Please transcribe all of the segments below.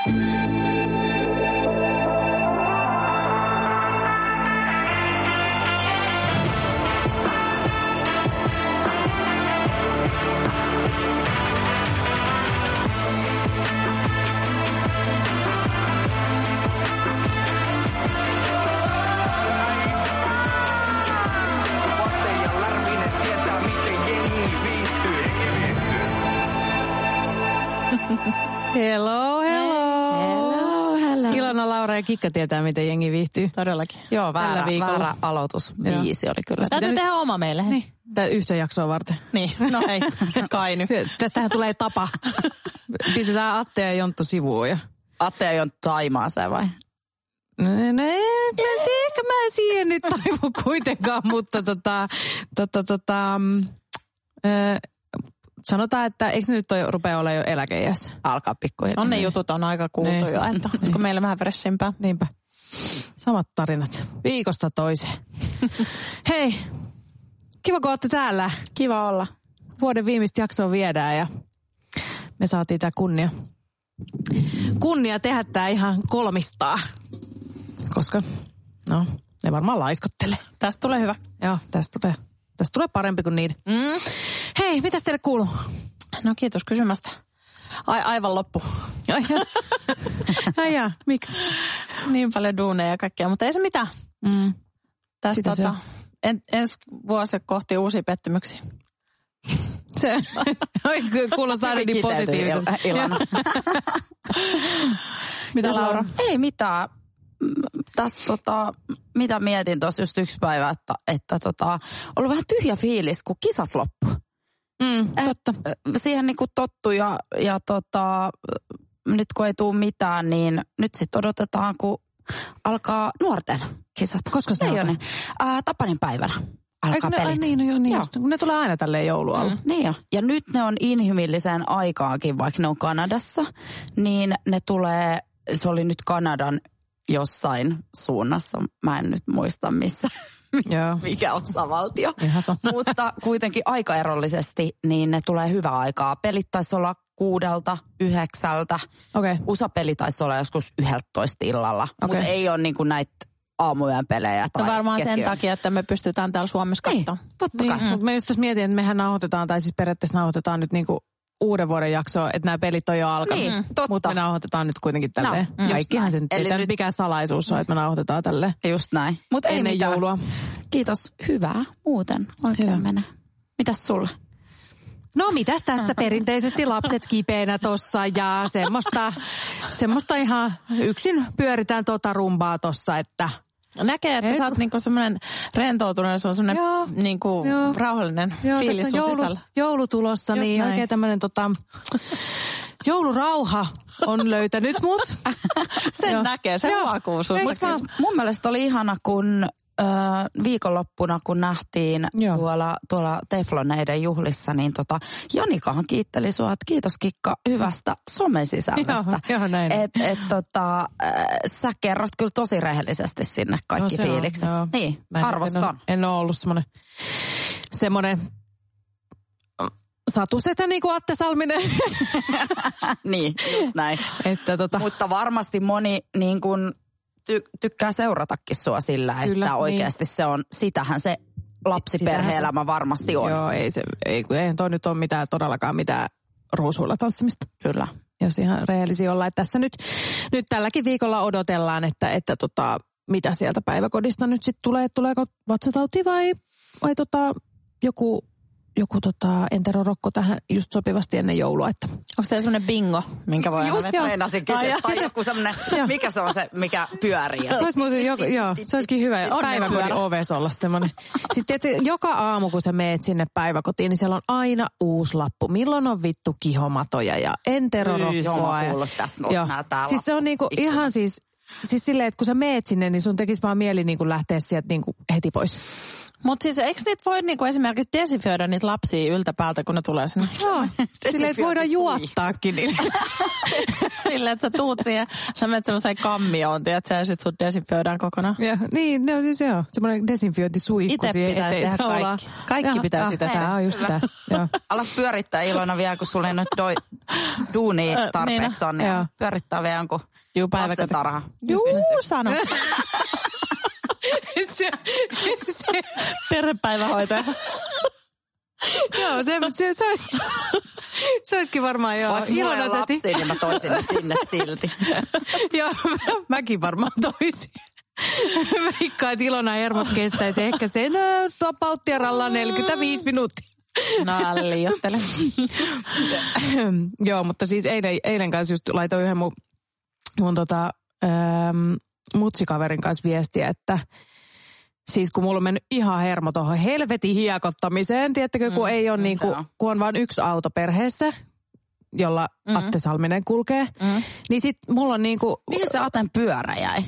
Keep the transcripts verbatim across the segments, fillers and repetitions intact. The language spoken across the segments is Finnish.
Hello, hello. Hello, hello. Ilona, Laura ja Kikka tietää, miten jengi viihtyy. Todellakin. Joo, väärä, väärä aloitus. Viisi oli kyllä. Täytyy tehdä oma meille. Niin. Tää yhtä jaksoa varten. Niin, no ei, kai nyt. Tästähän tulee tapa. Pistetään Atte ja Jonttu sivuun. Ja... Atte ja Jonttu Taimaaseen vai? No, no ehkä mä en siihen nyt taivu kuitenkaan, mutta tota, tota, tota, äh, sanotaan, että eikö ne nyt toi rupea olla jo eläkeiässä? Alkaa pikkuhiljaa. On ne jutut on aika kuultu niin. jo, että olisiko meillä vähän fressimpää. Niinpä. Samat tarinat. Viikosta toiseen. Hei, kiva kun ootte täällä. Kiva olla. Vuoden viimeistä jaksoa viedään ja me saatiin tää kunnia. Kunnia tehdä tää ihan kolmistaa. Koska, no, ne varmaan laiskottelee. Tästä tulee hyvä. Joo, tästä tulee, tästä tulee parempi kuin niiden. Mm. Hei, mitäs teille kuuluu? No kiitos kysymästä. Ai, aivan loppu. Ai jaa. Ai jaa, miksi? Niin paljon duuneja ja kaikkea, mutta ei se mitään. Mm. Tästä tota, en, ensi vuosi kohti uusia pettymyksiä. Se kuulostaa aina niin positiivisesti. Ilona. Mitä Laura? Ei mitään. Tässä tota, mitä mietin tuossa just yksi päivä, että, että tota, ollut vähän tyhjä fiilis, kun kisat loppu. Mm, totta. Et, siihen niinku tottu ja, ja tota, nyt kun ei tule mitään, niin nyt sitten odotetaan, kun alkaa nuorten kisat. Koska se ei on? Ää, Tapanin päivänä alkaa ne, pelit. Ai niin, no joo, niin joo. Just, ne tulee aina tälleen joulualla. Mm, niin jo. Ja nyt ne on inhimilliseen aikaakin, vaikka ne on Kanadassa, niin ne tulee, se oli nyt Kanadan jossain suunnassa. Mä en nyt muista missä, Joo. mikä osavaltio. Ihan sama. Mutta kuitenkin aikaerollisesti, niin ne tulee hyvää aikaa. Pelit taisi olla kuudelta, yhdeksältä. Okay. U S A-peli taisi olla joskus yhdeltätoista illalla. Okay. Mutta ei ole niinku näitä aamuyön pelejä. Tai no varmaan keskiöön. sen takia, että me pystytään täällä Suomessa katsomaan. Niin, totta Niin, kai. mm. Mutta mä just tässä mietin, että mehän nauhoitetaan, tai siis periaatteessa nauhoitetaan nyt niinku uuden vuoden jaksoa, että nämä pelit on jo alkanut. Niin, totta. Mutta me nauhoitetaan nyt kuitenkin tälleen. No, Kaikkihan se nyt ei nyt... mikään salaisuus on, että me nauhoitetaan tälleen. Just näin. Mutta ei ennen mitään. joulua. Kiitos. Hyvää muuten. Oikein Hyvä. mene. Mitäs sulle? No mitäs tässä perinteisesti lapset kipeänä tossa ja semmoista, semmoista ihan yksin pyöritään tota rumbaa tossa, että... Näkee, että Ei, sä oot niinku semmoinen rentoutunut, se on semmoinen niinku rauhallinen joo, fiilis tässä sun joulu, sisällä. joulu tulossa, Just niin näin. oikein tämmöinen tota, joulurauha on löytänyt mut. Sen Joo. näkee, se Joo. huokuu sun. Mut siis mun mielestä oli ihana, kun ö, viikonloppuna, kun nähtiin Joo. tuolla, tuolla Tefloneiden juhlissa, niin tota, Janikahan kiitteli sua, että kiitos Kikka hyvästä somesisällöstä. Joo, joo, näin. Et, et, tota, äh, sä kerrot kyllä tosi rehellisesti sinne kaikki No se on, fiilikset. joo. Niin, Mä en, arvostan. En ole, en ole ollut semmoinen, semmoinen satusetä niin kuin Atte Salminen. Niin, just näin. Että tota, Mutta varmasti moni niin kun, ty- tykkää seuratakin sua sillä, Kyllä, että oikeasti niin. se on, sitähän se lapsiperhe-elämä varmasti on. joo, ei se, ei, ei toi nyt ole mitään, todellakaan mitään ruusuilla tanssimista. Kyllä. Jos ihan rehellisiä ollaan. Että tässä nyt, nyt tälläkin viikolla odotellaan, että, että tota, mitä sieltä päiväkodista nyt sitten tulee. Tuleeko vatsatauti vai, vai tota, joku, joku tota, enterorokko tähän just sopivasti ennen joulua. Että. Onko teillä semmoinen bingo, minkä voi Just vetää? meinasin kysyä. Tai joku semmoinen, mikä se on se, mikä pyörii. Se olisi muuten, jo, joo, se olisikin hyvä päiväkodin ovessa olla semmoinen. Siis tiedätkö, joka aamu kun sä meet sinne päiväkotiin, niin siellä on aina uusi lappu. Milloin on vittu kihomatoja ja enterorokkoa. Joo, mä ja, kuullut tästä. joo. Nää täällä. Siis se on niinku ihan siis, siis silleen, että kun sä meet sinne, niin sun tekisi vaan mieli niinku lähteä sieltä niinku heti pois. Mutta siis eikö niitä voi niinku esimerkiksi desinfioida niitä lapsia yltäpäältä, kun ne tulee sinne? Joo, silleen, että voidaan juottaakin niille. Silleen, että sä tuut siihen, sä menet semmoiseen kammioon, tiedätkö, ja sit sut desinfioidaan kokonaan. Ja, niin, ne on siis joo, semmoinen desinfiointisuihku Itse siihen pitäisi eteen. tehdä Saa olla- kaikki. Kaikki Joo, pitäisi joo, tehdä. Tää on just tää, joo. Alat pyörittää Ilona vielä, kun sulla ei nyt doi, duunia tarpeeksi on ja pyörittää vielä jonkun lastentarha. Juu, sano. se, se. Perhepäivähoitaja. Joo, se, se, se, olisi, se olisikin varmaan joo. Vaikka mulla ei lapsi, niin mä toisin sinne silti. Joo, mäkin varmaan toisin. Veikkaan, että Ilona hermot kestäisi ehkä sen tuo Pauttiaralla neljäkymmentäviisi minuuttia. No, liiottele. Joo, mutta siis eilen, eilen kanssa just laitoin yhden mun, mun tota, ähm, mutsikaverin kanssa viestiä, että siis kun mulla on mennyt ihan hermo tuohon helvetin hiekottamiseen, tiedättekö, kun mm, ei ole niin kuin, kun on vain yksi auto perheessä, jolla mm. Atte Salminen kulkee, mm. niin sit mulla on niinku... Mihin se Aten pyörä jäi?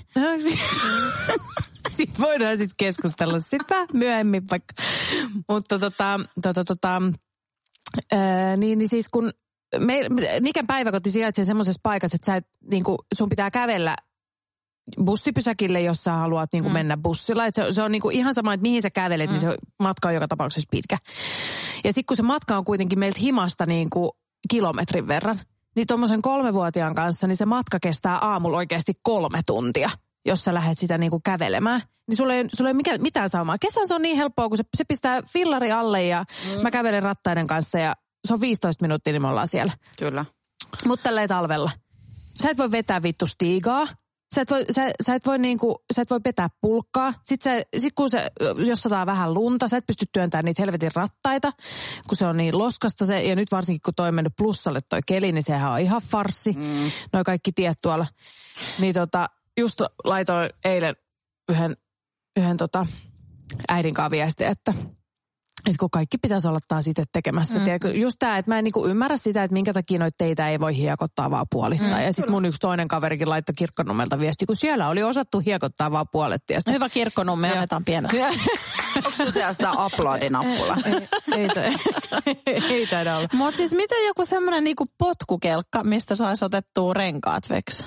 Sitten voidaan sitten keskustella sitten myöhemmin vaikka. Mutta tota, tota, tota, ää, niin, niin siis kun me, Niken päiväkoti sijaitsee semmoisessa paikassa, että sä et, niinku, sun pitää kävellä bussipysäkille, jos sä haluat niinku, mm. mennä bussilla. Et se, se on niinku, ihan sama, että mihin sä kävelet, mm. niin se matka on joka tapauksessa pitkä. Ja sitten kun se matka on kuitenkin meiltä himasta niinku, kilometrin verran, niin tuommoisen kolmevuotiaan kanssa, niin se matka kestää aamulla oikeasti kolme tuntia, jos sä lähdet sitä niinku kävelemään. Niin sulla ei, sulla ei mikä, mitään saumaa. Kesän se on niin helppoa, kun se, se pistää fillari alle ja mm. mä kävelen rattaiden kanssa ja se on viisitoista minuuttia, niin me ollaan siellä. Kyllä. Mutta tälleen talvella. Sä et voi vetää vittu stiigaa. Sä et voi, sä, sä et voi, niinku, sä et voi vetää pulkkaa. Sitten sä, sit kun se, jos sataa vähän lunta, sä et pysty työntämään niitä helvetin rattaita, kun se on niin loskasta se. Ja nyt varsinkin, kun toi mennyt plussalle toi keli, niin sehän on ihan farssi. Mm. Noi kaikki tiet tuolla. Niin tota, just laitoin eilen yhden, yhden tota äidin kanssa viestiä, että että kun kaikki pitäisi olla taas itse tekemässä. Mm. Just tämä, että mä en niinku ymmärrä sitä, että minkä takia noita teitä ei voi hiekottaa vaan puolittain. Mm, ja sitten mun yksi toinen kaverikin laittoi Kirkkonummelta viesti, kun siellä oli osattu hiekottaa vaan puolet tiestä. No hyvä Kirkkonumme, annetaan pienellä. Onko tosiaan sitä uploadinappula? ei, ei, ei taida olla. Mutta siis miten joku semmoinen niinku potkukelkka, mistä saisi otettua renkaat veksi?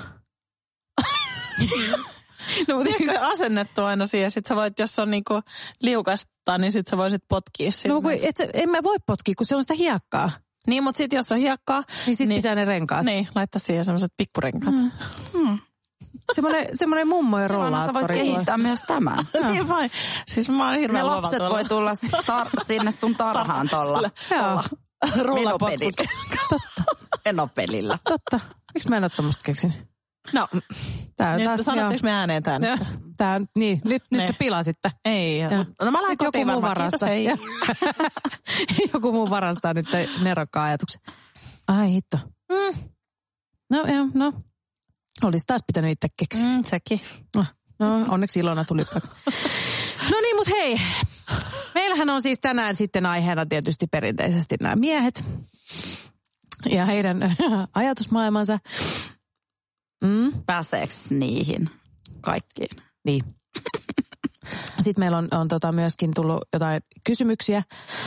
No, mutta eikö asennettu aina siihen? Sitten sä voit, jos on niinku liukasta, niin sit sä voisit potkia sinne. No kun et, en mä voi potkia, kun se on sitä hiekkaa. Niin, mutta sitten jos on hiekkaa... Niin sit niin, pitää ne renkaat. Niin, laittaa siihen semmoiset pikkurenkaat. Mm. Hmm. Semmoinen, semmoinen mummojen rollaattori. Sä voit kehittää myös tämän. Niin vai? Siis mä oon hirveän luova lapset voi tulla tar- sinne sun tarhaan tuolla. Joo. Rullapotku. Totta. Enopelillä. Totta. Miksi mä en ole tommoista keksinyt? No, tää nyt taas, sanottiinko me ääneen tää nyt? Tää on, niin, nyt, nyt se pilasitte. Ei. Ja. No mä lähden kotiin varmaan, kiitos, ei. Joku muu varastaa nyt nerokkaan ajatuksen. Ai hitto. Mm. No joo, no. Olisi taas pitänyt itse keksiä. Mm, sekin. No, no onneksi Ilona tuli. No niin, mut hei. Meillähän on siis tänään sitten aiheena tietysti perinteisesti nämä miehet. Ja heidän ajatusmaailmansa. Mm. Pääseekö niihin kaikkiin? Niin. Sitten meillä on, on tota myöskin tullut jotain kysymyksiä.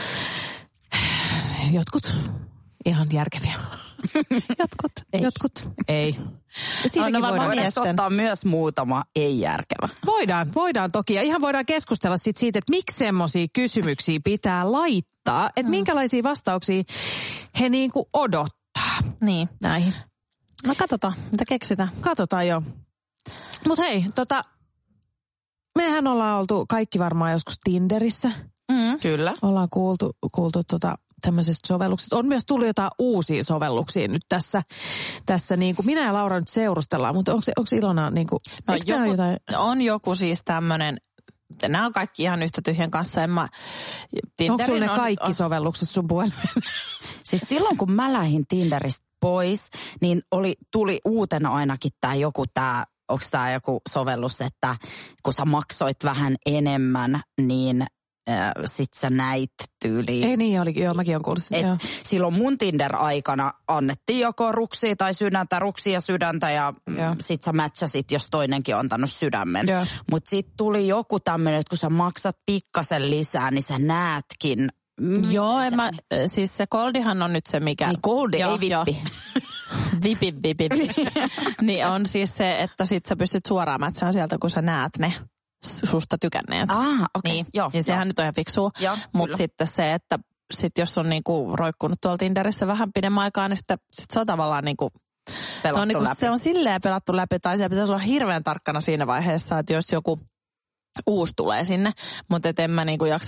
Jotkut ihan järkeviä. Jotkut ei. Jotkut ei. Siitäkin voidaan ottaa myös muutama ei-järkevä. Voidaan, voidaan toki. Ja ihan voidaan keskustella sit siitä, että miksi semmoisia kysymyksiä pitää laittaa. Että mm. minkälaisia vastauksia he niinku odottaa niin. näihin. No katsotaan, mitä keksitään. Katsotaan joo. Mut hei, tota, mehän ollaan oltu kaikki varmaan joskus Tinderissä. Mm. Kyllä. Ollaan kuultu, kuultu tota, tämmöisestä sovelluksesta. On myös tullut jotain uusia sovelluksia nyt tässä. Tässä niin kuin minä ja Laura nyt seurustellaan, mutta onko, onko Ilona niin kuin, no, joku, jotain? On joku siis tämmöinen, nämä on kaikki ihan yhtä tyhjän kanssa. En mä, onko sulla ne kaikki on, sovellukset sun puhelimeen? Siis silloin kun mä lähdin Tinderistä pois, niin oli, tuli uutena ainakin tämä joku tämä, onko tämä joku sovellus, että kun sä maksoit vähän enemmän, niin äh, sit sä näit tyyliin. Ei niin oli, joo mäkin olen kuullut sitä. Silloin mun Tinder-aikana annettiin joko ruksia tai sydäntä, ruksia ja sydäntä ja joo. Sit sä matchasit, jos toinenkin on antanut sydämen. Mutta sit tuli joku tämmöinen, että kun sä maksat pikkasen lisää, niin sä näetkin. Mm, joo, en mä, siis se Goldihan on nyt se mikä... Niin Goldi, joo, ei vippi. Vipi, vipi. Niin on siis se, että sit sä pystyt suoraan mätsään sieltä, kun sä näet ne susta tykänneet. Ah, okei. Okay. Niin. Joo, ja sehän jo. nyt on ihan fiksua. Mutta sitten se, että sit jos on niinku roikkunut tuolla Tinderissä vähän pidemmän aikaa, niin sitten sit se on tavallaan niinku, se on, niinku, se on silleen pelattu läpi, tai siellä pitäisi olla hirveän tarkkana siinä vaiheessa, että jos joku uusi tulee sinne, mutta et en mä niinku jaksa,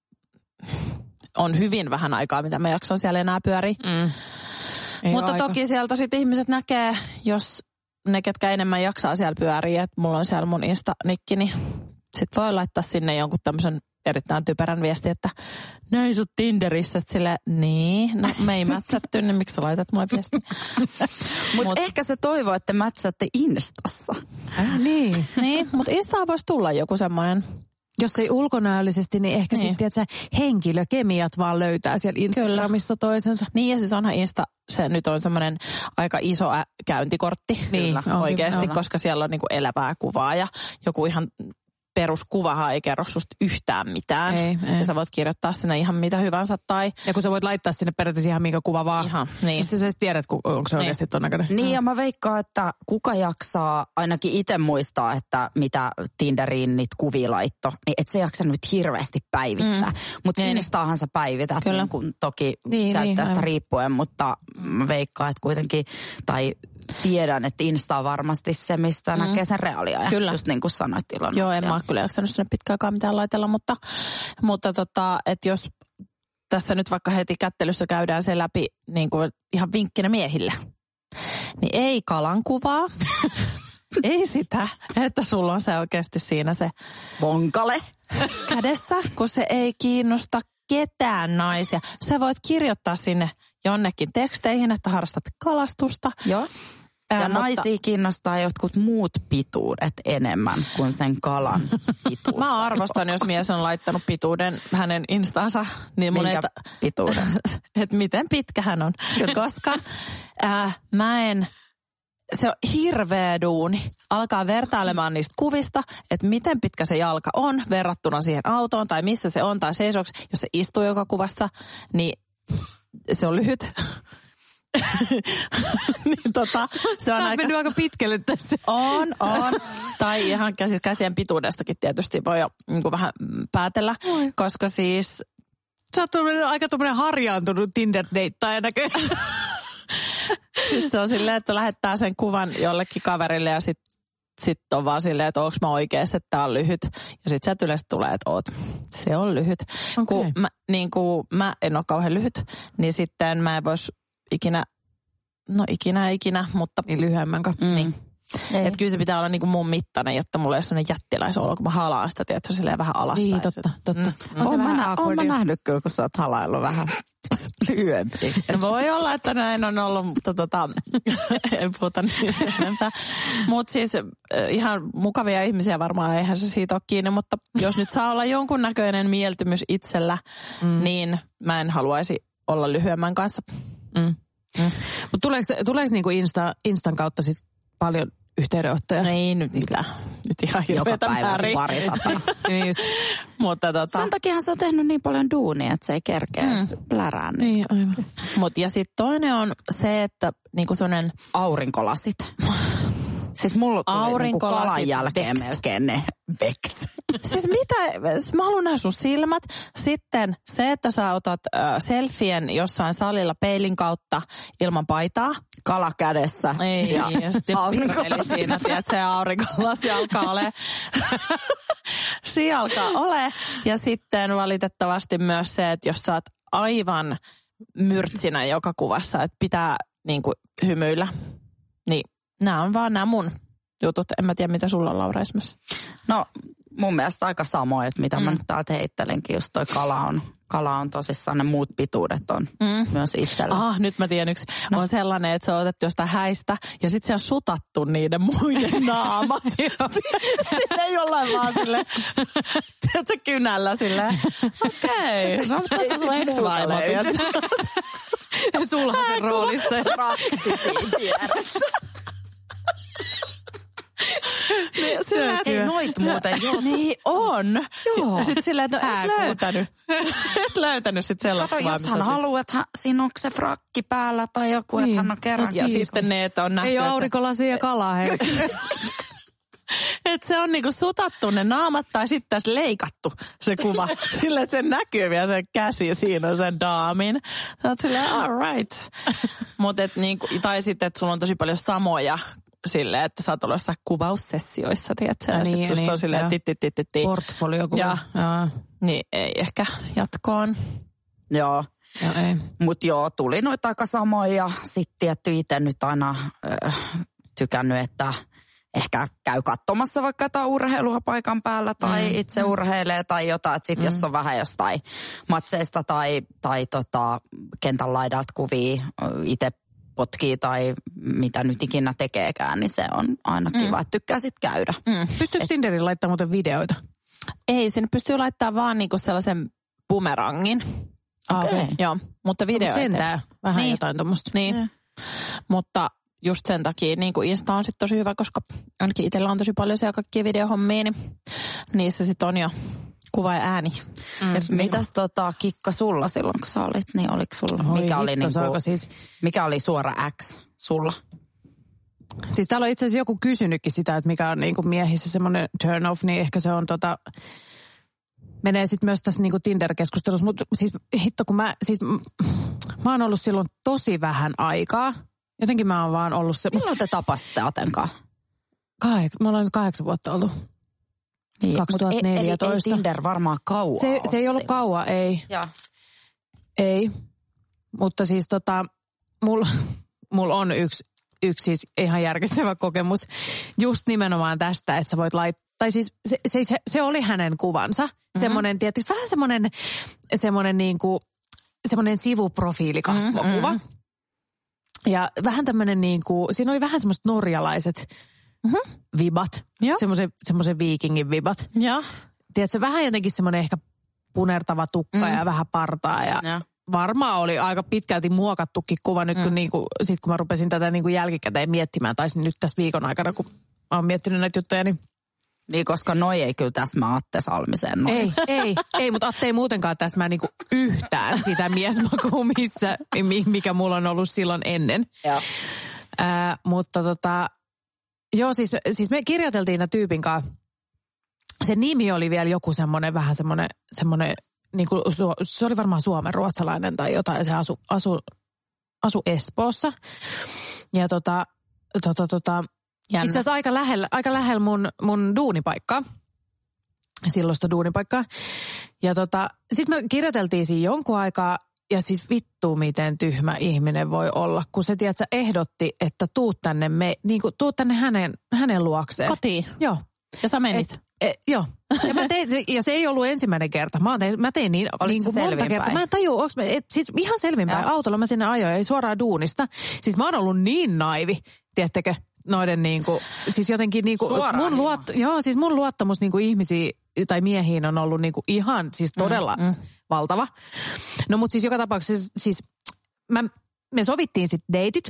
on hyvin vähän aikaa, mitä mä jaksan siellä enää pyöriä. Mm. Mutta toki sieltä sitten ihmiset näkee, jos ne, ketkä enemmän jaksaa siellä pyöriä, että mulla on siellä mun Insta-nikki, niin sit voi laittaa sinne jonkun tämmöisen erittäin typerän viesti, että näin sut Tinderissä, silleen, niin, no me ei mätsätty, niin miksi sä laitat mulle viesti? Mutta Mut, ehkä se toivoo, että mätsätte Instassa. Äh, niin. Niin, mutta Instaan voisi tulla joku semmoinen. Jos ei ulkonäöllisesti, niin ehkä niin. sitten, että henkilökemiat vaan löytää siellä Instagramissa Kyllä. toisensa. Niin, ja siis onhan Insta, se nyt on semmoinen aika iso ä- käyntikortti niin, oikeasti, on, koska siellä on niinku elävää kuvaa ja joku ihan peruskuvahan ei kerro susta yhtään mitään. Ei, ei. Ja sä voit kirjoittaa sinne ihan mitä hyvänsä tai... Ja kun sä voit laittaa sinne periaatteessa ihan minkä kuva vaan. Ihan, niin. Sä sä tiedät, onko se niin. oikeasti ton näköinen. Niin, ja mä veikkaan, että kuka jaksaa ainakin itse muistaa, että mitä Tinderiin niitä kuvia laitto, niin et se jaksa nyt hirveästi päivittää. Mm. Mutta niin. Instaahan sä päivität, niin kun toki niin, käyttäjästä niin, riippuen, mutta mä veikkaan, että kuitenkin, tai... Tiedän, että Insta on varmasti se, mistä mm. näkee sen reaalia. Kyllä. Just niin kuin sanoit Ilona. Joo, en mä ole kyllä jaksanut sinne pitkään aikaa mitään laitella, mutta, mutta tota, että jos tässä nyt vaikka heti kättelyssä käydään se läpi niin kuin ihan vinkkinä miehille, niin ei kalan kuvaa. Ei sitä, että sulla on se oikeasti siinä se vonkale kädessä, kun se ei kiinnosta ketään naisia. Sä voit kirjoittaa sinne jonnekin teksteihin, että harrastat kalastusta. Joo. Ja Ää, naisia mutta... kiinnostaa jotkut muut pituudet enemmän kuin sen kalan pituus. Mä arvostan, jos mies on laittanut pituuden hänen Instansa. Niin mun Minkä ei... pituuden? Että miten pitkä hän on. Koska ää, mä en... Se on hirveä duuni. Alkaa vertailemaan niistä kuvista, että miten pitkä se jalka on verrattuna siihen autoon tai missä se on tai seisoksi. Jos se istuu joka kuvassa, niin se on lyhyt. niin tota, se on Sä aika... mennyt aika pitkälle tässä. On, on. Tai ihan käsien pituudestakin tietysti voi jo niin kuin vähän päätellä, Oi. koska siis... Sä oot aika tommoinen harjaantunut Tinder-deittaja näköinen. Sitten se on silleen, että lähettää sen kuvan jollekin kaverille ja sitten sit on vaan silleen, että onko mä oikeassa, että tää on lyhyt. Ja sitten sieltä yleensä tulee, että oot. Se on lyhyt. Okay. Kun mä, niin kuin mä en ole kauhean lyhyt, niin sitten mä en vois ikinä, no ikinä ikinä, mutta... Niin lyhyemmänkä. Mm, niin. Että kyllä se pitää olla niinku mun mittainen, jotta mulla ei ole sellainen jättiläisolo, kun mä halaan sitä, tiedätkö, silleen vähän alaspäin. Niin, totta, totta. Mm. On, mä, nä- on mä nähnyt kyllä, kun sä oot halaillut vähän lyhyempi. No voi olla, että näin on ollut, mutta tota, en puhuta niistä enempää. Mutta siis ihan mukavia ihmisiä varmaan, eihän se siitä ole kiinni, mutta jos nyt saa olla jonkunnäköinen mieltymys itsellä, mm. niin mä en haluaisi olla lyhyemmän kanssa. Mm. Mm. Mutta tuleeko, tuleeko niinku Insta, Instan kautta sit paljon yhteydenottoja? No ei nyt mitään. Nyt ihan hirveätä määrin. Joka päivä pari niin Mutta tota... Sen takiahan sä oot tehnyt niin paljon duunia, että se ei kerkeä mm. plärää nyt. Niin, aivan. Mut ja sitten toinen on se, että niinku sellainen... Aurinkolasit. Siis mulla tuli niinku kalan jälkeen Bex. melkein ne Bex. Siis mitä? Mä haluan nähdä sun silmät. Sitten se, että sä otat äh, selfien jossain salilla peilin kautta ilman paitaa. Kala kädessä. Ei, ja, ja sitten pirveli siinä, että se aurinkolasi alkaa ole. Siinä alkaa ole. Ja sitten valitettavasti myös se, että jos sä oot aivan myrtsinä joka kuvassa, että pitää niin kuin hymyillä, niin nämä on vaan nämä mun jutut. En mä tiedä, mitä sulla on, Laura, esimerkiksi. No, mun mielestä aika samoin, että mitä mm. mä nyt täältä heittelenkin. Just toi kala on, kala on tosissaan, ne muut pituudet on mm. myös itsellä. Ah, nyt mä tiedän yksi. No. On sellainen, että se on otettu jostain häistä ja sitten se on sutattu niiden muiden naamat. Sitten ei jollain vaan silleen, tiedätkö, kynällä silleen. Okei, okay. No, tässä on sun ex-vaimo, tiedätkö? Sulhasen roolissa. Raksi siinä vieressä. Niin, sillä, ei noit muuten joo. Niin on. Joo. Sitten silleen, no et löytänyt. Et löytänyt sit sellaista. Kato, jos hän haluaa, että siinä on se frakki päällä tai joku, niin, että hän on kerran. Ja sitten ne, että on nähty. Ei ole aurinkolasia ja kalaa, hei. että se on niinku sutattu ne naamat tai sitten tässä leikattu se kuva. Silleen, että se näkyy vielä se käsi siinä sen daamin. Sä oot silleen, all right. Mut et niinku, tai sitten, että sulla on tosi paljon samoja silleen, että sä oot ollut jossain kuvaussessioissa, tiedätkö? Ja niin, sitten niin, on silleen, joo. ti Portfoliokuva. Ja, ja. niin ei ehkä jatkoon. Joo. Joo, ei. Mut joo, tuli noita aika samoja ja sitten tietty itse nyt aina äh, tykännyt, että ehkä käy katsomassa vaikka jotain urheilua paikan päällä tai mm. itse urheilee tai jotain. Että sitten mm. jos on vähän jostain matseista tai, tai tota, kentän laidalta kuvia itse potkii tai mitä nyt ikinä tekeekään, niin se on aina kiva, mm. että tykkää sitten käydä. Mm. Pystyykö Et... Tinderin laittaa muuten videoita? Ei, sinne pystyy laittamaan vaan niinku sellaisen bumerangin. Okei. Okay. Joo, mutta video. No, sentään vähän niin. jotain tuommoista. Niin, Mm. mutta just sen takia niin kuin Insta on sitten tosi hyvä, koska ainakin itsellä on tosi paljon siellä kaikkia videohommia, niin niissä sitten on jo kuva ja ääni. Mm. Mitäs tota, Kikka sulla silloin, kun sä olit, niin oliko sulla, Oi, mikä, oli niinku, siis... mikä oli suora X sulla? Siis täällä on itse asiassa joku kysynytkin sitä, että mikä on niinku miehissä semmoinen turn off, niin ehkä se on tota... Menee sitten myös tässä niinku Tinder-keskustelussa, mutta siis hitto kun mä, siis mä oon ollut silloin tosi vähän aikaa. Jotenkin mä oon vaan ollut se... Milloin te tapasitte Atenkaan? Kahdeksan, me ollaan nyt kahdeksan vuotta ollut. Niin, kaksituhattaneljätoista. Eli ei Tinder varmaan kauan Se, se ei ollut kauan, ei. Ja. Ei, mutta siis tota, mulla mul on yksi, yksi siis ihan järkyttävä kokemus just nimenomaan tästä, että sä voit laittaa, tai siis se, se, se, se oli hänen kuvansa, mm-hmm. semmoinen tietysti vähän semmoinen, semmoinen niinku, semmoinen sivuprofiilikasvokuva. Mm-hmm. Ja vähän tämmöinen niinku, siinä oli vähän semmoiset norjalaiset mm-hmm. vibat, semmoisen, semmoisen viikingin vibat. Ja. Tiedätkö, vähän jotenkin semmoinen ehkä punertava tukka mm. ja vähän partaa ja, ja varmaan oli aika pitkälti muokattukin kuva nyt, kun, mm. niinku, sit kun mä rupesin tätä niinku jälkikäteen miettimään, tai nyt tässä viikon aikana, kun mä oon miettinyt näitä juttuja, niin... Niin, koska noi ei kyllä täsmää Atte Salmiseen. Noi. Ei, ei, ei, mutta Atte ei muutenkaan täsmää niinku yhtään sitä miesmakua, missä, mikä mulla on ollut silloin ennen. Joo. Äh, mutta tota, joo, siis, siis me kirjoiteltiin tämän tyypin kanssa. Se nimi oli vielä joku semmoinen, vähän semmoinen, semmoinen, niin kuin, se oli varmaan suomenruotsalainen tai jotain, se asu, asu, asu Espoossa. Ja tota, tota, tota, itse asiassa aika lähellä, aika lähellä mun, mun duunipaikkaa, silloista duunipaikkaa. Ja tota, sitten me kirjoiteltiin siinä jonkun aikaa, ja siis vittu miten tyhmä ihminen voi olla, kun se tiedät, sä ehdotti, että tuut tänne, me, niin kuin, tuut tänne hänen, hänen luokseen. Kotiin? Joo. Ja sä menit? Et, et, joo. Ja, mä tein, ja se ei ollut ensimmäinen kerta. Mä tein, mä tein niin, niin kuin monta kertaa. Mä en tajua, onks mä, et, siis ihan selvinpäin. Ja. Autolla mä sinne ajoin, ei suoraan duunista. Siis mä oon ollut niin naivi, tiedättekö, noiden niinku, siis jotenkin niinku, mun, luot, joo, siis mun luottamus niinku ihmisiin tai miehiin on ollut niinku ihan siis todella mm, mm. valtava. No mut siis joka tapauksessa siis mä, me sovittiin sit deitit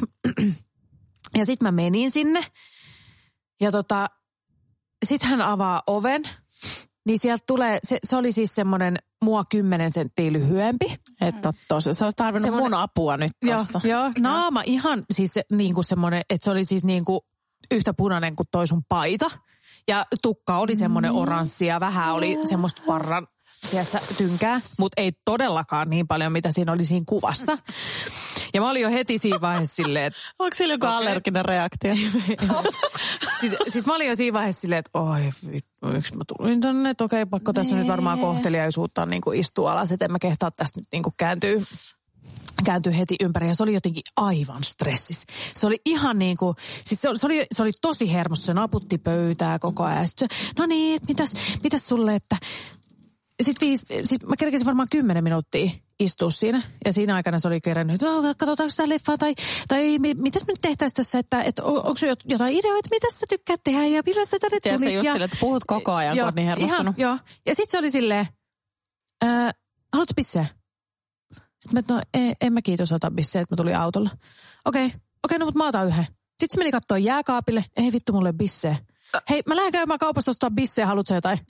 ja sit mä menin sinne ja tota, sit hän avaa oven, niin sieltä tulee, se, se oli siis semmoinen mua kymmenen senttiä lyhyempi. Että tossa, se olisi tarvinnut semmoinen, mun apua nyt tossa. Joo, joo, naama ihan siis niin kuin semmoinen, että se oli siis niin kuin yhtä punainen kuin toi sun paita. Ja tukka oli semmoinen mm. oranssi ja vähän oli semmoista parran tiedätkö, tynkää, mutta ei todellakaan niin paljon, mitä siinä oli siinä kuvassa. Ja mä olin jo heti siinä vaiheessa silleen, että... Onko sillä joku okay. allerginen reaktio? siis, siis mä olin jo siinä vaiheessa silleen, että oi miksi mä tulin tänne, että okei, pakko tässä nee. nyt varmaan kohteliaisuutta niin kuin istua alas, että en mä kehtaa tästä nyt niin kuin kääntyy, kääntyy heti ympäri. Ja se oli jotenkin aivan stressis. Se oli ihan niin kuin, siis se, se, oli, se oli tosi hermossa, se naputti pöytää koko ajan. Sitten se, no niin, että mitäs, mitäs sulle, että... Sitten sit mä kerkesin varmaan kymmenen minuuttia istua siinä. Ja siinä aikana se oli kerännyt, että no, katsotaanko sitä leffaa tai, tai mitäs me nyt tehtäisiin tässä, että, että on, onko sinulla jotain ideoita, mitä sä tykkäät tehdä ja millä sä tänne tulit. Tiedätkö just silleen, että puhut koko ajan, jo, kun on niin hermostunut. Ihan, joo. Ja sitten se oli silleen, äh, haluatko bisseä? Sitten mä, no en, en mä kiitos ota bisseä, että mä tulin autolla. Okei, okay, okei, okay, no mutta mä otan yhden. Sitten se meni katsoa jääkaapille, ei vittu mulle bisseä. Hei, mä lähden käymään kaupasta ostaa bisseä, haluatko jotain?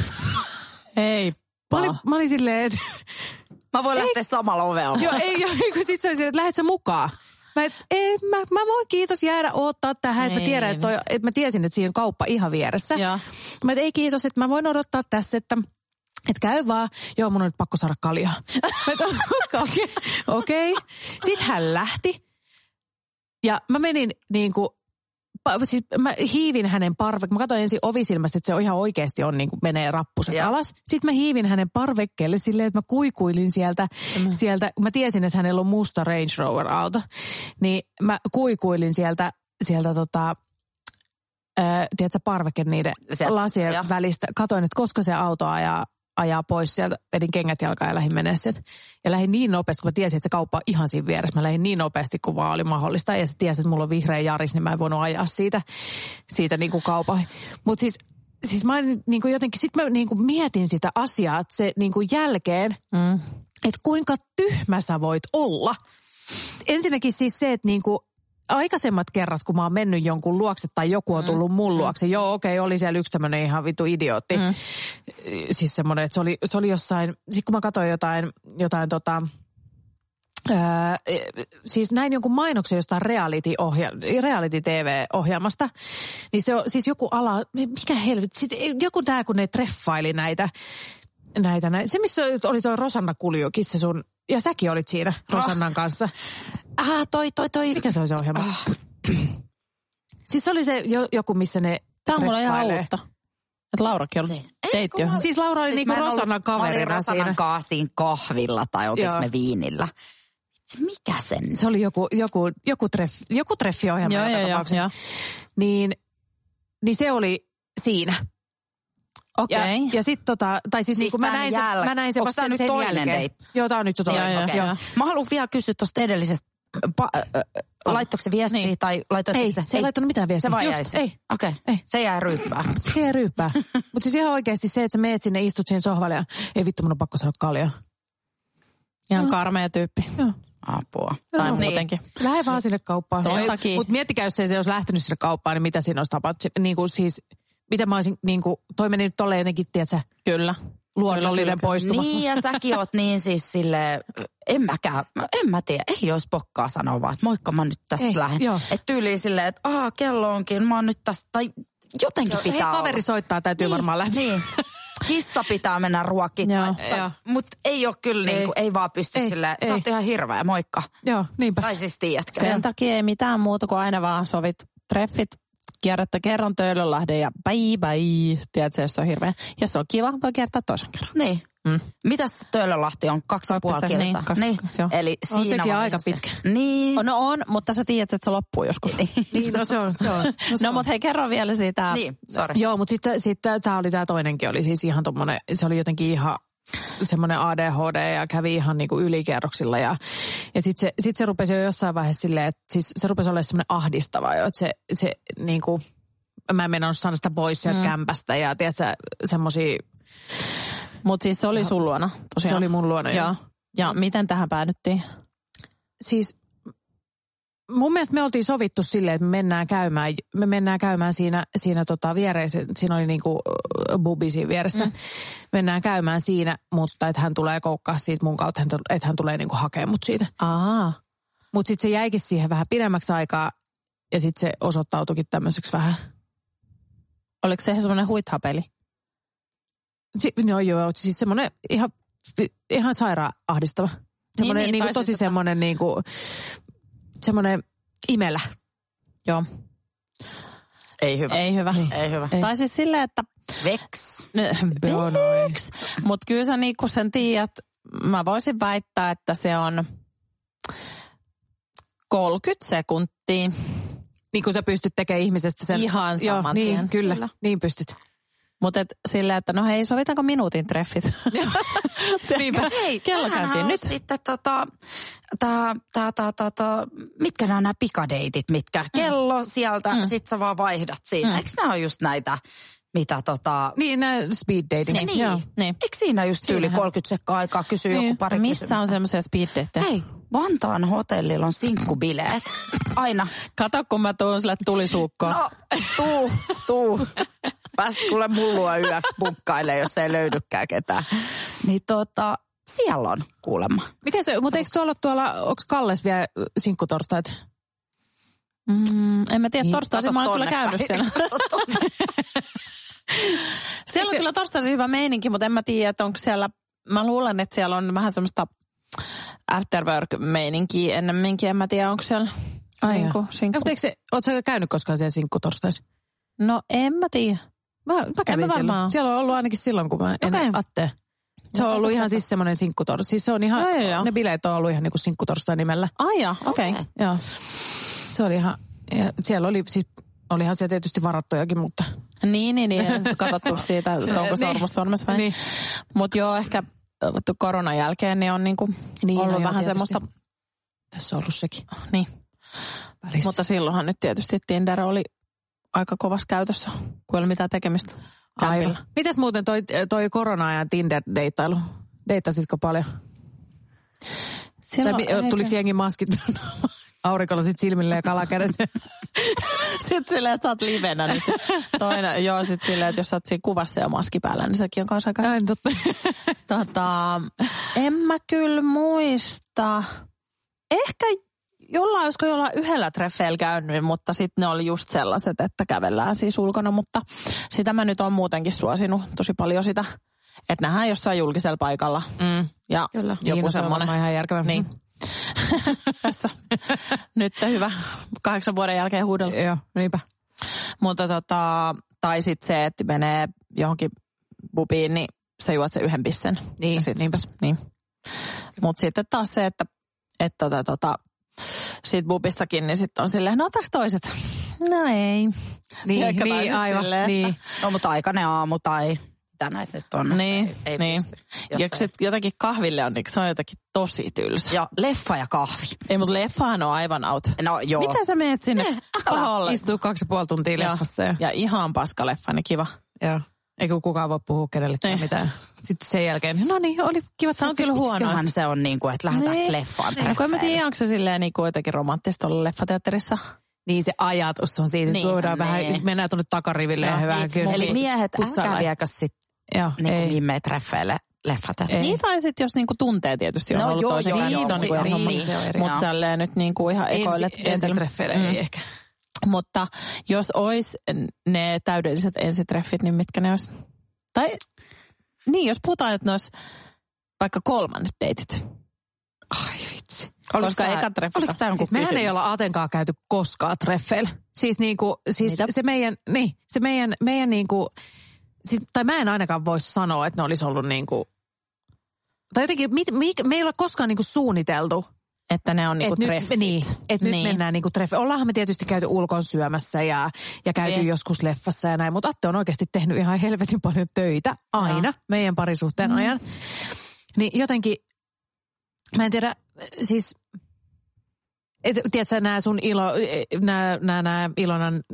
Hei. Mä olin, mä olin silleen, että... Mä voin ei, lähteä samalla ovella. Joo, ei, joo, kun sit se oli silleen, että lähdet sä mukaan. Mä, et, ei, mä, mä voin kiitos jäädä odottaa tähän, että mä tiedän, että, toi, että mä tiesin, että siinä on kauppa ihan vieressä. Ja. Mä et, ei kiitos, että mä voin odottaa tässä, että että käy vaan. Joo, mun on nyt pakko saada kaljaa. Okei. Okay. Sitten hän lähti. Ja mä menin niin kuin, siis mä hiivin hänen parvekkeelle. Mä katsoin ensin ovisilmästä, että se on ihan oikeasti on niin kuin menee rappuset ja. alas. Sitten mä hiivin hänen parvekkeelle silleen, että mä kuikuilin sieltä, mm. sieltä. Mä tiesin, että hänellä on musta Range Rover-auto. Niin mä kuikuilin sieltä, sieltä tota, ää, tiedätkö, parveke niiden sieltä, lasien ja. välistä. Katoin, että koska se auto ajaa, ajaa pois sieltä. Vedin kengät jalkaan ja lähdin menee sieltä. Ja lähdin niin nopeasti, kun mä tiesin, että se kauppa on ihan siinä vieressä. Mä lähdin niin nopeasti, kun vaan oli mahdollista. Ja se tiesi, että mulla on vihreä Jaris, niin mä en voinut ajaa siitä, siitä niin kuin kaupan. Mutta siis, siis mä niin kuin jotenkin, sit mä niin kuin mietin sitä asiaa, että se niin kuin jälkeen, mm. että kuinka tyhmä sä voit olla. Ensinnäkin siis se, että niin kuin aikaisemmat kerrat, kun mä oon mennyt jonkun luokse tai joku on tullut mun luokse. Mm. Joo, okei, okay, oli siellä yksi tämmönen ihan vittu idiootti. Mm. Siis semmoinen, että se oli, se oli jossain, sitten kun mä katsoin jotain, jotain tota, ää, siis näin jonkun mainoksen jostain reality-ohja- reality-T V-ohjelmasta, niin se on siis joku ala, mikä helvetti, siis joku tää, kun ne treffaili näitä, näitä, näitä. Se, missä oli toi Rosanna Kuljokin, se sun, ja säkin olit siinä Rosannan oh. kanssa. Ah, toi, toi, toi. Mikä se oli se ohjelma? Ah. Siis se oli se jo, joku, missä ne Tää on mulla ihan uutta. Että Laurakin on teit jo. Siis Laura oli siis niinku Rosannan kaverina siinä. Mä olin Rosannan kanssa siinä kahvilla tai oltiinko me viinillä. Mikä sen? Se oli joku, joku, joku, treff, joku treffiohjelma. Joo, joo, joo. Niin, niin se oli siinä. Okei. Okay. Ja, ja sitten tota, tai siis, siis niin mä näin, sen, mä näin sen vasta sen, sen jälkeen. Date? Joo, tää on nyt toinen. Joo, okay. joo. Mä haluan vielä kysyä tuosta edellisestä. Pa- äh, oh. Laittoiko se viestiä niin. tai laitoiko ei, se? Se ei laittanut mitään viestiä. Se vaan jäi se. Ei. Okei. Okay. Se jää ryyppää. Se jää ryyppää. Mutta siis ihan oikeasti se, että sä meet sinne, istut siinä sohvalle ja ei vittu, mun on pakko saada kaljaa. Ihan no. karmea tyyppi. Joo. Apua. Tai no, muutenkin. Niin. Lähde vaan sinne kauppaan. Mutta miettikää, jos ei se olisi lähtenyt sinne kauppaan, niin mitä siinä olisi tapahtunut. Niin kuin siis, mitä mä olisin, niin kuin, toi meni nyt tolleen jotenkin, tiedätkö? Kyllä. Luonnollinen poistuma. Niin, ja säkin oot niin siis silleen, en mäkään, en mä tiedä, ei olisi pokkaa sanoa vaan, että moikka mä nyt tästä ei, lähden. Että tyyliin silleen, että aah, kello onkin, mä oon nyt tästä, tai jotenkin joo, pitää hei, olla. Kaveri soittaa, täytyy niin, varmaan lähteä. Niin. Kissa pitää mennä ruokkimaan, mutta ei ole kyllä, ei, niin kuin, ei vaan pysty ei, silleen, ei. Sä oot ihan hirveä, moikka. Joo, niinpä. Tai siis tiedätkö. Sen takia ei mitään muuta kuin aina vaan sovit treffit. Kierrättä kerran Töölönlahden ja bye bye. Tiedätkö, jos on hirveä. Jos on kiva, voi kiertää toisen kerran. Niin. Mm. Mitäs Töölönlahti on? Kaksi ja puoli kilsaa. Niin, kaksi, niin. Eli on siinä sekin aika pitkä. Niin. No on, mutta sä tiedät, että se loppuu joskus. Niin, no se on. Se on. No, no mutta hei, kerro vielä siitä. Niin, sorry. Joo, mutta sitten sit, tämä oli tämä toinenkin, oli siis ihan tommonen, se oli jotenkin ihan semmoinen A D H D ja kävi ihan niinku ylikerroksilla ja, ja sitten se, sit se rupesi jo jossain vaiheessa silleen, että siis se rupesi olemaan semmoinen ahdistava jo, että se, se niinku, mä en mennä saada sitä pois sieltä mm. kämpästä ja tiedätkö, semmosia. Mutta siis se oli sun luona tosiaan. Se oli mun luona, ja, ja, ja miten tähän päädyttiin? Siis mun mielestä me oltiin sovittu silleen, että me mennään käymään, me mennään käymään siinä, siinä tota viereisen, siinä oli niinku bubi siinä vieressä. Mm. Mennään käymään siinä, mutta että hän tulee koukkaa siitä mun kautta, että hän tulee niinku hakemaan mut siitä. Aa. Mutta sitten se jäikin siihen vähän pidemmäksi aikaa ja sitten se osoittautuikin tämmöiseksi vähän. Oliko se semmoinen huithapeli? Si- joo, joo, siis semmoinen ihan, ihan sairaan ahdistava. Semmoinen niin, niin, niin tosi sitä... semmoinen niinku, semmoinen imelä. Joo. Ei hyvä. Ei hyvä. Ei, ei hyvä. Ei. Tai siis silleen, että... Veks. Veks. Mutta kyllä sä niinku sen tiedät, mä voisin väittää, että se on kolmekymmentä sekuntia. Niin kuin sä pystyt tekemään ihmisestä sen. Ihan saman joo, tien. Niin, kyllä. kyllä. Niin pystyt. Mutta silleen, että no hei, sovitaanko minuutin treffit? Niinpä. Hei, kello käyntiin nyt. Sitten tota, tää, tää, tää, tää, tää, mitkä nämä nämä pikadeitit, mitkä kello sieltä, mm. sit sä vaan vaihdat siinä. Mm. Eikö nämä ole just näitä, mitä tota... Niin, nämä speed dating. Niin, niin. niin. Eikö siinä just yli kolmekymmentä sekkaa aikaa kysyä niin. joku pari Missä kysymystä? on semmoisia speed dateja? Hei, Vantaan hotellilla on sinkkubileet. Aina. Kato, kun mä tuun sille tulisuukkoon. No, tuu, tuu. Pääsit kuule mullua yöksi bunkkailemaan, jos ei löydykään ketään. Niin tota, Siellä on kuulemma. Miten se, mutta eikö tuolla, tuolla onko Kalles vielä sinkkutorstaita? Mm, en mä tiedä, Niin, torstaisin mä oon kyllä käynyt siellä. Siellä on kyllä torstaisin hyvä meininki, mutta en mä tiedä, että onko siellä, mä luulen, että siellä on vähän semmoista afterwork-meininkiä ennemminkin, en mä tiedä, onko siellä niin kuin sinkku. Mutta eikö se, ootko sä käynyt koskaan siellä sinkkutorstaissa? No en mä tiedä. Mä, mä kävin mä siellä. Siellä on ollut ainakin silloin, kun mä en okay. Atte. Se on ollut ihan siis semmoinen sinkkutorstai. Siis se on ihan, joo, joo. ne bileet on ollut ihan niin kuin sinkkutorstai nimellä. Ai jaa, okei. Okay. Joo. Se oli ihan, ja siellä oli siis, olihan siellä tietysti varattujakin, mutta. Niin, niin, niin. Ja katsottu siitä, että onko sormus sormessa vai? Niin. Mutta joo, ehkä koronan jälkeen niin on niinku niin, ollut no vähän joo, semmoista. Tässä on ollut sekin. Niin. Välissä. Mutta silloinhan nyt tietysti Tinder oli aika kovassa käytössä, kun ei ole mitään tekemistä. Aivan. Mites muuten toi, toi korona-ajan Tinder-deittailu? Deittasitko paljon? Silloin, tai tuliko jengi maskit aurinkolasit silmille ja kalakädessä? Sitten silleen, että sä oot livenä nyt. Toinen, joo, sitten silleen, että jos sä oot siinä kuvassa ja maski päällä, niin sekin on kanssa aika. Aina totta. Tota, en mä kyllä muista. Ehkä jollain, olisiko jollain yhdellä treffeillä käynyt, mutta sitten ne oli just sellaiset, että kävellään siis ulkona. Mutta sitä mä nyt oon muutenkin suosinut tosi paljon sitä, että nähdään jossain julkisella paikalla. Mm. Ja kyllä. joku niin, semmoinen. Se on ihan järkevä. Niin. Tässä. Nyt hyvä. Kahdeksan vuoden jälkeen huudella. Joo, niinpä. Mutta tota, tai sitten se, että menee johonkin bubiin, niin sä juot sen yhden pissen. Niin, sit, niinpä. Niin. Mutta sitten taas se, että et tota, tota, siitä bubistakin, niin sitten on silleen, no otaks toiset? No ei. Niin, Eikä niin aivan. silleen, niin. Että... No mutta aikainen aamu tai mitä näitä nyt on. Niin, ei, ei niin. Ja kun sitten jotakin kahville on, niin se on jotakin tosi tylsä. Ja leffa ja kahvi. Ei, mutta leffahan on aivan out. No joo. Mitä sä meet sinne? Eh, istuu kaksi ja puoli tuntia ja. leffassa. Ja, ja ihan paska leffa, niin kiva. Joo. Eikä kukaan voi puhua kenellekään mitään. Sitten sen jälkeen, no niin, oli kiva. Se on kyllä huono. Miksiköhän se on niin kuin, että lähdetäänkö niin. leffaan treffeille? Niin, kun mä tiedän, onko se silleen niin kuin jotenkin romanttista olla leffateatterissa. Niin se ajatus on siitä, että niin, voidaan niin. vähän, mennään tuonne takariville ja, ja vähän kyllä. Eli miehet, älkää viekö sitten niin viimein treffeille leffateatterille. Niin tai sitten jos niinku tuntee tietysti on no, ollut joo, toisen kanssa. Niin, se on niinku ihan homma. Mutta tälleen nyt niinku ihan ekoille. Ensitreffeille ei ehkä. Mutta jos ois ne täydelliset ensitreffit, niin mitkä ne ois? Tai niin, jos puhutaan, että ne ois vaikka kolmannet deitit. Ai vitsi. Koska eka treffi. Oliko tämä siis mehän ei olla Atenkaan käyty koskaan treffeillä. Siis niinku, siis se meidän, niin, se meidän, meidän niinku, siis, tai mä en ainakaan voisi sanoa, että ne olisi ollut niinku, tai jotenkin, mit, mi, me ei ole koskaan niinku suunniteltu. Että ne on niinku et treffit. Nyt, niin, että niin. nyt mennään niinku treffeille. Ollaanhan me tietysti käyty ulkon syömässä ja, ja käyty niin. joskus leffassa ja näin, mutta Atte on oikeasti tehnyt ihan helvetin paljon töitä aina no. meidän parisuhteen mm. ajan. Niin jotenkin, mä en tiedä, siis, et, tiedätkö nämä sun ilo, nämä, nämä, nämä Ilonan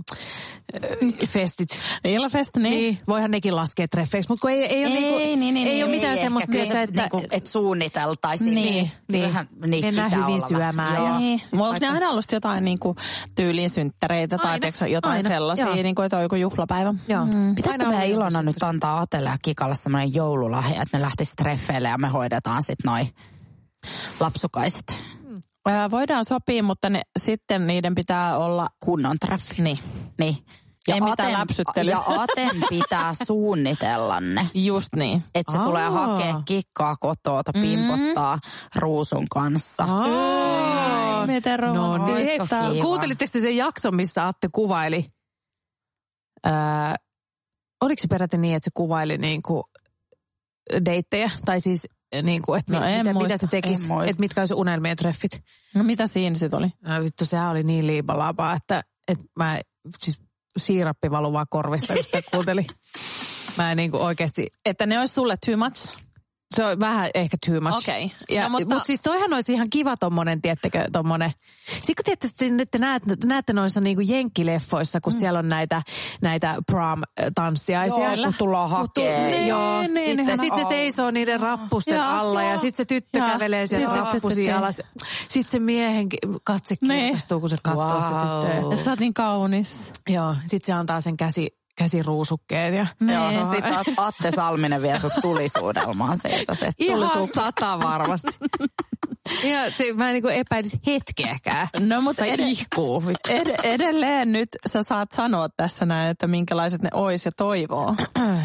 äh, festit. Ilofest, niin. niin. Voihan nekin laskea treffeiksi, mutta kun ei, ei, ole, ei, niinku, niin, niin, ei niin, ole mitään semmoista työtä, että... Niinku, et suunniteltaisiin. Niin, niin. Mennään hyvin syömään. Ja, niin. Onko ne aina ollut jotain niinku tyyliin synttäreitä tai tiiäksä, jotain aina. sellaisia, niin kuin, että on joku juhlapäivä? Joo. Mm. Pitäisikö meidän Ilona nyt antaa Atelle ja Kikalle semmoinen joululahja, että ne lähtisi treffeille ja me hoidetaan sitten noi lapsukaiset? Voidaan sopia, mutta ne, sitten niiden pitää olla... Kunnon treffi. Niin. Niin. Ja ei Aten, mitään läpsyttelyä. Ja Aten pitää suunnitella ne. Just niin. Että se Aa. tulee hakea kikkaa kotoa, pimpottaa mm. ruusun kanssa. Aa. Miten romanttista. No, kuuntelitteko te sen jakson, missä Atte kuvaili? Öö, oliko se peräti niin, että se kuvaili niinku deittejä? Tai siis... Niin kuin, että no mit, mitä, mitä se tekisi, että mitkä olisi unelmien treffit. No mitä siinä sitten oli? No vittu, sehän oli niin liibalapaa, että, että mä siis siirappi valu vaan korvista, kun sitä kuuntelin. Mä en niin kuin oikeasti... Että ne olisi sulle too much? Se on vähän ehkä too much. Okei. Okay. No, mutta Mut siis toihan olisi ihan kiva tommonen, tiettekö, tommonen. Sitten kun tietysti että näette, näette noissa niinku jenkkileffoissa, kun mm. siellä on näitä, näitä prom-tanssiaisia. Joo, kun tullaan hakee. Joo, niin, niin, sitten, niin, sitten ne seisoo niiden rappusten ja, alla ja, ja sitten se tyttö ja, kävelee sieltä rappusia alas. Sitten se miehen katse kirkastuu, kun se katsoo wow. sitä tyttöä. Että sä oot niin kaunis. Joo, sitten se antaa sen käsi, käsiruusukkeen. Ja, joo, sitten Atte Salminen vie sut tulisuudelmaan siitä. Se ihan sata varmasti. Ja se, mä en niin epäilisi hetkeäkään. No mutta tai ed- ihkuu. Ed- edelleen nyt sä saat sanoa tässä näin, että minkälaiset ne ois ja toivoo.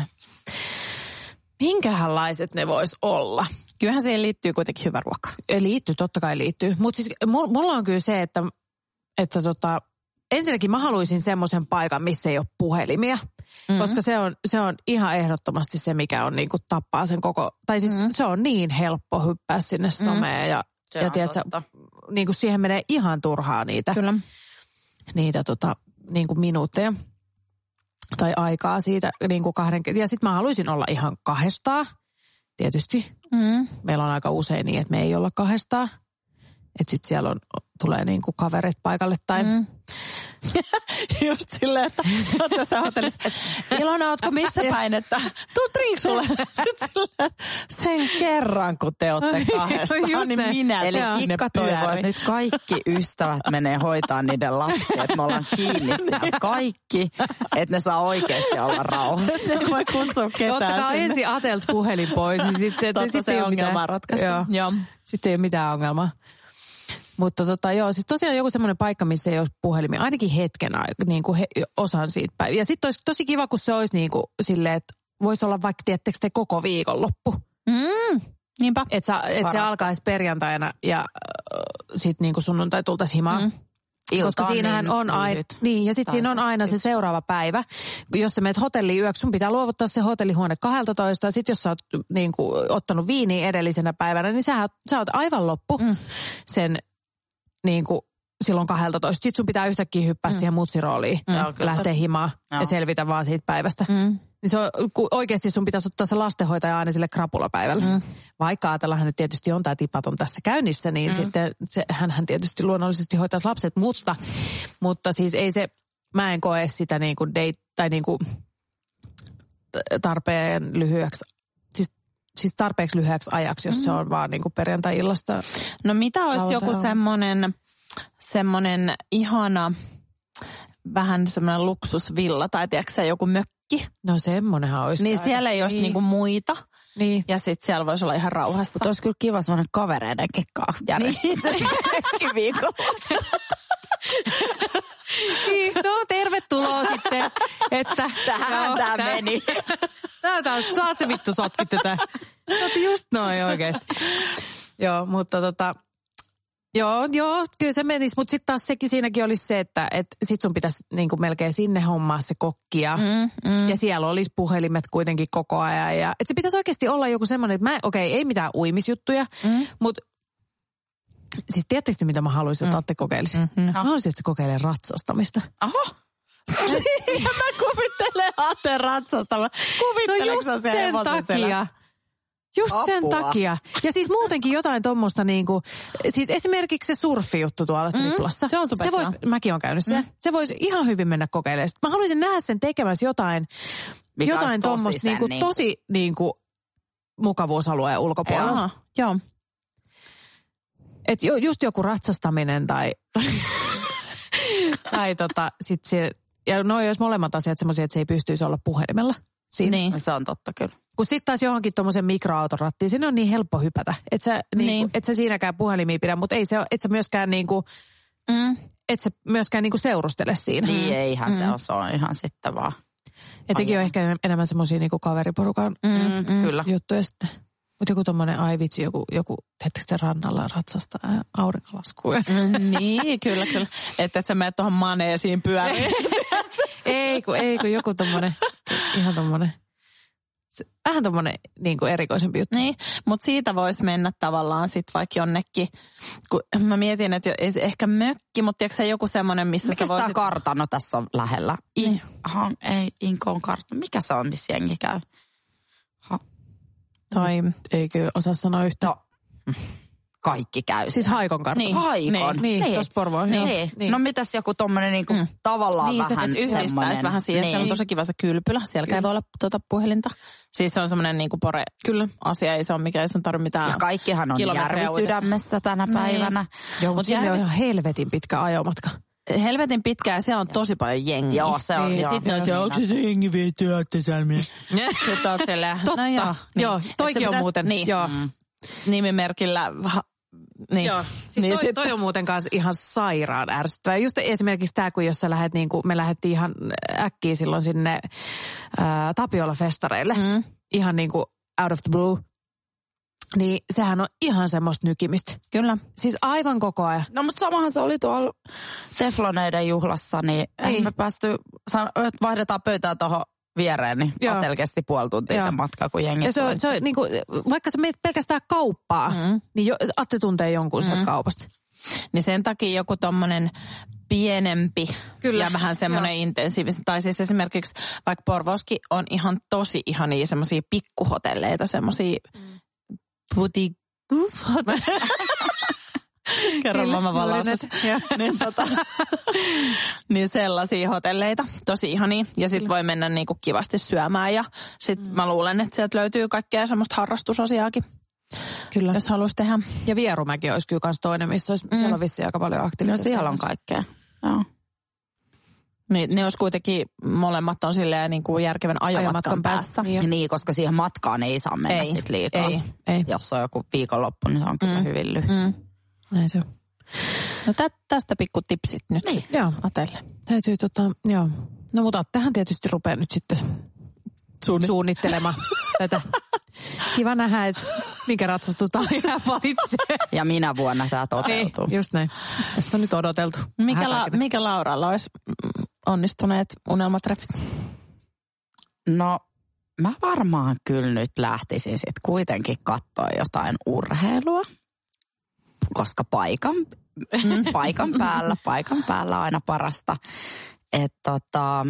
Minkähänlaiset ne vois olla? Kyllähän siihen liittyy kuitenkin hyvä ruoka. Liittyy, totta kai liittyy. Mutta siis mulla on kyllä se, että, että tota, ensinnäkin mä haluaisin semmoisen paikan, missä ei ole puhelimia. Mm-hmm. Koska se on, se on ihan ehdottomasti se, mikä on niinku tappaa sen koko... Tai siis mm-hmm. se on niin helppo hyppää sinne someen mm-hmm. ja, ja tiedätkö, niinku siihen menee ihan turhaa niitä, Kyllä. niitä tota, niinku minuutteja tai aikaa siitä niinku kahden... Ja sit mä haluaisin olla ihan kahdestaan, tietysti. Mm-hmm. Meillä on aika usein niin, että me ei olla kahdestaan. Että sit siellä on, tulee niinku kaverit paikalle tai... Mm. Just silleen, että olette sä hotellissa. Ilona, ootko missä päin, että tuu drinksulle. Sitten silleen, sen kerran, kun te ootte kahdestaan, niin minä eli Ikka toivoo, että nyt kaikki ystävät menee hoitaa niiden lapsia, että me ollaan kiinni siellä kaikki, että ne saa oikeasti olla rauhassa. Ne voi kutsua ketään ottakaa sinne. ensin Atelta puhelin pois, niin sitten Totta, se ongelma on ratkaistu. Joo. Joo. Sitten ei ole mitään ongelmaa. Mutta tota, joo, siis tosiaan joku semmoinen paikka, missä ei ole puhelimia, ainakin hetken aika, niin kuin he, osan siitä päivää. Ja sitten olisi tosi kiva, kun se olisi niin kuin silleen, että voisi olla vaikka, tiedättekö te, koko viikonloppu. Mm, niinpä. Että et se alkaisi perjantaina ja äh, sitten niin kuin sunnuntai tultaisiin himaan. Mm. Koska siinähän niin on aina, niin, ja sitten siinä on aina se seuraava päivä. Jos sä menet hotelliin yöksi, sun pitää luovuttaa se hotellihuone kaksitoista. Sitten jos sä oot niin kuin, ottanut viiniä edellisenä päivänä, niin sä, sä oot aivan loppu mm. sen niin kuin silloin kaksitoista. Sitten sun pitää yhtäkkiä hyppää mm. siihen mutsirooliin, mm. lähteä himaan Joo. ja selvitä vaan siitä päivästä. Mm. Niin se on, oikeasti sun pitäisi ottaa se lastenhoitaja aina sille krapulapäivällä. Mm. Vaikka ajatellaan, nyt tietysti on tämä tipaton tässä käynnissä, niin mm. sitten se, hänhän tietysti luonnollisesti hoitaisi lapset, mutta, mutta siis ei se, mä en koe sitä niin kuin date, tai niin kuin tarpeen lyhyeksi, siis, siis tarpeeksi lyhyeksi ajaksi, jos mm. se on vaan niin kuin perjantai-illasta. No mitä olisi joku semmoinen, semmoinen ihana, vähän semmoinen luksusvilla, tai tiedätkö joku mökki? No semmonenhan olisi. Niin siellä ei olisi niin. niinku muita. Niin. Ja sitten siellä voisi olla ihan rauhassa. Mutta olisi kyllä kiva semmoinen kavereiden kekkaa järjestää. Niin, se kaikki viikolla. Niin, no tervetuloa sitten. Että, tähän tämä meni. Tää taas, taas se vittu sotki tätä. No just noin oikeesti. Joo, mutta tota... Joo, joo, kyllä se menisi, mutta sitten taas sekin siinäkin olisi se, että et sit sun pitäisi niinku melkein sinne hommaa se kokkia. Mm, mm. Ja siellä olisi puhelimet kuitenkin koko ajan. Ja, et se pitäisi oikeasti olla joku semmoinen, että mä, okei, okay, ei mitään uimisjuttuja, mm. mutta siis tiedättekö mitä mä haluaisin, että mm. Atte kokeilisi? Mm-hmm. Mä haluaisin, että se kokeilee ratsastamista. Oho. Ja mä kuvittelen Atte ratsastamaan. Kuvitteleeko no se hevosen takia. Just Apua. sen takia. Ja siis muutenkin jotain tommoista niinku, siis esimerkiksi se surfijuttu tuolla mm, Triplassa. Se on super. Se vois, mäkin on käynyt se. Mm. Se voisi ihan hyvin mennä kokeilemaan. Mä haluaisin nähdä sen tekemässä jotain, mikä jotain tommoista niinku, niin. tosi niinku mukavuusalueen ulkopuolella. Joo. Et jo, just joku ratsastaminen tai, tai tota, sit se, ja no jos molemmat asiat semmoisia, että se ei pystyisi olla puhelimella. Siinä. Niin. Se on totta kyllä. Kun sitten taas johonkin tuommoisen mikroauton rattiin, sinne on niin helppo hypätä. Että sä, niin. niinku, et sä siinäkään puhelimia pidä, mutta ei se, et sä myöskään, niinku, mm. et sä myöskään niinku seurustele siinä. Niin, eihän mm. se on, se on ihan sitten vaan. Ja tekin on ehkä enemmän semmoisia niinku kaveriporukan mm, mm, kyllä. juttuja sitten. Mutta joku tommonen, ai vitsi, joku, joku teettekö te rannalla ratsasta aurinkolaskuja? Mm, niin, kyllä, kyllä. Että et sä menet tuohon maneesiin pyöriin. ei, kun, ei, kun joku tommonen, ihan tommonen. Vähän tommonen niin kuin erikoisempi juttu. Niin, mutta siitä voisi mennä tavallaan sitten vaikka jonnekin, kun mä mietin, että ei se ehkä mökki, mutta tiedätkö joku semmoinen, missä mikä sä voisit... Mikä sitä kartano tässä on lähellä? Niin. Aha, ei, Inkoon kartano. Mikä se on, missä jengi käy? Ha. Toi... Ei kyllä osaa sanoa yhtä. No. Kaikki käy. Siis Haikon kartano. Niin. Haikon. Niin, niin. niin. Tuossa Porvoon. Niin. Niin. niin. No mitäs joku tommonen niinku mm. tavallaan niin, vähän se, yhdistäisi semmoinen. Vähän siihen. Niin. Se on tosi kiva se kylpylä. Sielläkään voi olla tuota puhelinta. Siis se on semmoinen niinku pore Kyllä. asia. Ei se ole mikä, ei sun tarvitse mitään. Ja kaikkihan on järvisydämessä tänä päivänä. Niin. Joo, mutta sinne järvis... on ihan helvetin pitkä ajomatka. helvetin pitkään ja siellä on tosi paljon jengiä. Joo, se on. Ja joo, sitten ne on siellä, onko se jengi viety Ahtisalmeen? Sitten oot siellä, Totta, no joo. Niin. joo toikin on pitäisi, muuten. Niin, joo. Mm. nimimerkillä. Niin. Joo, siis niin toi, sit... toi on muuten kanssa ihan sairaan ärsyttävää. Just esimerkiksi tämä, kun jos sä lähdet, niin kuin me lähdettiin ihan äkkiä silloin sinne ää, Tapiola-festareille. Mm. Ihan niin kuin out of the blue. Niin sehän on ihan semmoista nykimistä. Kyllä. Siis aivan koko ajan. No mutta samahan se oli tuolla Tefloneiden juhlassa, niin ei me päästy, että vaihdetaan pöytää tuohon viereen, niin oot kesti puoli tuntia sen matka, kun jengi. Ja se on, se on niin kuin, vaikka sä menet pelkästään kauppaa, mm. niin jo, Atte tuntee jonkun mm. sieltä kaupasta. Niin sen takia joku tommonen pienempi Kyllä. ja vähän semmoinen intensiivinen. Tai siis esimerkiksi vaikka Porvooskin on ihan tosi ihania semmoisia pikkuhotelleita, semmoisia mm. boutique. Kerro mamma valaus. niin, tota, niin sellaisia hotelleita, tosi ihania. Ja sit voi mennä niinku kivasti syömään ja sit mm. mä luulen, että sieltä löytyy kaikkea semmoista harrastusasiaakin. Kyllä. Jos haluaisi tehdä. Ja Vierumäki olisi kyllä kans toinen, missä olisi, mm. siellä on vissiin aika paljon aktiivisuutta. No siellä on kaikkea. Joo. Niin, ne olisi kuitenkin, molemmat on silleen niin kuin järkevän ajomatkan, ajomatkan päässä. päässä. Niin, niin, koska siihen matkaan ei saa mennä ei, sit liikaa. Ei, ei. Jos on joku viikonloppu, niin se on kyllä mm. hyvin lyhyt. Mm. Näin se on. No tä, tästä pikku tipsit nyt niin, joo. Atelle. Täytyy tota, joo. No mutta tähän tietysti rupeaa nyt sitten Suunni. suunnittelemaan tätä. Kiva nähdä, että minkä ratsastutaan ja valitsee. Ja minä vuonna tämä toteutuu. Ei, just näin. Tässä on nyt odoteltu. Mikä, la, mikä Lauralla olisi onnistuneet unelmatreffit? No, mä varmaan kyllä nyt lähtisin sitten kuitenkin katsoa jotain urheilua. Koska paikan, mm. paikan päällä, paikan päällä on aina parasta. Että tota...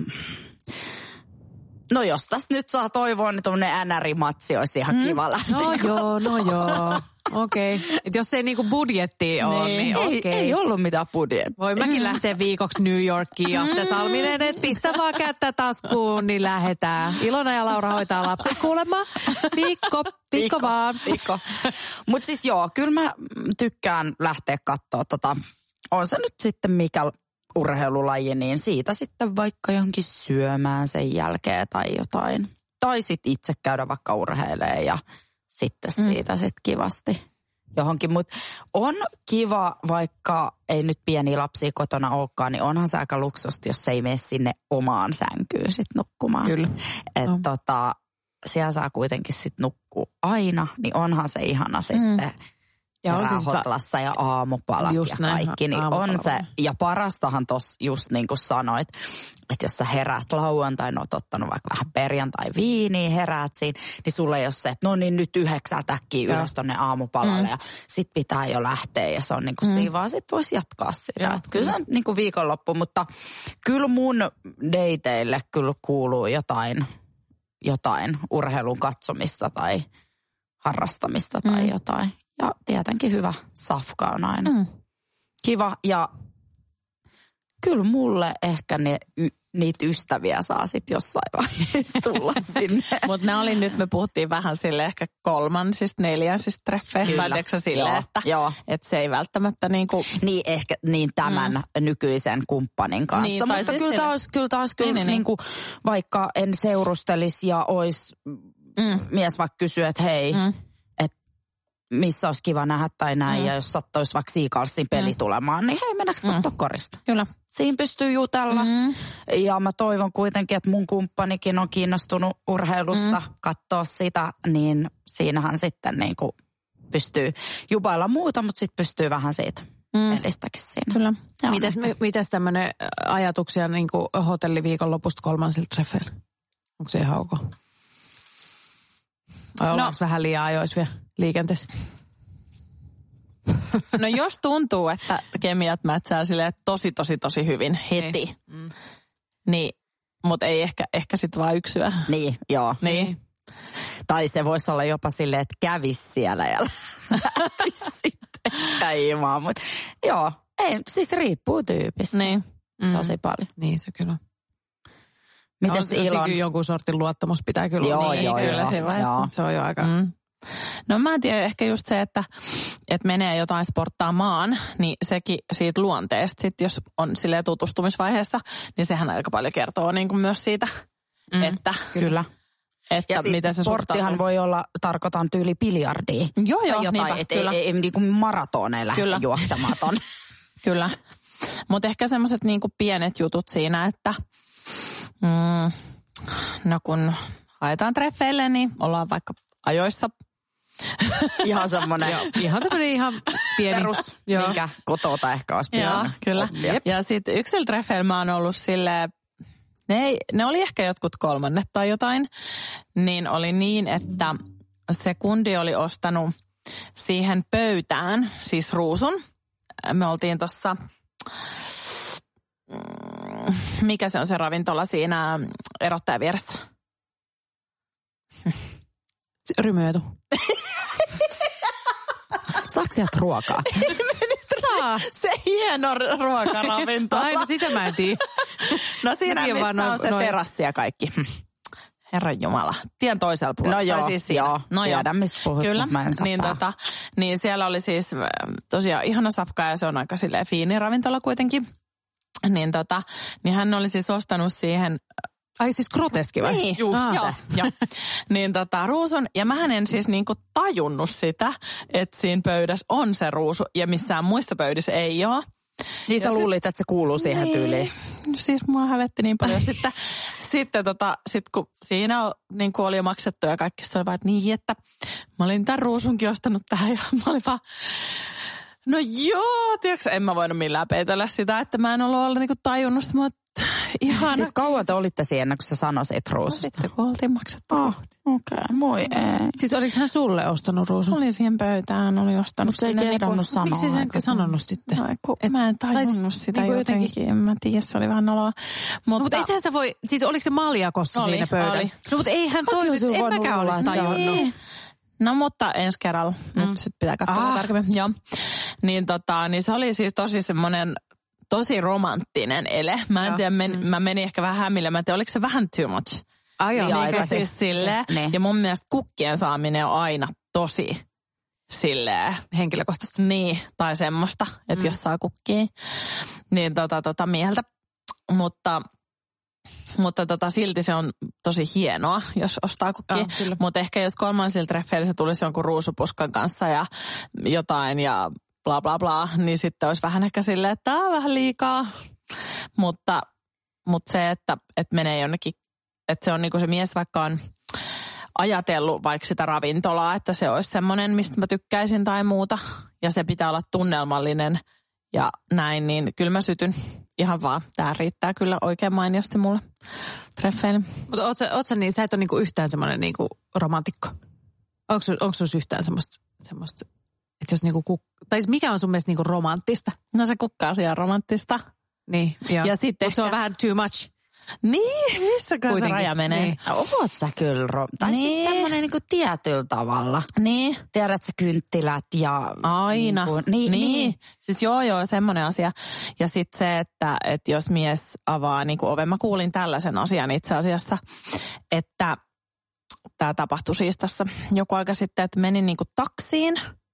No jos tässä nyt saa toivoa, niin tuommoinen N R-matsi olisi ihan mm. kiva lähteä. No joo, no joo. Okei. Okay. Jos ei niinku budjettia ole, niin, niin okei. Okay. Ei, ei ollut mitään budjettia. Voi mäkin lähteä viikoksi New Yorkiin. Jahte Salminen, että pistä vaan kättä taskuun, niin lähdetään. Ilona ja Laura hoitaa lapset kuulemma. Viikko, viikko, viikko vaan. Viikko. Mutta siis joo, kyllä mä tykkään lähteä katsoa tota, on se nyt sitten mikä urheilulaji, niin siitä sitten vaikka johonkin syömään sen jälkeen tai jotain. Tai sitten itse käydä vaikka urheilemaan ja sitten siitä mm. sitten kivasti johonkin. Mutta on kiva, vaikka ei nyt pieniä lapsia kotona olekaan, niin onhan se aika luksusta, jos ei mene sinne omaan sänkyyn sitten nukkumaan. Kyllä. Että no. tota, siellä saa kuitenkin sitten nukkua aina, niin onhan se ihana mm. sitten. Ja on siis hotlassa ja aamupalat ja kaikki, niin on se. Ja parastahan tossa just niin kuin sanoit, että jos sä heräät lauantaina, oot ottanut vaikka vähän perjantai viiniä, heräät siinä, niin sulle ei ole se, että no niin nyt yhdeksältä äkkiä ylös tonne aamupalalle mm. ja sit pitää jo lähteä ja se on niin kuin mm. siinä vaan sit vois jatkaa sitä. Että kyllä se on niin kuin viikonloppu, mutta kyllä mun dateille kyllä kuuluu jotain, jotain urheilun katsomista tai harrastamista tai mm. jotain. Ja tietenkin hyvä safka on aina mm. kiva. Ja kyllä mulle ehkä ne, y, niitä ystäviä saa sitten jossain vaiheessa tulla sinne. Mutta ne oli nyt, me puhuttiin vähän sille ehkä kolmansista, neljänsistä treffeistä. Tai tiedätkö sille, joo, että, joo. että se ei välttämättä niin kuin... Niin ehkä niin tämän mm. nykyisen kumppanin kanssa. Niin, mutta siis kyllä tämä olisi kyllä, taas, kyllä niin, niin, niin kuin, vaikka en seurustelisi ja olisi mm. mies vaikka kysyä, että hei... Mm. missä olisi kiva nähdä tai näin, mm. ja jos sattuisi vaikka Seagalsin peli mm. tulemaan, niin hei, mennäänkö mm. katsoa korista? Kyllä. Siinä pystyy jutella, mm. ja mä toivon kuitenkin, että mun kumppanikin on kiinnostunut urheilusta, mm. katsoa sitä, niin siinähän sitten niin kuin pystyy jubailla muuta, mutta sitten pystyy vähän siitä mm. pelistäkin siinä. Kyllä. Mitäs, mitäs tämmöinen ajatuksia niin kuin hotelliviikonlopusta kolmansilta treffeillä? Onko se ihan ok? Vai ollaanko no. vähän liian ajoissa vielä liikenteessä? No jos tuntuu, että kemiat mätsää silleen tosi, tosi, tosi hyvin heti, mm. niin, mutta ei ehkä, ehkä sitten vaan yksyä. Niin, joo. Niin. Tai se voisi olla jopa silleen, että kävisi siellä ja lähtisi sitten käymään. Mutta joo, ei, siis riippuu tyypistä. Niin. Mm. Tosi paljon. Niin se kyllä. Mites no, Ilon? Jonkun sortin luottamus pitää kyllä joo, olla. Joo, kyllä joo, siinä vaiheessa. Se on jo aika... Mm. No mä en tiedä, ehkä just se, että, että menee jotain sporttaamaan, niin sekin siitä luonteesta, sit jos on silleen tutustumisvaiheessa, niin sehän aika paljon kertoo niin kuin myös siitä, mm, että... Kyllä. Että ja miten se sporttihan suhtautuu. voi olla, tarkoitan tyyli biljardia. Joo, joo, tai jotain, niinpä, että kyllä. ei, ei niin kuin maratoneen lähde juoksemaan ton. Kyllä. Mutta ehkä semmoiset niinku pienet jutut siinä, että mm, no kun haetaan treffeille, niin ollaan vaikka ajoissa. Ihan semmoinen. Ihan tämmöinen ihan pieni. Perus, minkä kotota ehkä olisi pian. Joo, kyllä. Oppia. Ja sitten yksillä treffeillä mä oon ollut silleen, ne, ei, ne oli ehkä jotkut kolmannet tai jotain, niin oli niin, että se kundi oli ostanut siihen pöytään, siis ruusun. Me oltiin tuossa, mikä se on se ravintola siinä erottajan vieressä? Rymyetu. Saatko sieltä ruokaa? Saa. Se hieno ruokaravintola. Ai, no sitä mä en tiedä. No siinä, Mäkin missä vaan on noin- se noin- terassi ja kaikki. Herran Jumala. Tien toisella puolella. No joo, Tai siis siinä. joo. No Tiedän, mistä puhut, Kyllä. mutta mä en saa Niin, päähän. tota, niin siellä oli siis äh, tosiaan ihana safka ja se on aika silleen fiini ravintola kuitenkin. Niin, tota, niin hän oli siis ostanut siihen... Ai siis groteski vai? Niin, Just joo, se. joo. Niin tota, ruusun, ja mähän en siis niinku tajunnut sitä, että siinä pöydässä on se ruusu, ja missään muissa pöydissä ei ole. Niin sä Ja sit- luulit, että se kuuluu siihen Niin. tyyliin. Siis mua hävetti niin paljon. sitten, sitten tota, sit kun siinä on, niin kuin oli jo maksettu ja kaikki, se oli vaan, että niin, että mä olin tämän ruusunkin ostanut tähän ja mä olin vaan, no joo, tiedätkö, en mä voinut millään peitellä sitä, että mä en ollut ollut niin kuin tajunnut sitä, mutta ihana. Siis kauan te olitte siinä, kun sä sanoisit No ruususta? sitten kun oltiin maksettu. Ah, okei, okay. Moi ei. Siis oliko hän sulle ostanut ruusun? Oli siihen pöytään, oli ostanut Mutta ei sinne kehdannut niinku- sanoa. Miksi sä eikö? sanonut sitten? No, kun Et- mä en tai tajunnut siis sitä niinku jotenkin. jotenkin- En mä tiedä, se oli vähän noloa. No, Mutta, mutta eihän sä voi, siis oliko se maljakossa Oli, siinä pöydällä? oli. No mutta eihän Mäkin toi, olisin en voinut mäkään luulla, olisi että se on- tajunnut. Niin. No mutta ensi kerralla. Mm. Nyt sit pitää katsoa Ah. tarkemmin. Joo. Niin, tota, niin se oli siis tosi semmoinen tosi romanttinen ele. Mä en Joo. tiedä, men, mä menin ehkä vähän hämille. Mä en tiedä, oliko se vähän too much. Ai joo. Joo, Niin, aika se- siis silleen. Ne. Ja mun mielestä kukkien saaminen on aina tosi silleen. Henkilökohtaisesti. Niin, tai semmoista, että mm. jos saa kukkia, niin tota, tota mieltä. Mutta, mutta tota, silti se on tosi hienoa, jos ostaa kukkia. Joo, kyllä. Mutta ehkä jos kolmansilla treffeillä se tulisi jonkun ruusupuskan kanssa ja jotain ja bla bla bla, niin sitten olisi vähän ehkä silleen, että tämä on vähän liikaa. Mutta, mutta se, että, että menee jonnekin, että se on niinku se mies vaikka on ajatellut vaikka sitä ravintolaa, että se olisi semmoinen, mistä mä tykkäisin tai muuta. Ja se pitää olla tunnelmallinen ja näin, niin kyllä mä sytyn ihan vaan. Tää riittää kyllä oikein mainiosti mulle treffeille. Mutta oot sä, oot sä niin, sä et ole niinku yhtään semmoinen niinku romantikko. Onko, su- onko sulla yhtään semmoista, semmoista, että jos niinku, kuk- tai siis mikä on sun mielestä niinku romanttista? No se kukka-asia on romanttista. Niin, joo. Ja sitten Mutta se on ehkä- vähän too much. Niin, missäkään se Kuitenkin, raja menee. niin. Oot sä kyllä, ro- tai niin. Niin. siis semmoinen niin kuin tietyllä tavalla. Niin. Tiedät sä kynttilät ja... Aina. Niin, kuin, niin, niin. niin. Siis joo joo, semmoinen asia. Ja sitten se, että, että jos mies avaa niin kuin oven, mä kuulin tällaisen asian itse asiassa, että tämä tapahtui siis tässä joku aika sitten, että menin niin kuin taksiin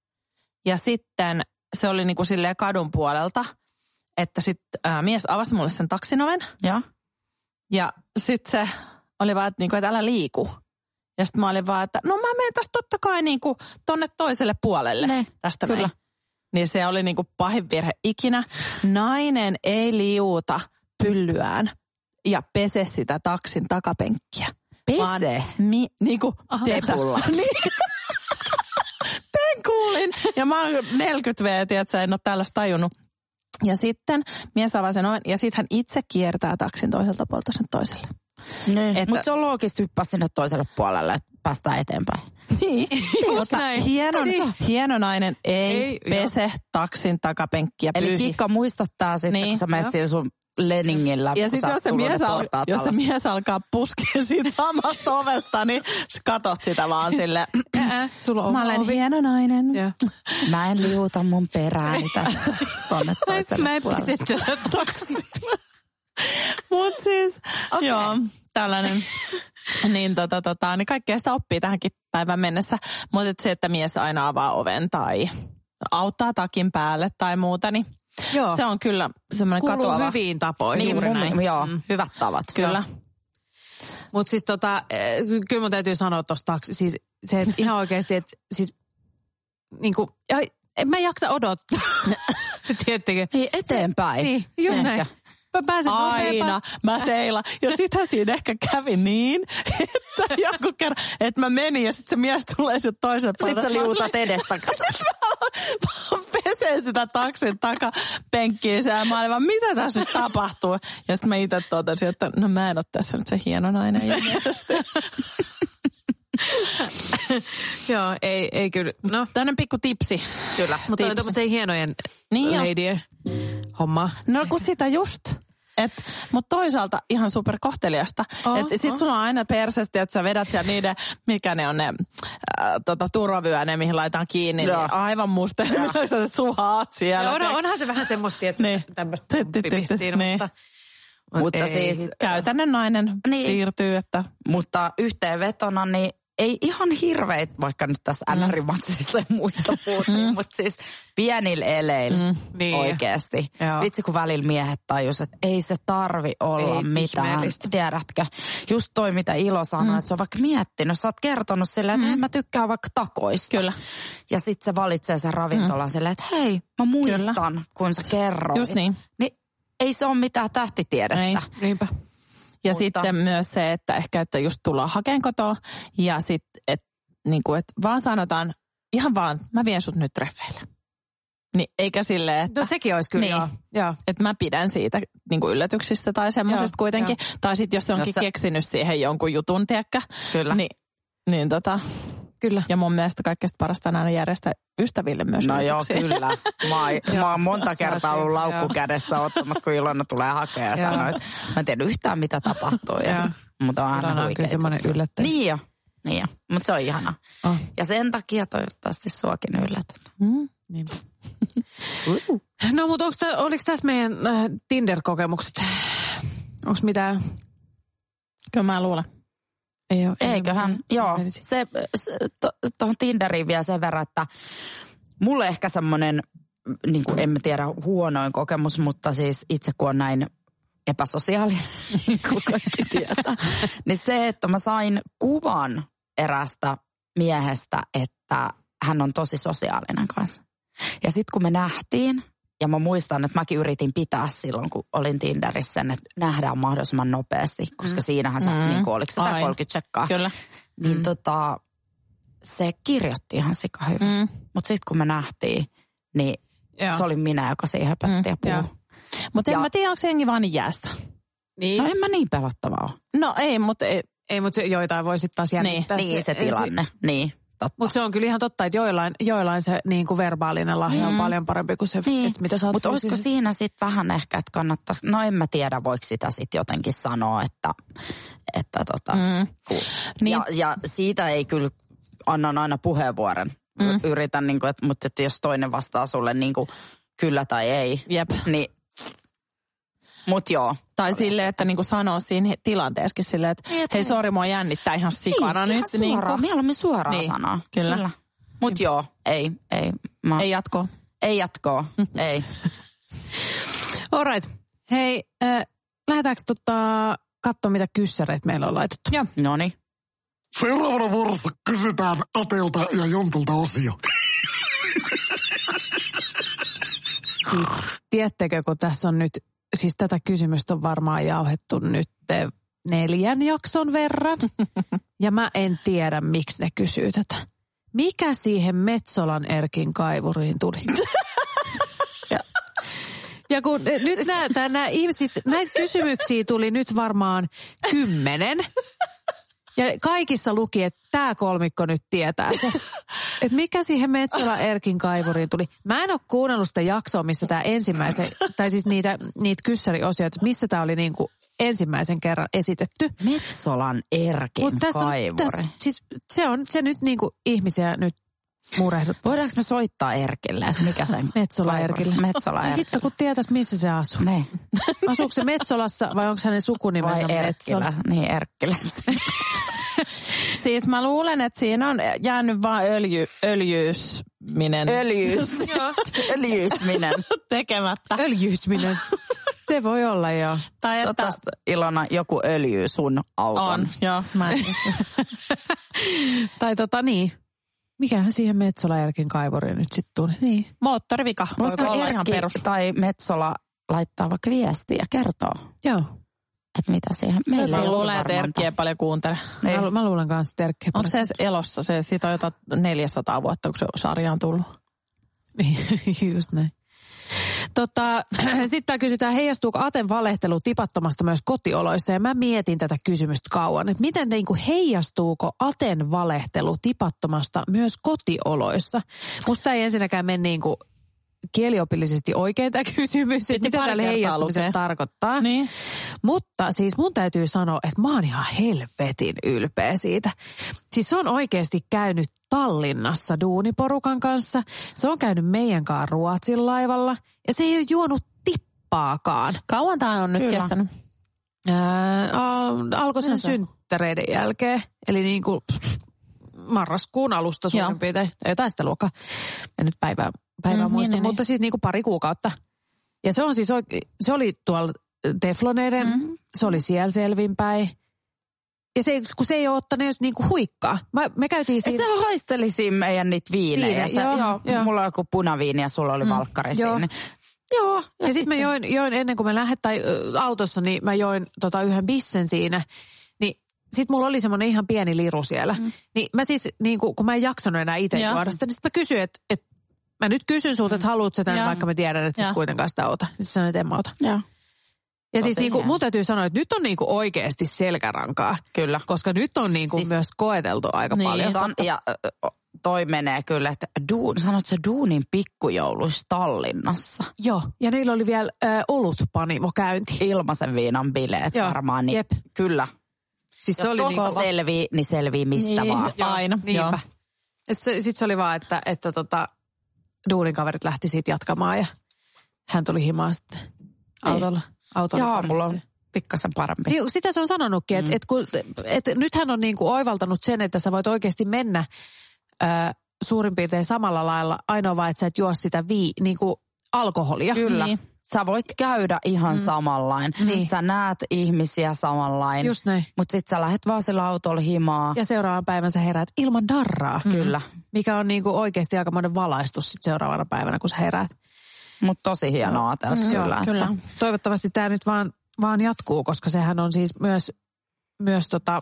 ja sitten se oli niin kuin silleen kadun puolelta, että sitten ää, mies avasi mulle sen taksin oven Ja? ja sitten se oli vaan, että, niin kuin, että älä liiku. Ja sitten mä olin vaan, että no mä menen tästä totta kai niin kuin tonne toiselle puolelle Ne, tästä kyllä. näin. Niin se oli niin kuin pahin virhe ikinä. Nainen ei liuuta pyllyään ja pese sitä taksin takapenkkiä. Vaan Pese? mi, niin kuin, tiedätkö, Tepulla. niin. Ten kuulin. Ja mä oon neljäkymmentä vuotias, tiedätkö, en ole tällaista tajunnut. Ja sitten mies avaa sen oven ja sitten hän itse kiertää taksin toiselta puolelta sen toiselle. Niin. Että- Mutta se on loogista hyppää sinne toiselle puolelle, että päästään eteenpäin. Niin, mutta näin. hieno, Niin. hieno nainen ei, Ei, pese taksin takapenkkiä Eli pyyhi. Kikka muistattaa sitten, Niin, kun sä menet joo. siinä sun Leningillä, Ja kun sitten sä jos, oot se tullut mies ne al- portaat jos se alas. mies alkaa puskea siitä samasta ovesta, niin sä katot sitä vaan sille. Ää, sulla on Mä oma olen ovi. hieno nainen. Joo. Mä en liuuta mun perääni tästä tonne toiselle Mä en puolelle. pise tätä taksia. Mut siis, Okei. joo, tällainen Niin, tota, tota, niin kaikkea sitä oppii tähänkin päivän mennessä. Mutta se, että mies aina avaa oven tai auttaa takin päälle tai muuta, niin joo. Se on kyllä semmoinen katoava. Kuuluu hyviin tapoihin. Niin, juuri mun, näin. joo, mm. hyvät tavat. Kyllä. Mutta siis tota, kyllä mun täytyy sanoa tosta, siis se, että ihan oikeasti, että siis niinku, en mä jaksa odottaa. Tiedättekö? Niin, eteenpäin. Niin, just Ehkä. näin. Mä pääsen aina, mä seilan. Ja sitähän siinä ehkä kävi niin, että joku kerran, että mä menin ja sitten se mies tulee sitten toisen puolelle. Sitten sä liutat edestä. Mä pesen sitä taksin takapenkkiin ja mä olin vaan, mitä tässä nyt tapahtuu? Ja sitten mä itse totesin, että no mä en ole tässä nyt se hieno nainen ilmeisesti. Joo, ei, ei kyllä. No, tämmöinen pikku tipsi. Kyllä. Mutta on tommoisten hienojen niin ladien homma. No kun sitä just. Mutta toisaalta ihan super kohteliasta. Oh, että sit oh. sulla on aina persesti, että sä vedät siellä niiden, mikä ne on ne äh, tota, turvavyöne, mihin laitetaan kiinni. Niin aivan mustelmilaiset, että suhaat siellä. On, onhan se vähän semmoista, että niin. tämmöistä pimistä siinä, niin. mutta... Mutta ei, siis... Käytännön nainen niin. siirtyy, että... Mutta yhteenvetona, niin ei ihan hirveitä, vaikka nyt tässä mm. N R-matsissa ei muista puhuttiin, mm. mutta siis pienillä eleillä mm. niin. oikeasti. Joo. Vitsi kun välillä miehet tajus, että ei se tarvi olla ei mitään. Tiedätkö? Just toi, mitä Ilo sanoi, mm. että se on vaikka miettinyt. Sä oot kertonut silleen, että mm. hei, mä tykkään vaikka takoista. Kyllä. Ja sit se valitsee sen ravintolan mm. silleen, että hei, mä muistan, Kyllä. kun sä kerroit. Just niin. Niin ei se ole mitään tähtitiedettä. Ei. Niinpä. Ja mutta. Sitten myös se, että ehkä, että just tullaan hakeen kotoa ja sitten, että niinku, et vaan sanotaan, ihan vaan, mä vien sut nyt treffeille. Niin eikä silleen, että... No sekin olisi kyllä, niin, joo. joo. Että mä pidän siitä niinku yllätyksistä tai semmoisesta kuitenkin. Joo. Tai sitten jos se onkin jos sä... keksinyt siihen jonkun jutun, tiedäkö? Kyllä. Niin, niin tota... Kyllä. Ja mun mielestä kaikkein parasta on aina järjestää ystäville myös no yrityksiä. joo, kyllä. Mä, oon, mä oon monta kertaa ollut laukku kädessä ottamassa, kun Ilona tulee hakemaan ja sanoo, että mä en tiedä yhtään, mitä tapahtuu. Ja, mutta on aina huikeita. On kyllä semmoinen yllättäjä. Niin jo, niin jo. Mutta se on ihana. Oh. Ja sen takia toivottavasti suakin yllätetään. Mm. Niin. uh. No mutta oliko tässä meidän äh, Tinder-kokemukset? Onko mitään? Kyllä mä luulen. Ei ole, Eiköhän, ei joo. Se, se, to, tuohon Tinderiin vielä sen verran, että mulle ehkä semmoinen, niin kuin en mä tiedä, huonoin kokemus, mutta siis itse kun on näin epäsosiaalinen, niin kuin kaikki tietää, niin se, että mä sain kuvan erästä miehestä, että hän on tosi sosiaalinen kanssa. Ja sitten kun me nähtiin, ja mä muistan, että mäkin yritin pitää silloin, kun olin Tinderissä sen, että nähdään mahdollisimman nopeasti, koska mm. siinähän sä, mm. niin kuin, oliko se tämä kolmekymmentä tsekkaa? Kyllä. Niin mm. tota, se kirjoitti ihan sika hyvin. Mm. Mutta sitten kun me nähtiin, niin Joo. se oli minä, joka siihen höpötti mm. ja puhui. Mutta en mä tiedä, onko se jengi vaan niin jäästä. Niin. No en mä niin pelottavaa ole. No ei, mutta... Ei, ei mutta joitain voi sitten taas jännittää. Niin, se, se tilanne, ensi... niin. Mutta se on kyllä ihan totta, että joillain, joillain se niin kuin verbaalinen lahja mm. on paljon parempi kuin se, niin. että mitä sä oot Mutta olisiko fyysisesti... siinä sitten vähän ehkä, että kannattaisi, no en mä tiedä, voiko sitä sitten jotenkin sanoa, että, että tota, mm. kun, niin. ja, ja siitä ei kyllä, annan aina puheenvuoron, mm. yritän, niin kuin, että, mutta että jos toinen vastaa sulle niin kuin kyllä tai ei, Jep. niin mut joo. Tai silleen, että niinku sanoo siinä tilanteessakin silleen, että niin, hei sori, mua jännittää ihan sikana niin, nyt. Ihan suoraan, niinku... mieluummin suoraan niin, sanaa. Kyllä. kyllä. Mut niin. joo, ei, ei. Mä... Ei jatkoa. Ei jatkoa, ei. All right. Hei, äh, lähdetäänkö tota katsoa, mitä kyssäreitä meillä on laitettu? Joo. Noniin. Seuraavana vuorossa kysytään Ateelta ja Jontulta osio. Siis, tiedättekö, kun tässä on nyt... Siis tätä kysymystä on varmaan jauhettu nyt neljän jakson verran. Ja mä en tiedä, miksi ne kysyy tätä. Mikä siihen Metsolan Erkin kaivuriin tuli? ja, ja kun nyt nää, nää ihmiset, näitä kysymyksiä tuli nyt varmaan kymmenen. Ja kaikissa luki, että tämä kolmikko nyt tietää se. Että mikä siihen Metsolan Erkin kaivuriin tuli. Mä en ole kuunnellut sitä jaksoa, missä tämä ensimmäisen, tai siis niitä, niitä kyssäriosioita, missä tämä oli niinku ensimmäisen kerran esitetty. Metsolan Erkin Mut tässä kaivuri. On, tässä, siis se on se nyt niinku ihmisiä nyt murehdut. Voidaanko me soittaa Erkille, että mikä sen... Metsola Erkille. Metsola Erkille. Hitto, kun tietäisi, missä se asuu. Ne. Asuuko se Metsolassa vai onko hänen sukunimensä Vai Metsola? Erkkilä. Niin, Erkkilä. Siis mä luulen, että siinä on jäänyt vaan öljy, öljyysminen. Öljyys. Öljyysminen. Tekemättä. Öljyysminen. Se voi olla, joo. Tai että... Toivottavasti, Ilona, joku öljyy sun auton. On, joo. Mä en... Tai tota niin. Mikähän siihen Metsola Erkin kaivoriin nyt sitten tuli? Niin. Moottorivika. Voisiko Voiko olla ihan Erkki perus? tai Metsola laittaa vaikka viestiä ja kertoo, Joo. että mitä siihen... Meillä Mä ei luulen, että varmaan Erkki ei paljon kuuntele. Ei. Mä, lu- mä luulen kanssa, että Erkki. Onko se edes elossa? Se, siitä on jotain neljäsataa vuotta, kun se sarja on tullut. Just näin. Tota, sitten kysytään, heijastuuko Aten valehtelu tipattomasta myös kotioloissa? Ja mä mietin tätä kysymystä kauan, että miten niin kuin heijastuuko Aten valehtelu tipattomasta myös kotioloissa? Musta ei ensinnäkään mene niin kuin kieliopillisesti oikein tämä kysymys, että mitä pari täällä kertaa heijastumisessa lukee. tarkoittaa. Niin. Mutta siis mun täytyy sanoa, että mä oon ihan helvetin ylpeä siitä. Siis se on oikeasti käynyt Tallinnassa duuniporukan kanssa. Se on käynyt meidän kanssa Ruotsin laivalla. Ja se ei ole juonut tippaakaan. Kauan tämä on nyt Kyllä. kestänyt? Ää, al- alkoi sen synttäreiden jälkeen. Eli niin kuin marraskuun alusta suurin Joo. piirtein. Tai jotain sitä luokkaa. En nyt päivää, päivää Mm, muista, niin, niin, mutta siis niin kuin pari kuukautta. Ja se on siis oike- se oli tuolla Tefloneiden, mm-hmm. se oli siellä selvinpäin. Ja se, kun se ei ole ottanut edes niinku huikkaa. Mä, me käytiin siinä... Se haisteli siinä meidän niitä viinejä. Viine, Se, joo, joo, joo. Mulla oli joku punaviini ja sulla oli mm. valkkari Joo. siinä. Joo. Ja, ja sitten mä join, join ennen kuin me lähdettiin tai ö, autossa, niin mä join tota yhden bissen siinä. Niin sit mulla oli semmoinen ihan pieni liru siellä. Mm. Niin mä siis, niin kun, kun mä en jaksanut enää itse juoda sitä, niin sit mä kysyin, että et, mä nyt kysyn sulta, että haluatko sä tämän, Joo. vaikka mä tiedän, että sit Joo. kuitenkaan sitä ota. Niin sä sanoit, että en mä ota. Joo. Ja siis Tosi niinku, hieno. mun täytyy sanoa, että nyt on niinku oikeasti selkärankaa. Kyllä. Koska nyt on niinku Siis- myös koeteltu aika Niin. paljon. San, ja ö, ö, toi menee kyllä, että duun, sanot sä duunin pikkujouluissa Tallinnassa. Joo, ja niillä oli vielä ö, olutpanimo käynti. Ilmaisen viinan bileet Joo, varmaan. Niin jep. Kyllä. Siis Jos tosta niinku- selvii, niin selvii mistä Niin. vaan. Joo. Aina, joo. Niinpä. Sitten se oli vaan, että, että tota, duunin kaverit lähti siitä jatkamaan ja hän tuli himaan sitten autolla. autolla Joo, parissa. mulla on pikkasen parempi. Niin, sitä se on sanonutkin, että, Mm. että, kun, että nyt hän on niin kuin oivaltanut sen, että sä voit oikeasti mennä ö, suurin piirtein samalla lailla, ainoa vaan, että sä et juo sitä vii, niin kuin alkoholia. Kyllä. Niin. Sä voit käydä ihan mm. samanlain. Niin. Sä näet ihmisiä samanlain. Just näin. Mutta sit sä lähet vaan sillä autolla himaa. Ja seuraavan päivän sä heräät ilman darraa. Kyllä. Mikä on niin kuin oikeasti aikamoinen valaistus sit seuraavana päivänä, kun sä heräät. Mutta tosi hienoa ajatella, Mm, kyllä. Joo, kyllä. Toivottavasti tämä nyt vaan, vaan jatkuu, koska sehän on siis myös, myös tota,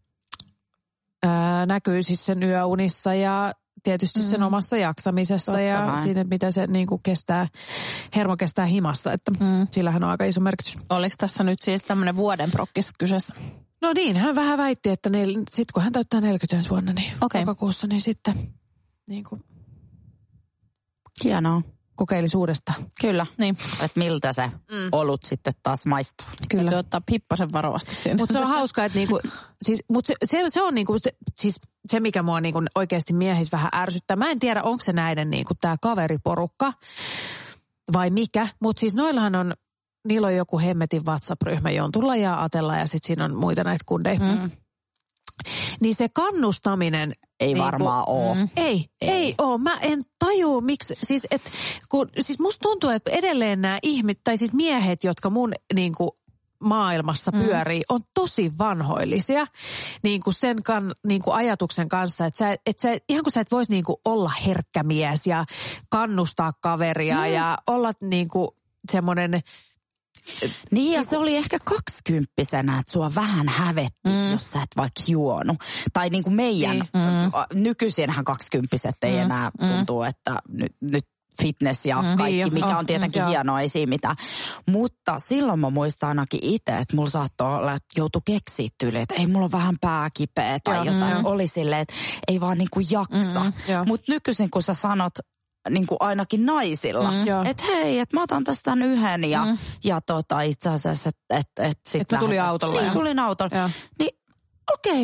ää, näkyy siis sen yöunissa ja tietysti sen Mm. omassa jaksamisessa Totta ja näin. siinä, mitä se niin kuin kestää, hermo kestää himassa, että Mm. sillähän on aika iso merkitys. Oliko tässä nyt siis tämmöinen vuoden prokkis kyseessä? No niin, hän vähän väitti, että sitten kun hän täyttää neljäkymmentä ensi vuonna, niin Okei. lokakuussa, niin sitten niin kuin Hienoa. kokeilisi uudestaan. Kyllä. Niin. Että miltä se mm. olut sitten taas maistuu. Kyllä. Täytyy ottaa hippasen varovasti siinä. Mutta se on hauskaa, että niinku, siis, mut se, se, se on niinku, se, siis se, mikä mua niinku oikeasti miehissä vähän ärsyttää. Mä en tiedä, onko se näiden niinku tää kaveriporukka vai mikä, mutta siis noillahan on, niillä on joku hemmetin WhatsApp-ryhmä Jontulla ja Atella ja sitten siinä on muita näitä kundeja. Mm. Niin se kannustaminen... Ei niinku, varmaan oo. Mm. Ei, ei, ei oo. Mä en tajua, miksi... Siis, et, kun, siis musta tuntuu, että edelleen nämä ihmiset, tai siis miehet, jotka mun niinku, maailmassa pyörii, on tosi vanhoillisia niinku sen kan, niinku ajatuksen kanssa, että sä, et sä, ihan kun sä et vois niinku olla herkkä mies ja kannustaa kaveria mm. ja olla niinku semmoinen... Niin ja se oli ehkä kaksikymppisenä, että sua vähän hävetti, mm. jos sä et vaikka juonut. Tai niin kuin meidän, Niin. mm. nykyisinhän kaksikymppiset ei Mm. enää tuntuu, että nyt, nyt fitness ja Mm. kaikki, Niin, mikä oh, on tietenkin mm, hienoa, ei siinä mitään. Mutta silloin mä muistan ainakin itse, että mulla saattoi olla, että joutui keksiä tyyliin, että ei mulla on vähän pää kipeä tai Joo, jotain. mm. Oli silleen, että ei vaan niin kuin jaksa. Mm, joo. Mutta nykyisin kun sä sanot, niin kuin ainakin naisilla, Mm, joo. että hei, että mä otan tästä tämän yhden ja, mm. ja tota, itse asiassa, että et, et sit Et mä tulin lähdetään- autolla Niin, ja- tulin autolla. Joo. Niin okei,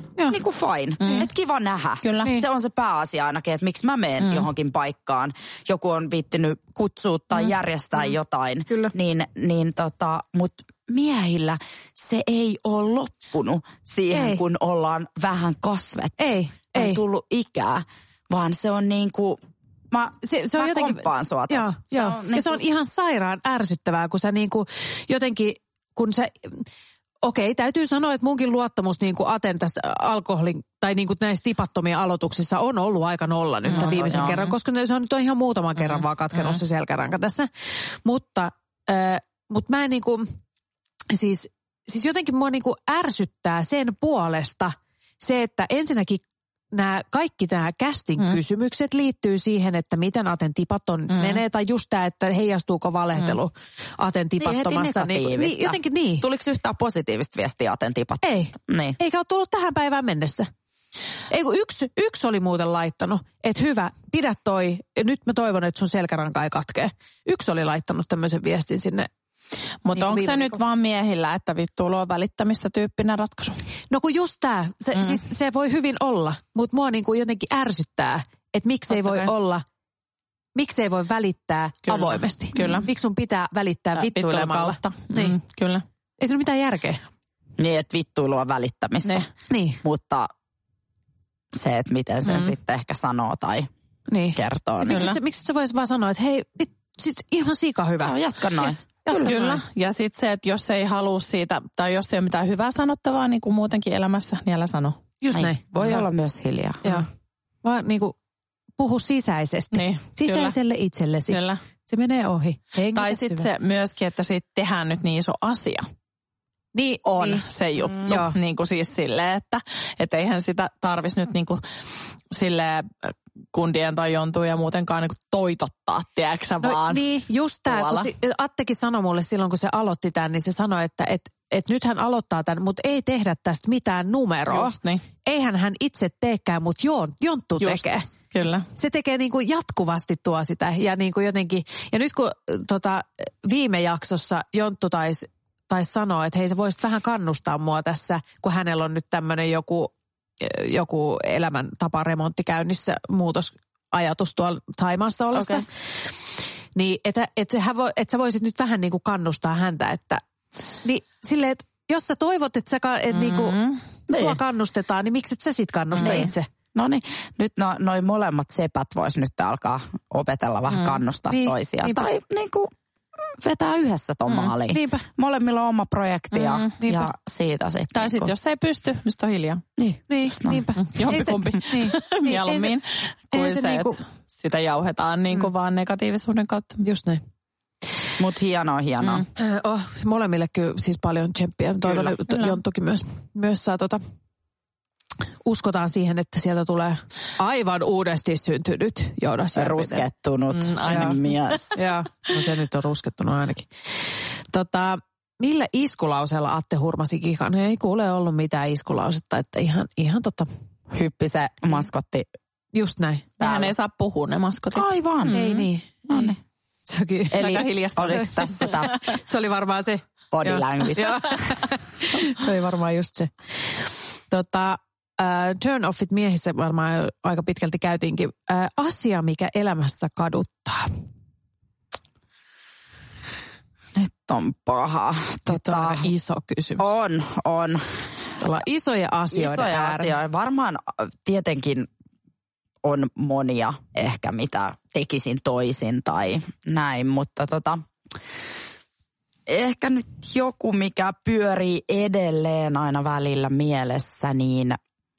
Joo. Niin kuin fine. Mm. Että kiva nähdä. Kyllä. Niin. Se on se pääasia ainakin, että miksi mä menen mm. johonkin paikkaan. Joku on viittinyt kutsua tai mm. järjestää mm. jotain. Kyllä. Niin, niin tota, mut miehillä se ei ole loppunut siihen, ei. kun ollaan vähän kasvettu. Ei, ei. ei. tullut ikää, vaan se on niin kuin... Mä, se, se on mä jotenkin, komppaan sua tossa. Joo, se joo. On, niin ja se on ihan sairaan ärsyttävää, kun sä niinku jotenkin, kun sä... Okei, täytyy sanoa, että munkin luottamus niin kuin Aten tässä alkoholin tai niin kuin näissä tipattomia aloituksissa on ollut aika nolla nyt no, viimeisen joo. kerran, koska se on nyt ihan muutaman kerran mm, vaan katkenut mm. se selkäranka tässä. Mutta, äh, mutta mä en niin kuin, siis, siis jotenkin mua niin kuin ärsyttää sen puolesta se, että ensinnäkin nämä, kaikki nämä casting mm. kysymykset liittyy siihen, että miten Aten tipaton mm. menee, tai just tämä, että heijastuuko valehtelu mm. Aten tipattomasta. Niin, niin, jotenkin niin. Tuliko yhtään positiivista viestiä Aten tipattomasta? Ei, niin. Eikä ole tullut tähän päivään mennessä. Ei kun yksi, yksi oli muuten laittanut, että hyvä, pidä toi, ja nyt mä toivon, että sun selkäranka ei katkee. Yksi oli laittanut tämmöisen viestin sinne. Mutta niin onko se nyt vaan miehillä, että vittuilu on välittämistä tyyppinen ratkaisu? No kun just tää, se, mm. siis se voi hyvin olla, mutta mua niinku jotenkin ärsyttää, että miksei voi olla, miksei voi välittää kyllä. avoimesti. Kyllä. Miksi sun pitää välittää ja vittuilemalla? Niin. Mm, kyllä. Ei se ole mitään järkeä. Niin, että vittuilu on välittämistä. Ne. Niin. Mutta se, että miten se mm. sitten ehkä sanoo tai niin. kertoo. Miksi niin. miksi sä voisit vaan sanoa, että hei, vit, siis ihan sika hyvä. No, jatka noin. Yes. Kyllä. Kyllä. Ja sitten se, että jos ei halua siitä, tai jos ei ole mitään hyvää sanottavaa niin kuin muutenkin elämässä, niin älä sano. Just näin. näin. Voi ja. olla myös hiljaa. Joo. Vaan niin kuin puhu sisäisesti. Niin. Sisäiselle kyllä. itsellesi. Kyllä. Se menee ohi. Hengitä tai sitten se myöskin, että siitä tehdään nyt niin iso asia. Niin on niin. se juttu. Mm, niin kuin siis silleen, että et eihän sitä tarvitsisi nyt niin kuin silleen kundien tai jontuja ja muutenkaan niin kuin toitottaa, tiedätkö no, vaan. Niin, just tämä, kun si- Attekin sanoi mulle silloin, kun se aloitti tämän, niin se sanoi, että et, et nyt hän aloittaa tämän, mutta ei tehdä tästä mitään numeroa. Just niin. Eihän hän itse teekään, mutta joo, Jonttu just, tekee. Kyllä. Se tekee niin kuin jatkuvasti tuo sitä ja niin kuin jotenkin, ja nyt kun tota, viime jaksossa Jonttu taisi tais sanoa, että hei sä voisit vähän kannustaa mua tässä, kun hänellä on nyt tämmöinen joku, joku elämäntapa-remontti käynnissä, muutosajatus tuolla Thaimaassa ollessa. Okay. Niin, että et, et sä voisit nyt vähän niin kuin kannustaa häntä, että niin silleen, että jos sä toivot, että sä, et mm-hmm. niin kuin, sua kannustetaan, niin miksi et sä sit kannusta mm-hmm. itse? No niin, nyt no, noi molemmat sepät vois nyt alkaa opetella vähän mm. kannustaa niin, toisiaan. Niinpä. Tai niin kuin vetää yhdessä ton mm. maaliin. Niinpä. Molemmilla on oma projekti ja, mm, ja siitä sitten. Tai sitten jos ei pysty, niin sitten on hiljaa. Niin, niin no. niinpä. Jompikumpi. Niin, mieluummin kuin se, se niinku että sitä jauhetaan niinku mm. vaan negatiivisuuden kautta. Just näin. Mut hienoa, hienoa. Mm. Oh, molemmille kyllä siis paljon tsemppiä. Toivon, että Jonttukin myös, myös saa tota... Uskotaan siihen, että sieltä tulee aivan uudesti syntynyt Joonas Järvinen. Ruskettunut mm, mies. Joo, no se nyt on ruskettunut ainakin. Tota, millä iskulauseella Atte hurmasi Kikan? Ei kuule ollut mitään iskulausetta, että ihan, ihan tota... Hyppi se maskotti. Just näin. Hän ei saa puhua ne maskotit. Aivan. Mm. Ei niin. No niin. Se onkin eli oliko tässä tämä? Se oli varmaan se. Body language. Joo. Se oli varmaan just se. Tota... Uh, turn offit miehissä varmaan aika pitkälti käytiinkin. Uh, asia, mikä elämässä kaduttaa. Nyt on paha. Tota, on aika iso kysymys. On, on. Ollaan isoja asioita Isoja asioita. Varmaan tietenkin on monia ehkä, mitä tekisin toisin tai näin, mutta tota... Ehkä nyt joku, mikä pyörii edelleen aina välillä mielessä, niin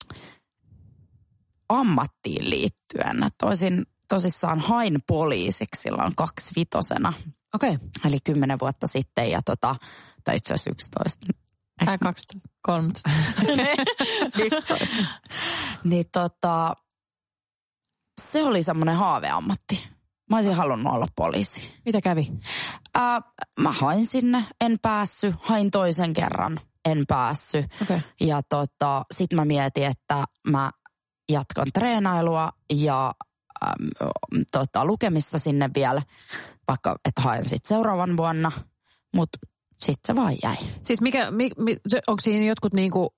ammattiin liittyen. Toisin, tosissaan hain poliisiksi silloin kaksivitosena. Okei. Okay. Eli kymmenen vuotta sitten ja tota, tai itse asiassa yksitoista. Tai kaksitoista, kolmetoista. yksitoista. Niin tota, se oli semmoinen haaveammatti. Mä olisin halunnut olla poliisi. Mitä kävi? Äh, mä hain sinne, en päässyt. Hain toisen kerran, en päässyt. Okay. Ja tota, sit mä mietin, että mä jatkan treenailua ja ähm, tota, lukemista sinne vielä, vaikka että haen sit seuraavan vuonna. Mut sit se vaan jäi. Siis mikä, mi, mi, onko siinä jotkut niinku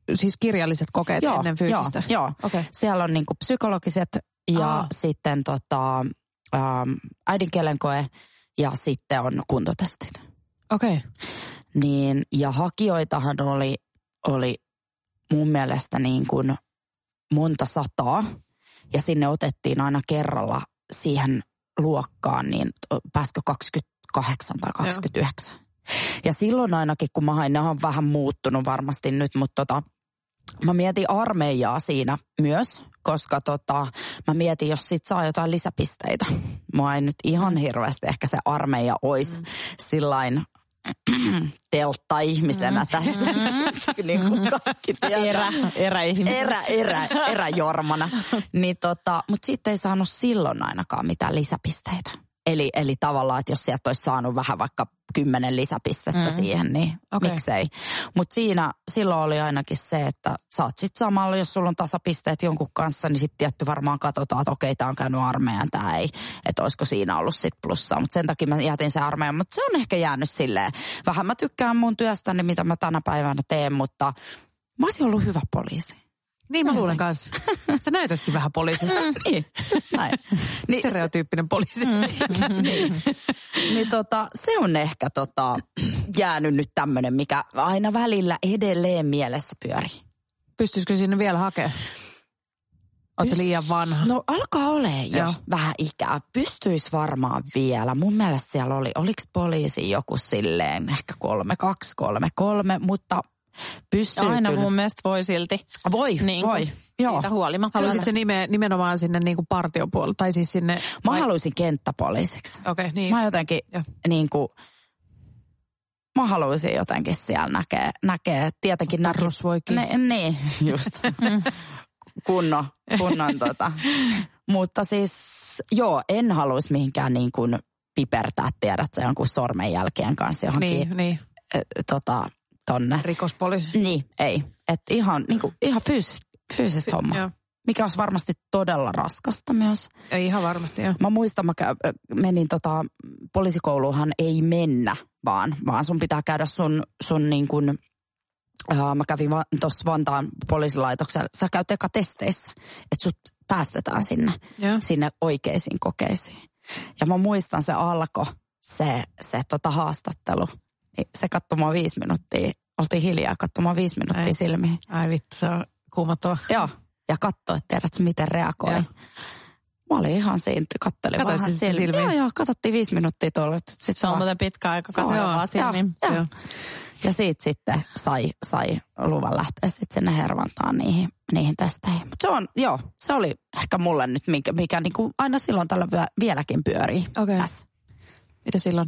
siis kirjalliset kokeet joo, ennen fyysistä? Joo, joo. Okay. Siellä on niinku psykologiset ja Aa. sitten tota, ähm, äidinkielen koe ja sitten on kuntotestit. Okei. Okay. Niin, ja hakijoitahan oli, oli mun mielestä niin kuin monta sataa. Ja sinne otettiin aina kerralla siihen luokkaan, niin pääskö kaksikymmentäkahdeksan tai kaksikymmentäyhdeksän. Joo. Ja silloin ainakin, kun mä hain, ne on vähän muuttunut varmasti nyt, mutta tota, mä mietin armeijaa siinä myös, koska tota, mä mietin, jos sit saa jotain lisäpisteitä. Mua ei nyt ihan hirveästi ehkä se armeija olisi mm. sillain teltta-ihmisenä tässä, mm. niin kuin kaikki tietää. Erä, eräihmisenä. Erä, erä, eräjormana. Niin tota, mutta sitten ei saanut silloin ainakaan mitään lisäpisteitä. Eli, eli tavallaan, että jos sieltä olisi saanut vähän vaikka kymmenen lisäpistettä mm. siihen, niin okay. miksei. Mutta siinä silloin oli ainakin se, että sä oot sit samalla, jos sulla on tasapisteet jonkun kanssa, niin sitten tietty varmaan katsotaan, että okei, tää on käynyt armeijan, tää ei. Että olisiko siinä ollut sit plussaa. Mutta sen takia mä jätin sen armeijan. Mutta se on ehkä jäänyt silleen. Vähän mä tykkään mun työstäni, mitä mä tänä päivänä teen, mutta mä olisin ollut hyvä poliisi. Niin mä luulen kanssa. Sä näytätkin vähän poliisista. Niin, just näin. Niin, stereotyyppinen poliisi. Mm, niin, niin tota, se on ehkä tota, jäänyt nyt tämmönen, mikä aina välillä edelleen mielessä pyörii. Pystyisikö sinne vielä hakemaan? Oletko liian vanha? No alkaa olemaan jo Joo. vähän ikää. Pystyisi varmaan vielä. Mun mielestä siellä oli, oliko poliisi joku silleen ehkä kolme, kaksi, kolme, kolme, mutta pystyy aina kyllä. mun mielestä voi silti. Voi, niin voi. Joo. Siitä huolimatta. Haluaisit se nime, nimenomaan sinne niin kuin partiopuolelle, tai siis sinne... Mä vai... haluaisin kenttäpoliisiksi. Okei, okay, niin. Mä jotenkin Joo. niin kuin, mä haluaisin jotenkin siellä näkee, näkee tietenkin näkis... Rosvoikin. Ne, niin, just. Kunnon, kunnon tota. Mutta siis, joo, en haluaisi mihinkään niin kuin pipertää, tiedät sä, jonkun sormenjälkien kanssa johonkin. Niin, niin. E, tota, tonne. Rikospoliisi. Niin, ei. Että ihan, niin kuin, ihan fyysistä, fyysistä hommaa. Joo. Mikä olisi varmasti todella raskasta myös. Ei ihan varmasti, joo. Mä muistan, mä kä- menin tota, poliisikouluunhan ei mennä vaan, vaan sun pitää käydä sun, sun niin kuin, äh, mä kävin va- tuossa Vantaan poliisilaitoksella, sä käyt eka testeissä, että sut päästetään sinne, Joo. sinne oikeisiin kokeisiin. Ja mä muistan, se alkoi, se, se tota haastattelu, niin se katsomaan viisi minuuttia, oltiin hiljaa katsomaan viisi minuuttia Ei. silmiin. Ai vittu, se on kuumottava. Joo, ja katsoi, että tiedätkö miten reagoi. Joo. Mä olin ihan siinä, kattelin Katoit vähän sitten silmiin. silmiin? Joo, joo, katsottiin viisi minuuttia tuolla. Sitten se on muuten pitkä aika Se on, katsoa vaan joo, silmiin. joo. Joo. Ja siitä sitten sai, sai luvan lähteä sitten sinne Hervantaan niihin, niihin testeihin. Mutta se on, joo, se oli ehkä mulle nyt, mikä, mikä niinku aina silloin tällä vieläkin pyörii. Okei. Okay. Mitä silloin?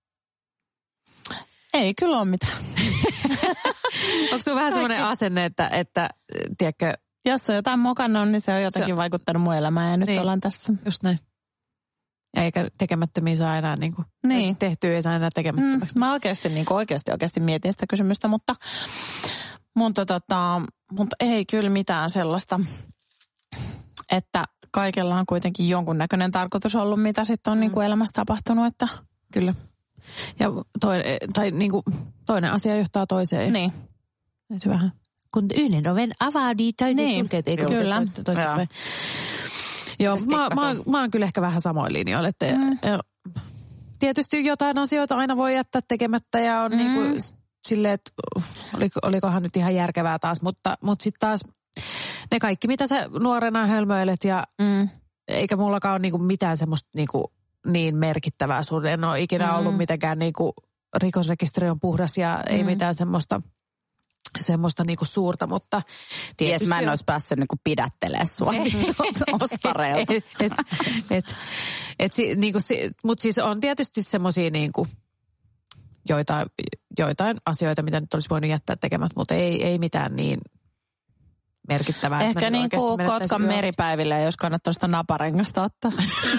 Ei kyllä ole mitään. Onko sulla vähän semmoinen asenne, että, että tiedätkö, Jos on jotain mokannut, niin se on jotenkin se... vaikuttanut mun elämään ja nyt niin. ollaan tässä. just näin. Eikä tekemättömiä saa enää niin kuin, Niin. siis tehtyä ei saa enää tekemättömäksi. Mm, mä oikeasti, niin kuin, oikeasti, oikeasti mietin sitä kysymystä, mutta, mutta, tota, mutta ei kyllä mitään sellaista, että kaikella on kuitenkin jonkunnäköinen tarkoitus ollut, mitä sitten on mm. niin kuin elämässä tapahtunut. Että... Kyllä. Ja toinen, tai niin kuin, toinen asia johtaa toiseen. Niin. Ei se vähän. Kun yhden oven avaa, niin toinen Niin, sulkee. kyllä. Toista Joo, mä, mä, mä oon kyllä ehkä vähän samoin linjoilla. Että mm. ja, tietysti jotain asioita aina voi jättää tekemättä ja on mm. niin kuin silleen, että oliko, olikohan nyt ihan järkevää taas. Mutta, mutta sitten taas ne kaikki, mitä sä nuorena hölmöilet ja mm. eikä mullakaan ole niin kuin mitään semmoista niin, kuin niin merkittävää sun. En ole ikinä mm. ollut mitenkään niin kuin rikosrekisteri on puhdas ja mm. ei mitään semmoista... semmoista niinku suurta, mutta tietysti... Et mä en olisi päässyt niinku pidättelemään sua ostareilta. et, et, et, et, niinku, mutta siis on tietysti semmoisia niinku, joitain, joitain asioita, mitä nyt olisi voinut jättää tekemättä, mutta ei, ei mitään niin merkittävää. Ehkä niin kuin Kotkan meripäivillä, jos kannattaa sitä naparengasta ottaa.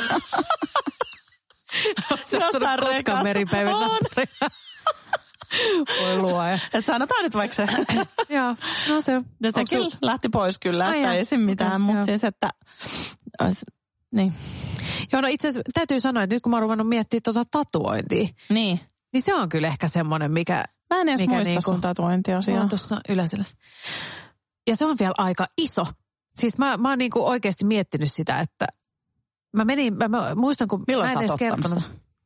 Se on Kotkan meripäivillä. Voi luoja. Et sanotaan nyt vaikka se. Joo, no se on. Ja sekin sul... lähti pois kyllä, Ai että ei siinä mitään, mutta siis että, ois, niin. Joo, no itse asiassa täytyy sanoa, että nyt kun mä oon ruvennut miettimään tuota tatuointia, niin. niin se on kyllä ehkä semmoinen, mikä... Mä en edes mikä muista niinku, sun tatuointiasiaa. on tuossa yläselässä. ja se on vielä aika iso. Siis mä, mä oon niinku oikeasti miettinyt sitä, että mä menin, mä, mä muistan kun Milloin mä en sä edes oot kertonut.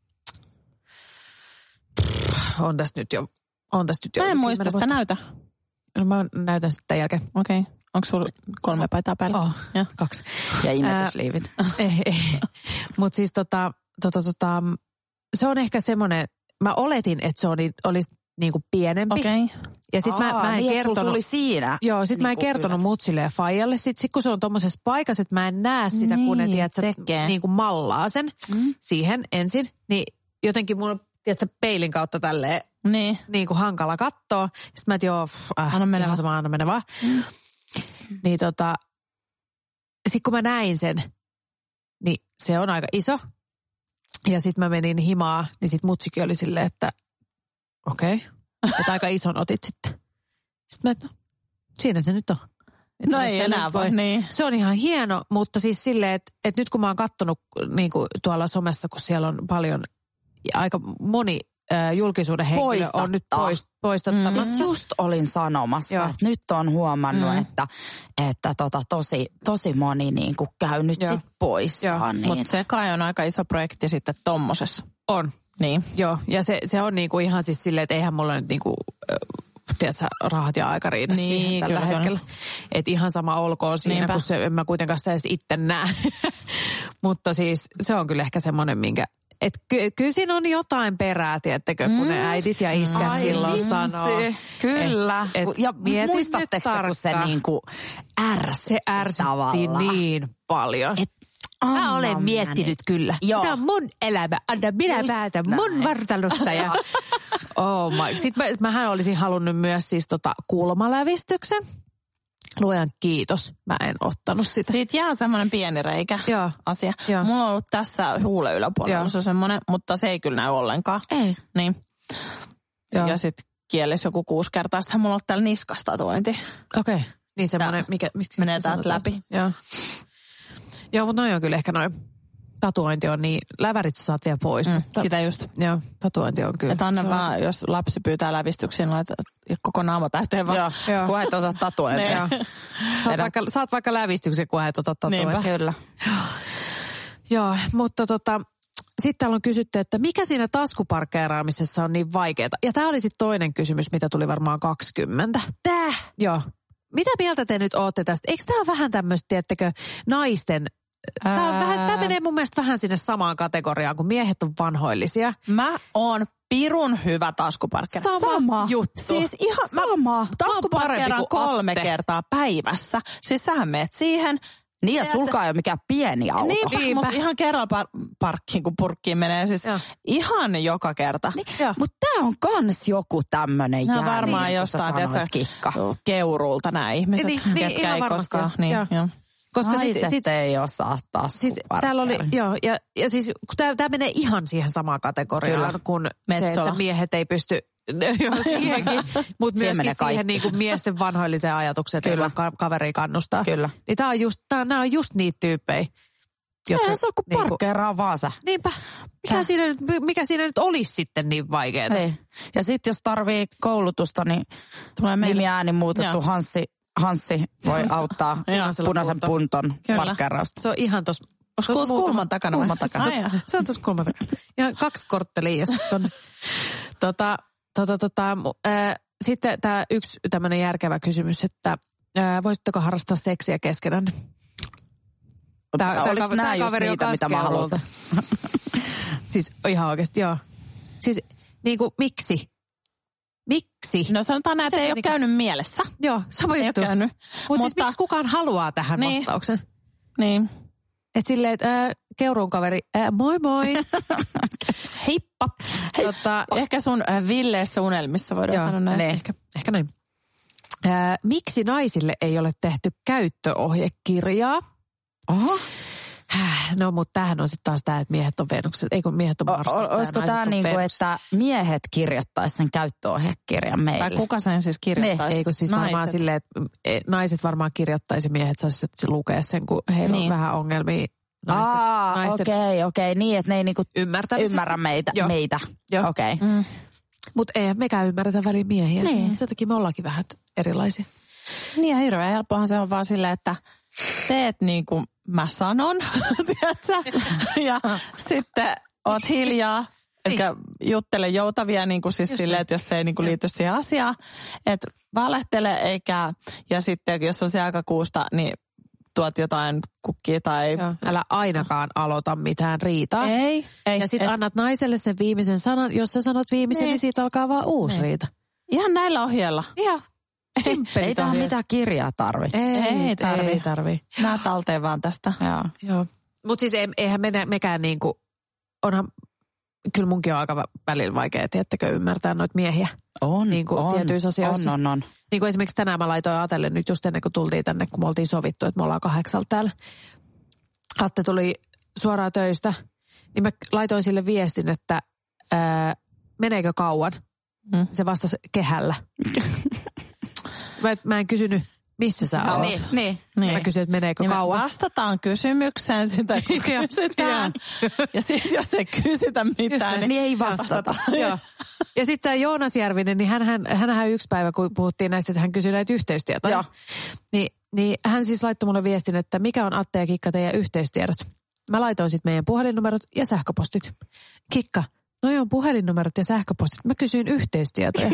On tässä nyt jo, on tässä nyt jo. Mä en muista sitä, näytä. No, mä näytän sitten tämän jälkeen. Okei. Okay. Onko sulla kolme paitaa päällä? Oh, ja. kaksi. Ja imetysliivit. Ei, ei. Mutta siis tota, tota, tota, se on ehkä semmoinen, mä oletin, että se oli, olisi niinku pienempi. Okei. Okay. Ja sit Aa, mä, mä en niin, kertonut. tuli siinä. Joo, sit niin mä en kertonut yllätys. Mutsille ja Fajalle. Sit, sit kun se on tommosessa paikassa, että mä en näe sitä, niin, kun ne, tiedätkö, niin kuin mallaa sen mm. siihen ensin. Niin jotenkin mulla, tiedätkö, peilin kautta tälleen niin, niin kuin hankala katsoa. Sitten mä et joo, pff, äh, anna mennä ihan sama, anna mennä vaan. Mm. Niin tota, sit kun mä näin sen, niin se on aika iso. Ja sit mä menin himaa, niin sit mutsikin oli silleen, että okei. Okay. Että aika ison otit sitten. Sitten mä, että no, siinä se nyt on. Että no ei enää voi. Niin. Se on ihan hieno, mutta siis silleen, että, että nyt kun mä oon kattonut niin kuin tuolla somessa, kun siellä on paljon, aika moni äh, julkisuuden henkilö on nyt poist, poistattamassa. Mm. Siis just olin sanomassa, Joo. että nyt on huomannut, mm. että, että tota, tosi, tosi moni niin kuin käy nyt sit pois. Niin. Mutta se kai on aika iso projekti sitten tommosessa. On. Niin. Joo, ja se, se on niinku ihan siis silleen, että eihän mulla nyt niinku, tiedätkö, rahat ja aika riitä niin, siihen tällä kyllä, hetkellä. Että ihan sama olkoon siinä, Niinpä. kun se, en mä kuitenkaan sitä edes itse näe. Mutta siis se on kyllä ehkä semmoinen, minkä, että ky, kyllä siinä on jotain perää, tiedättekö, kun mm. ne äidit ja iskät Ai, silloin vitsi. sanoo. Kyllä. Et, et ja muistatteko kun se niinku ärsytti Se ärsytti tavalla. niin paljon. Et Anna Mä olen miettinyt mene. kyllä. Joo. Tämä on mun elämä. Anna minä päätä mun vartalosta. Ja oh my. Sitten mä, mähän olisin halunnut myös siis tota kulmalävistyksen. Luojan kiitos. Mä en ottanut sitä. Siitä jää semmoinen pieni reikä Joo. asia. Joo. Mulla on ollut tässä huulen yläpuolella se semmoinen, mutta se ei kyllä näy ollenkaan. Ei. Niin. Joo. Ja sitten kielessä joku kuusi kertaa. Sitten mulla on täällä niskasta tatuointi. Okei. Okay. Niin semmoinen, mikä... Miksi menee täältä läpi. Joo. Joo, mutta noin on kyllä ehkä noin. Tatuointi on niin, lävärit sä saat vielä pois. Mm, mutta, sitä just. Joo, tatuointi on kyllä. Että anna vaan, jos lapsi pyytää lävistyksiä, laita koko naama täyteen vaan. Joo, kun et ota tatuointia. saat, vaikka, saat vaikka lävistyksen, kun et ota tatuointia. Niinpä. Kyllä. Joo, mutta tota, sitten täällä on kysytty, että mikä siinä taskuparkkeeraamisessa on niin vaikeaa? Ja tämä oli sitten toinen kysymys, mitä tuli varmaan kaksikymmentä. Tää? Joo. Mitä mieltä te nyt ootte tästä? Eikö tämä ole vähän tämmöistä, tiedättekö, naisten... Tämä, on vähän, tämä menee mun mielestä vähän sinne samaan kategoriaan, kun miehet on vanhoillisia. Mä oon pirun hyvä taskuparkkeri. Sama, Sama juttu. Siis ihan, Sama. Mä taskuparkkeeraan kolme Atte. kertaa päivässä. Siis sähän meet siihen. Niin ja sulkaa ei ole mikään pieni auto. Niin, mutta ihan kerralla par- parkkiin, kun purkkiin menee. Siis ja. ihan joka kerta. Niin, mutta tämä on kans joku tämmönen jääni. No varmaan niin, jostain, tiedätkö, kikka. Keurulta nämä ihmiset, niin, ketkä niin, ei koskaan. Niin, joo. Koska naiset sit, sit, ei osaa taskuparkkeria. Siis täällä oli, joo, ja, ja siis tämä menee ihan siihen samaan kategoriaan Kyllä. kuin Metsola. Se, että miehet ei pysty, joo siihenkin, mutta myöskin siihen kaikki. Niin kuin miesten vanhoilliseen ajatukseen, että ei voi ka- kaveria kannustaa. Kyllä. Niin tää on just, tää, nämä on just niitä tyyppejä. Jotka, se on kuin niin parkkeeraa vaan sä. Niinpä. Mikä siinä, mikä siinä nyt olisi sitten niin vaikeaa? Ei. Ja sitten jos tarvii koulutusta, niin tulee nimi ääni muutettu Hanssi. Hanssi voi auttaa punaisen punton parkkeerausta. Se on ihan tuossa. Onko kulman takana? Kulman takana. Ah, se on tuossa kulman takana. Ihan kaksi korttelia ja sitten tota, tota, tota, äh, sitten tämä yksi tämmöinen järkevä kysymys, että äh, voisitteko harrastaa seksiä keskenään? Tää, oliko nämä just niitä, mitä mä haluaisin? Siis ihan oikeasti, joo. Siis niin kuin miksi? Miksi? No sanotaan näin, että ei ole niin käynyt mielessä. Joo, sama ei juttu. Käynyt. Mut Mutta siis miksi kukaan haluaa tähän niin. vastauksen? Niin. Että silleen, että äh, Keuruun kaveri, äh, moi moi. Heippa. Tota, ehkä sun äh, villeessä unelmissa voidaan joo, sanoa näin. Ehkä, ehkä näin. Äh, miksi naisille ei ole tehty käyttöohjekirjaa? Aha. No, mutta tämähän on sitten taas tämä, että miehet on Venukset, ei kun miehet on Marsista. O, olisiko tämä niin kuin, että miehet kirjoittaisi sen käyttöohjekirjan meille? Tai kuka sen siis kirjoittaisi? Ne, eikö siis naiset. Varmaan silleen, että naiset varmaan kirjoittaisi, miehet saisivat lukea sen, kun heillä niin. on vähän ongelmia. Naisten, Aa, okei, okei, okay, okay. Niin, että ne ei niinku ymmärrä meitä. Joo. meitä. Okei. Okay. Mm. Mutta ei mekään ymmärretä väliin miehiä. Niin. Sen takia me ollaankin vähän erilaisia. Niin ja hirveän helppohan se on vaan silleen, että teet niin kuin mä sanon, tiedätkö? Ja sitten oot hiljaa, etkä juttele joutavia niin kuin siis silleen, että jos se ei niin kuin liity siihen asiaan, että valehtele eikä, ja sitten jos on se aika kuusta, niin tuot jotain kukkia tai... Joo. Älä ainakaan aloita mitään riitaa. Ei. ei ja sitten annat naiselle sen viimeisen sanan. Jos sä sanot viimeisen, niin, niin siitä alkaa vaan uusi niin. riita. Ihan näillä ohjeella. Ihan. Ei tähän mitään kirjaa tarvi. Ei, ei tarvi. Ei tarvi. Mä talteen vaan tästä. Joo. Joo. Mutta siis eihän me, mekään niinku... Onhan... Kyllä munkin on aika välillä vaikea, tiettäkö, ymmärtää noita miehiä. On, niin kuin on, tietyissä asioissa. on, on, on. Niin kuin esimerkiksi tänään mä laitoin Atelle nyt just ennen kuin tultiin tänne, kun me oltiin sovittu, että me ollaan kahdeksalta täällä. Atte tuli suoraan töistä, niin mä laitoin sille viestin, että ää, meneekö kauan? Hmm. Se vastasi kehällä. mä, mä en kysynyt, missä sä no, oot. Niin, niin, niin. Mä kysyin, että meneekö niin kauan. Vastataan kysymykseen sitä, kun kysytään. Ja sitten jos ei kysytä mitään, niin, niin ei vastata. Joo. Ja sitten tämä Joonas Järvinen, niin hänhän, hänhän yksi päivä, kun puhuttiin näistä, että hän kysyi näitä yhteystietoja. Niin, niin hän siis laittoi mulle viestin, että mikä on Atte ja Kikka teidän yhteystiedot. Mä laitoin sitten meidän puhelinnumerot ja sähköpostit. Kikka, noi on puhelinnumerot ja sähköpostit. Mä kysyin yhteystietoja.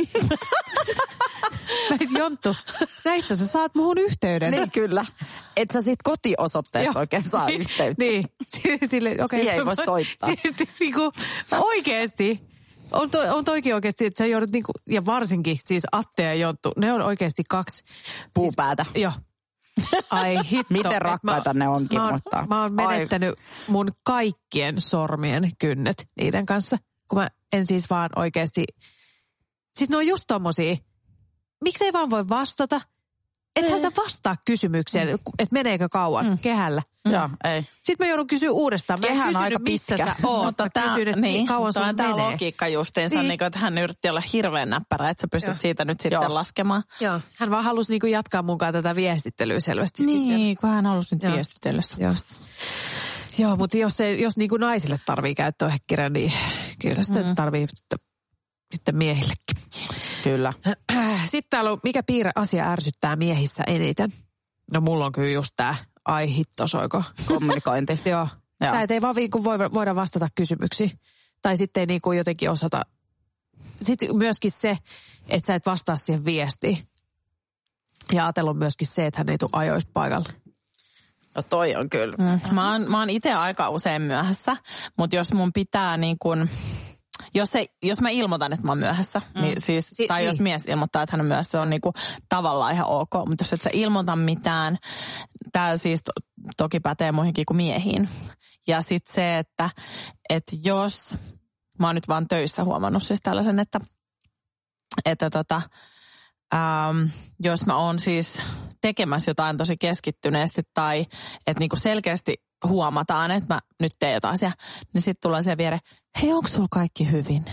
Mä et, Jonttu, näistä sä saat muhun yhteyden. Niin kyllä. Et sä sit kotiosoitteesta oikein saa yhteyttä. Niin. Sille, okay. Siihen ei voi soittaa. Sille, niinku, oikeesti. On, to, on toikin oikeasti, että sä joudut niinku, ja varsinkin siis Atte ja Jonttu, ne on oikeasti kaksi. Puupäätä. Siis, joo. Ai hitto. Miten rakkaita mä, ne onkin, mä oon, mutta... Mä oon menettänyt Ai. mun kaikkien sormien kynnet niiden kanssa, kun mä en siis vaan oikeasti... Siis ne on just tommosia. Miksei vaan voi vastata? Ethän sä vastaa kysymykseen, mm. että meneekö kauan mm. kehällä. Mm. Joo, ei. Sitten mä joudun kysyä uudestaan. Mä Kehä en kysynyt, aika missä pitkä. sä oot. Mutta mä kysyn, että niin, kauan sun tämä menee. logiikka justiinsa, niin. Niin, että hän yritti olla hirveän näppärä, että sä pystyt Joo. siitä nyt sitten Joo. laskemaan. Joo. Hän vaan halusi niinku jatkaa mukaan tätä viestittelyä selvästi. Niin, kun hän halusi nyt viestitellä. Joo. Joo, mutta jos, ei, jos niinku naisille tarvii käyttöohjekirja, niin kyllä sitä mm. tarvii sitten, sitten miehillekin. Kyllä. Sitten täällä on, mikä piirre asia ärsyttää miehissä eniten? No mulla on kyllä just tää, ai hitto soiko. Kommunikointi. Joo. Tää ei vaan kun voida vastata kysymyksiin. Tai sitten ei niinku jotenkin osata. Sitten myöskin se, että sä et vastaa siihen viestiin. Ja ajatella on myöskin se, että hän ei tule ajoista paikalle. No toi on kyllä. Mm. Mä oon, mä oon itse aika usein myöhässä, mutta jos mun pitää niin kuin... Jos, ei, jos mä ilmoitan, että mä oon myöhässä, mm. niin siis, si- tai niin. jos mies ilmoittaa, että hän on myöhässä, se on niinku tavallaan ihan ok. Mutta jos et sä ilmoita mitään, tää siis to, toki pätee muihinkin kuin miehiin. Ja sitten se, että, että jos, mä oon nyt vaan töissä huomannut siis tällaisen, että, että tota, ähm, jos mä oon siis tekemässä jotain tosi keskittyneesti tai että niinku selkeästi huomataan, että mä nyt teen jotain asiaa, niin sitten tulee se viereen, hei, onko sulla kaikki hyvin?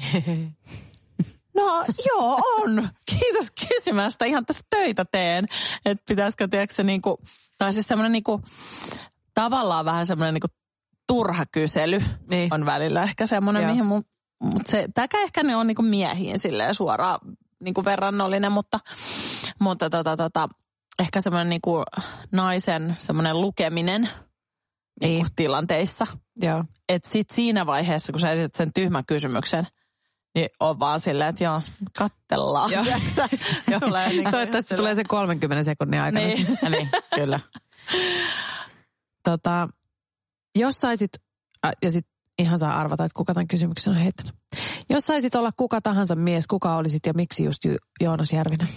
No joo, on. Kiitos kysymästä. Ihan tässä töitä teen. Että pitäisikö, tiedätkö, niinku, tai siis semmoinen niinku, tavallaan vähän semmoinen niinku turha kysely niin. On välillä ehkä semmoinen, Joo. mihin mun, mutta se, tämäkään ehkä ne on niinku miehiin silleen suoraan niinku verrannollinen, mutta, mutta tota, tota, ehkä semmoinen niinku naisen semmoinen lukeminen, niin kuin tilanteissa. Joo. Että sit siinä vaiheessa, kun sä esität sen tyhmän kysymyksen, niin on vaan silleen, että joo, kattellaan. Joo. tulee niin toivottavasti se tulee se kolmenkymmenen sekunnin aikana. Niin. niin, kyllä. Tota, jos saisit, ja sit ihan saa arvata, että kuka tämän kysymyksen on heittänyt. Jos saisit olla kuka tahansa mies, kuka olisit ja miksi just Joonas Järvinen?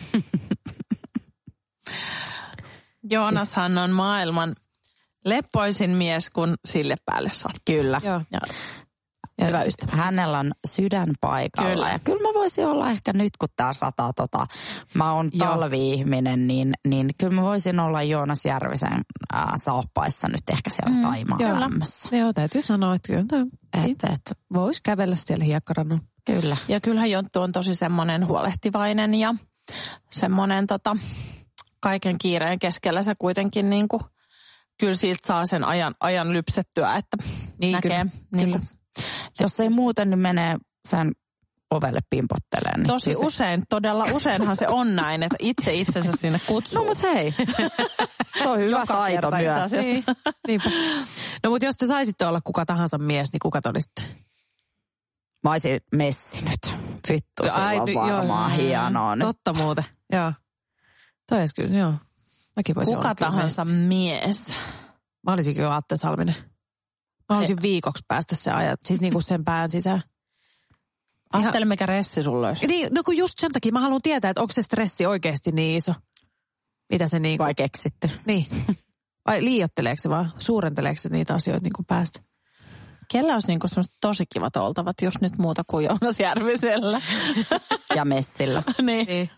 Joonashan siis on maailman leppoisin mies, kun sille päälle saat. Kyllä. Joo. Ja, ja hyvä ystävä. Hänellä on sydän paikalla. Kyllä. Ja kyllä mä voisin olla ehkä nyt, kun tää sataa tota, mä oon talvi-ihminen, niin, niin kyllä mä voisin olla Joonas Järvisen äh, saappaissa nyt ehkä siellä mm, Taimaan lämmössä. Joo, täytyy sanoa, että kyllä et, et, voisi kävellä siellä hiekkarannalla. Kyllä. Ja kyllähän Jonttu on tosi semmoinen huolehtivainen ja semmoinen tota, kaiken kiireen keskellä se kuitenkin niinku kyllä siitä saa sen ajan, ajan lypsettyä, että niin, näkee. Kyllä, niin kyllä. Jos ei muuten, niin menee sen ovelle pimpottelee. Niin Tosi siis usein, todella useinhan se on näin, että itse itsensä sinne kutsuu. No mut hei, se on hyvä Joka taito kerta myös. itse asiassa. Niinpä. No mutta jos te saisitte olla kuka tahansa mies, niin kuka te olisitte? Mä olisin messinyt. Vittu, se Ai, on nyt- joo, varmaan joo. hienoa nyt. Totta muuten, joo. Toi olisi kyllä, joo. Mäkin voisin Kuka olla kyllä tahansa messi. mies. Mä olisin kyllä Atte Salminen. Mä olisin viikoksi päästä se ajat, siis niinku sen pään sisään. Ajattele, mikä ressi sulla olisi. Niin, no kun just sen takia mä haluan tietää, että onko se stressi oikeasti niin iso. Mitä se niinku... Vai keksitty? Niin. Vai liioitteleeko se vaan? Suurenteleeko se niitä asioita niinku päästä? Kellä olisi niinku semmoiset tosi kivat oltavat, jos nyt muuta kuin Joonas Järvisellä. Ja messillä. niin. Niin.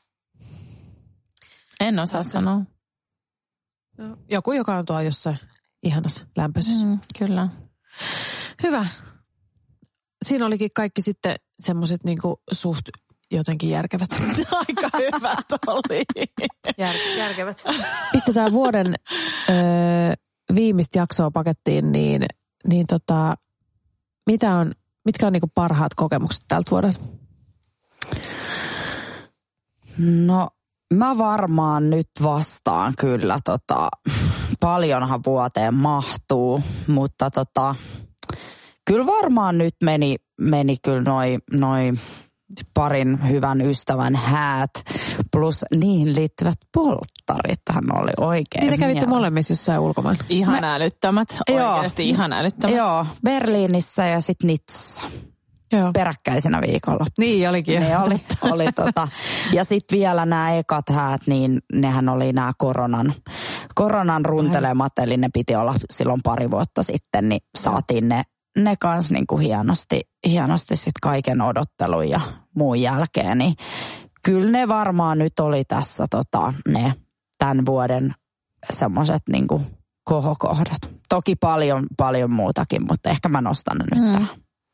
En osaa sanoa. Joku, joka on tuolla jossain ihanassa lämpöisessä. Mm. Mm, kyllä. Hyvä. Siinä olikin kaikki sitten semmoiset niinku suht jotenkin järkevät. Aika hyvät oli. Jär, järkevät. Pistetään vuoden ö, viimeistä jaksoa pakettiin, niin, niin tota, mitä on, mitkä on niinku parhaat kokemukset tältä vuodelta? No mä varmaan nyt vastaan kyllä tota, paljonhan vuoteen mahtuu, mutta tota, kyllä varmaan nyt meni, meni kyllä noi, noi parin hyvän ystävän häät plus niihin liittyvät polttarithan oli oikein. Niitä kävitte mieleen. molemmissa jossain ulkomailla. Ihan Mä- älyttömät. Oikeasti ihan älyttömät. Joo, Berliinissä ja sitten Nitsassa Joo. peräkkäisenä viikolla. Niin olikin. Ne oli, oli tota. Ja sitten vielä nämä ekat häät, niin nehän oli nämä koronan, koronan runtelemat, eli ne piti olla silloin pari vuotta sitten, niin saatiin ne, ne kans niinku hienosti, hienosti sit kaiken odottelun ja muun jälkeen. Niin kyllä ne varmaan nyt oli tässä tota, ne tämän vuoden semmoiset niinku kohokohdat. Toki paljon, paljon muutakin, mutta ehkä mä nostan ne nyt Mm. tähän.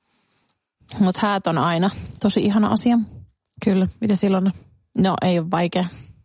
Mutta häät on aina tosi ihana asia. Kyllä. Mitä silloin on? No ei ole vaikea.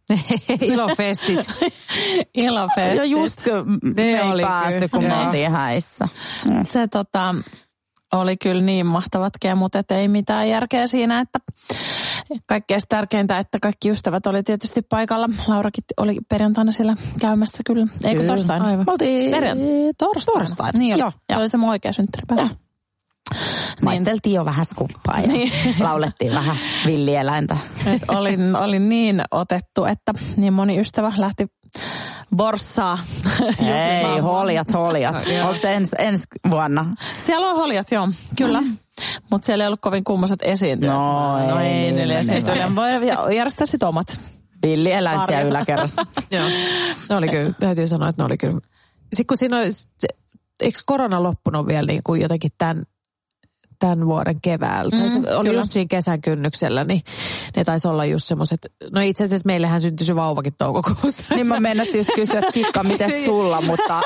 Ilofestit. Ilofestit. Ja just kun me ei oli päästy, kyllä. kun me Joo. oltiin häissä. Se tota, oli kyllä niin mahtavat kemut, että ei mitään järkeä siinä, että kaikkein tärkeintä, että kaikki ystävät oli tietysti paikalla. Laurakin oli perjantaina siellä käymässä kyllä. Eikö Kyllä, torstaina? aivan. Me oltiin Perjantaina. Torstaina. torstaina. Niin oli. Joo, Se joo. oli se mun oikea synttäripäivä. Joo. Maisteltiin jo vähän skuppaa ja Niin. laulettiin vähän villieläintä. Et olin, olin niin otettu, että niin moni ystävä lähti borssaa. Ei, juhlimaan. holjat, holjat. Onko se ens, ensi vuonna? Siellä on holjat, joo, kyllä. Mm. Mutta siellä ei ollut kovin kummoset esiintyjät. No ei, no ei niin niille menee esiintyjille. Voi järjestää sit omat. Villieläimet siellä Arja. yläkerrassa. Joo. Ne oli kyllä, täytyy sanoa, että ne oli kyllä. Sitten kun siinä oli, eikö korona loppunut vielä niin kuin jotenkin tämän, tämän vuoden keväällä? Mm, se oli kyllä. just siinä kesän kynnyksellä, niin ne taisi olla just semmoiset, no itse asiassa meillähän syntyi se vauvakin toukokuussa. Niin mä meinasin just kysyä, että Kikka, miten sulla, mutta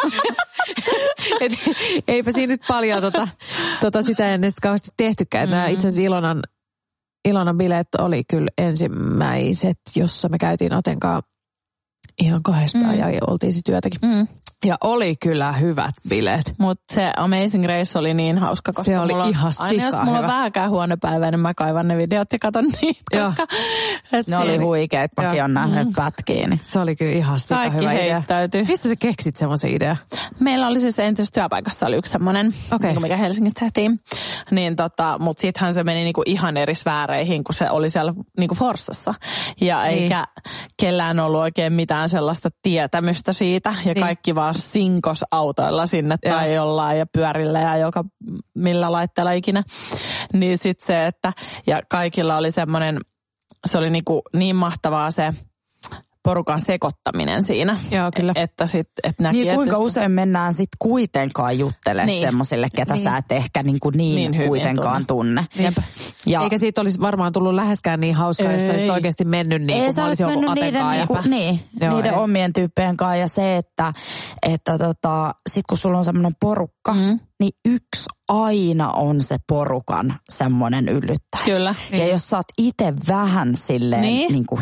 Et, eipä siinä nyt paljon tota, tota sitä ennen kauheasti tehtykään. Mm-hmm. Itse asiassa Ilonan, Ilonan bileet oli kyllä ensimmäiset, jossa me käytiin Atenkaan ihan kahdestaan mm. ja oltiin sitten työtäkin. Mm. Ja oli kyllä hyvät bileet. Mutta se Amazing Race oli niin hauska, koska Se oli mulla on, ihan aina jos sika mulla on hyvä. vähänkään huono päivä, niin mä kaivan ne videot ja katon niitä. Joo. Koska, et ne oli siinä huikeet. Mäkin Joo. on nähnyt pätkiä. Niin. Se oli kyllä ihan sika Kaikki hyvä idea. heittäytyi. Mistä sä keksit semmoisen idean? Meillä oli siis entisessä työpaikassa oli yksi semmoinen, Okei. niin mikä Helsingissä tehtiin. Niin tota, mutta sittenhän se meni niinku ihan eri sfääreihin, kun se oli siellä niinku Forssassa. Ja Niin. eikä kellään ollut oikein mitään sellaista tietämystä siitä. Ja Niin. kaikki vaan sinkos autoilla sinne Joo. tai jollain ja pyörillä ja joka millä laitteella ikinä. Niin sit se, että ja kaikilla oli semmoinen, se oli niinku niin mahtavaa se porukan sekoittaminen siinä. Joo, kyllä. Että sit, et näki, Niin kuinka että usein mennään sitten kuitenkaan juttelemaan Niin. semmoisille, ketä Niin. sä et ehkä niin, kuin niin, Niin niin hyvin kuitenkaan tunne. Niinpä. Ja Eikä siitä olisi varmaan tullut läheskään niin hauskaa, jos Ei. olisit oikeasti mennyt niin ei kuin sä mä olis olisin ollut mennyt niiden, Atenkaan. niinku, Ja... niin, Joo, niiden ei. omien tyyppien kanssa. Ja se, että, että tota, sit kun sulla on semmoinen porukka, Mm. niin yksi aina on se porukan semmoinen yllyttäjä. Kyllä. Ja jos sä oot itse vähän silleen Niin. niin. Niin kuin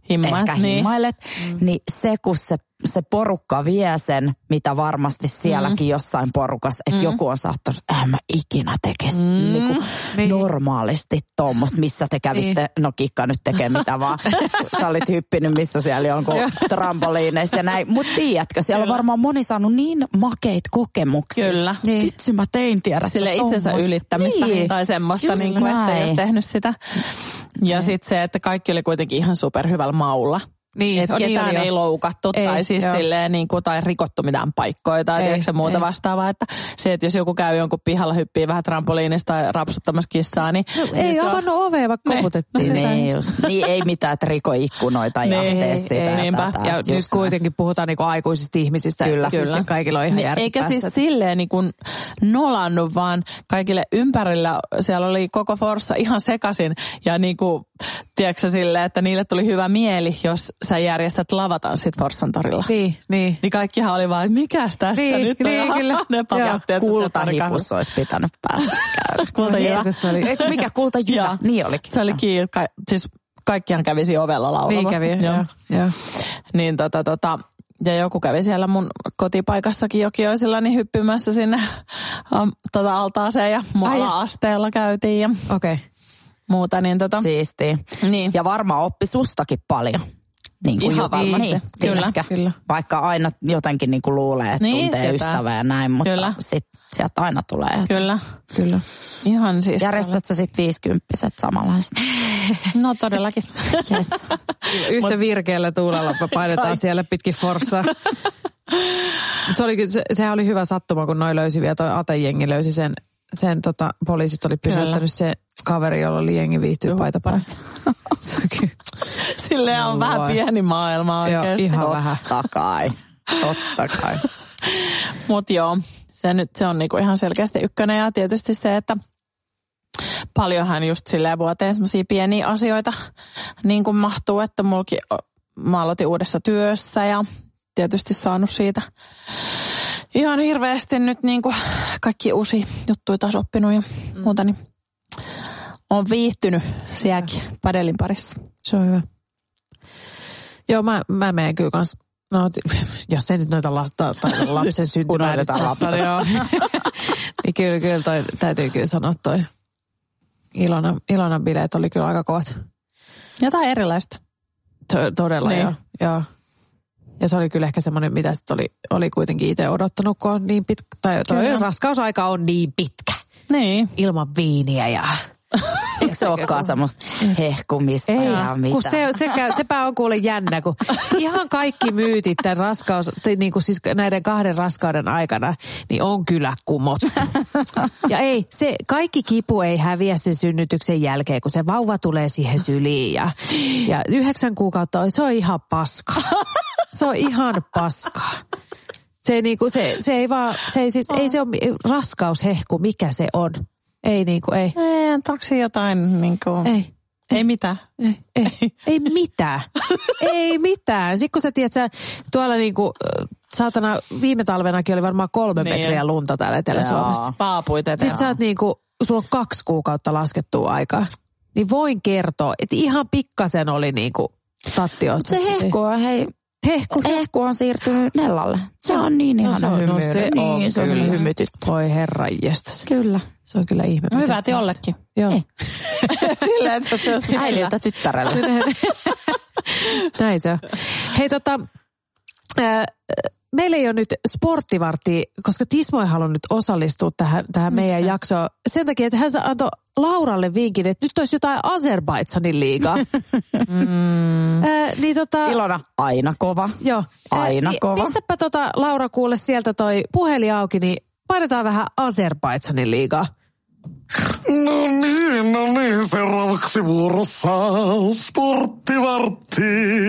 Himma, ehkä niin. himmailet, mm. niin se kun se, se porukka vie sen, mitä varmasti sielläkin mm. jossain porukassa, että mm. joku on saattanut, eihän mä ikinä tekisi mm. niinku niin. normaalisti tuommoista, missä te kävitte, niin. no Kikka nyt tekee mitä vaan, sä olit hyppinyt missä siellä jonkun trampoliineissa ja näin, mutta tiedätkö, siellä Kyllä. on varmaan moni saanut niin makeit kokemuksia. Kyllä. Niin. Vitsi mä tein tiedä. Sille itsensä ylittämistä niin. tai semmoista, niin kuin, että ei olisi tehnyt sitä. Ja sitten se, että kaikki oli kuitenkin ihan superhyvällä maulla. Niin, että ketään niin ei loukattu ei, tai siis silleen, niin kuin, tai rikottu mitään paikkoja tai tiedätkö muuta ei. vastaavaa. Että se, että jos joku käy jonkun pihalla, hyppii vähän trampoliinista tai rapsuttamassa kissaa, niin... No, niin ei avannut on... ovea, vaikka koputettiin. No, niin, just. niin ei mitään, että riko ikkunoita ja niin, tee sitä. Ei, ja ja nyt näin. Kuitenkin puhutaan niin kuin aikuisista ihmisistä. Kyllä. Kyllä. Siis kaikilla on ihan niin, järki eikä päässä. siis silleen niin kuin nolannut, vaan kaikille ympärillä siellä oli koko Forssa ihan sekaisin. Ja niin kuin, tiedätkö silleen, että niille tuli hyvä mieli, jos sä järjestät lavatanssit Forssan torilla. Niin, niin. Niin kaikkihan oli vaan, että mikäs tässä niin, nyt on. Niin, kyllä. Ne pakatti, ja kultahipus olisi pitänyt päästä käydä. Kultajyvä. Mikä kultajyvä? Niin olikin. Se oli kiinni. Ka- siis kaikkihan kävisi ovella laulamassa. Niin kävi, joo. joo. Niin tota tota... Ja joku kävi siellä mun kotipaikassakin Jokioisilla niin hyppimässä sinne um, tota altaaseen ja mun ala-asteella käytiin ja okay. muuta. Niin tota. Siistiä. Niin. Ja varmaan oppi sustakin paljon. Niin kuin ihan varmasti. Niin, kyllä, kyllä. Vaikka aina jotenkin niin kuin luulee, että niin, tuntee tietää. Ystävää ja näin, mutta kyllä. Sit sieltä aina tulee. Kyllä. Kyllä. Ihan siis. Järjestät sä sit viisikymppiset samanlaista? No todellakin. Yes. Yhtä virkeällä tuulella painetaan Kaikki. Siellä pitkin Forssaa. Se oli, se, sehän oli hyvä sattuma, kun noi löysi vielä, toi Ate-jengi löysi sen, sen tota, poliisit oli pysäyttänyt se kaveri, jolla oli jengi viihtyy paita pari. Silleen on no, vähän pieni maailma oikeasti. Joo, ihan Totta vähän. Totta kai. Totta kai. Mut joo, se, nyt, se on niinku ihan selkeästi ykkönen ja tietysti se, että paljonhan just silleen vuoteen semmosia pieniä asioita niin kuin mahtuu, että mulki, mä aloitin uudessa työssä ja tietysti saanut siitä ihan hirveästi nyt niin kuin kaikki uusia juttuja taas oppinut ja mm. muuta, niin on viihtynyt sielläkin padelin parissa. Se on hyvä. Joo, mä, mä menen kyllä kans, no jos ei nyt noita la, ta, ta, lapsen syntymää nyt lapsen, joo. Niin kyllä, kyllä toi, täytyy kyllä sanoa toi Ilona, Ilona bileet oli kyllä aika kovat. Jotain erilaista. To, todella niin. joo, joo. Ja se oli kyllä ehkä semmoinen, mitä sitten oli, oli kuitenkin itse odottanut, kun on niin pitkä, tai toi raskausaika on niin pitkä. Niin. Ilman viiniä ja... Eikö se olekaan semmoista hehkumista ei, ja mitä? Kun se, se, sepä on kuule jännä, kun ihan kaikki myytit tämän raskaus, niin kuin siis näiden kahden raskauden aikana, niin on kyllä kumottu. Ja ei, se kaikki kipu ei häviä sen synnytyksen jälkeen, kun se vauva tulee siihen syliin ja, ja yhdeksän kuukautta, se on ihan paskaa. Se on ihan paskaa. Se ei, niinku, se, se ei vaan, se ei, siis, ei se ole raskaushehku, mikä se on. Ei niinku, ei. Ei, antaako jotain niinku... Ei. Ei, ei mitään. Ei, ei, ei mitään. Ei mitään. Sitten kun sä tiedät, sä tuolla niinku, saatana, viime talvenakin oli varmaan kolme niin. metriä lunta täällä Etelä-Suomessa. Paapuit eteen. Sitten sä oot niinku, sulla on kaksi kuukautta laskettua aikaa. Niin voin kertoa, että ihan pikkasen oli niinku tattiotsassa. Se hehku on, hei... Hehku. Hehku on siirtynyt Nellalle. Se on niin ihana no, hymyily. No se niin, on se on kyllä hymytystä. Voi herranjestas. Kyllä. Se on kyllä ihme. No hyvä jollekin. Joo. Silleen, että se olisi äidiltä tyttärelle. Näin se on. Hei tota, äh, meillä ei ole nyt sporttivarttia, koska Tismo ei halunnut osallistua tähän, tähän meidän se? jaksoon. Sen takia, että hän antoi Lauralle vinkin, että nyt olisi jotain Azerbaidsanin liigaa. mm. äh, niin tota, Ilona, aina kova. Joo. Aina äh, kova. Pistäpä tota Laura kuule sieltä toi puhelin auki, niin painetaan vähän Azerbaidsanin liigaa. No niin, no niin, seuraavaksi vuorossa sporttivartti.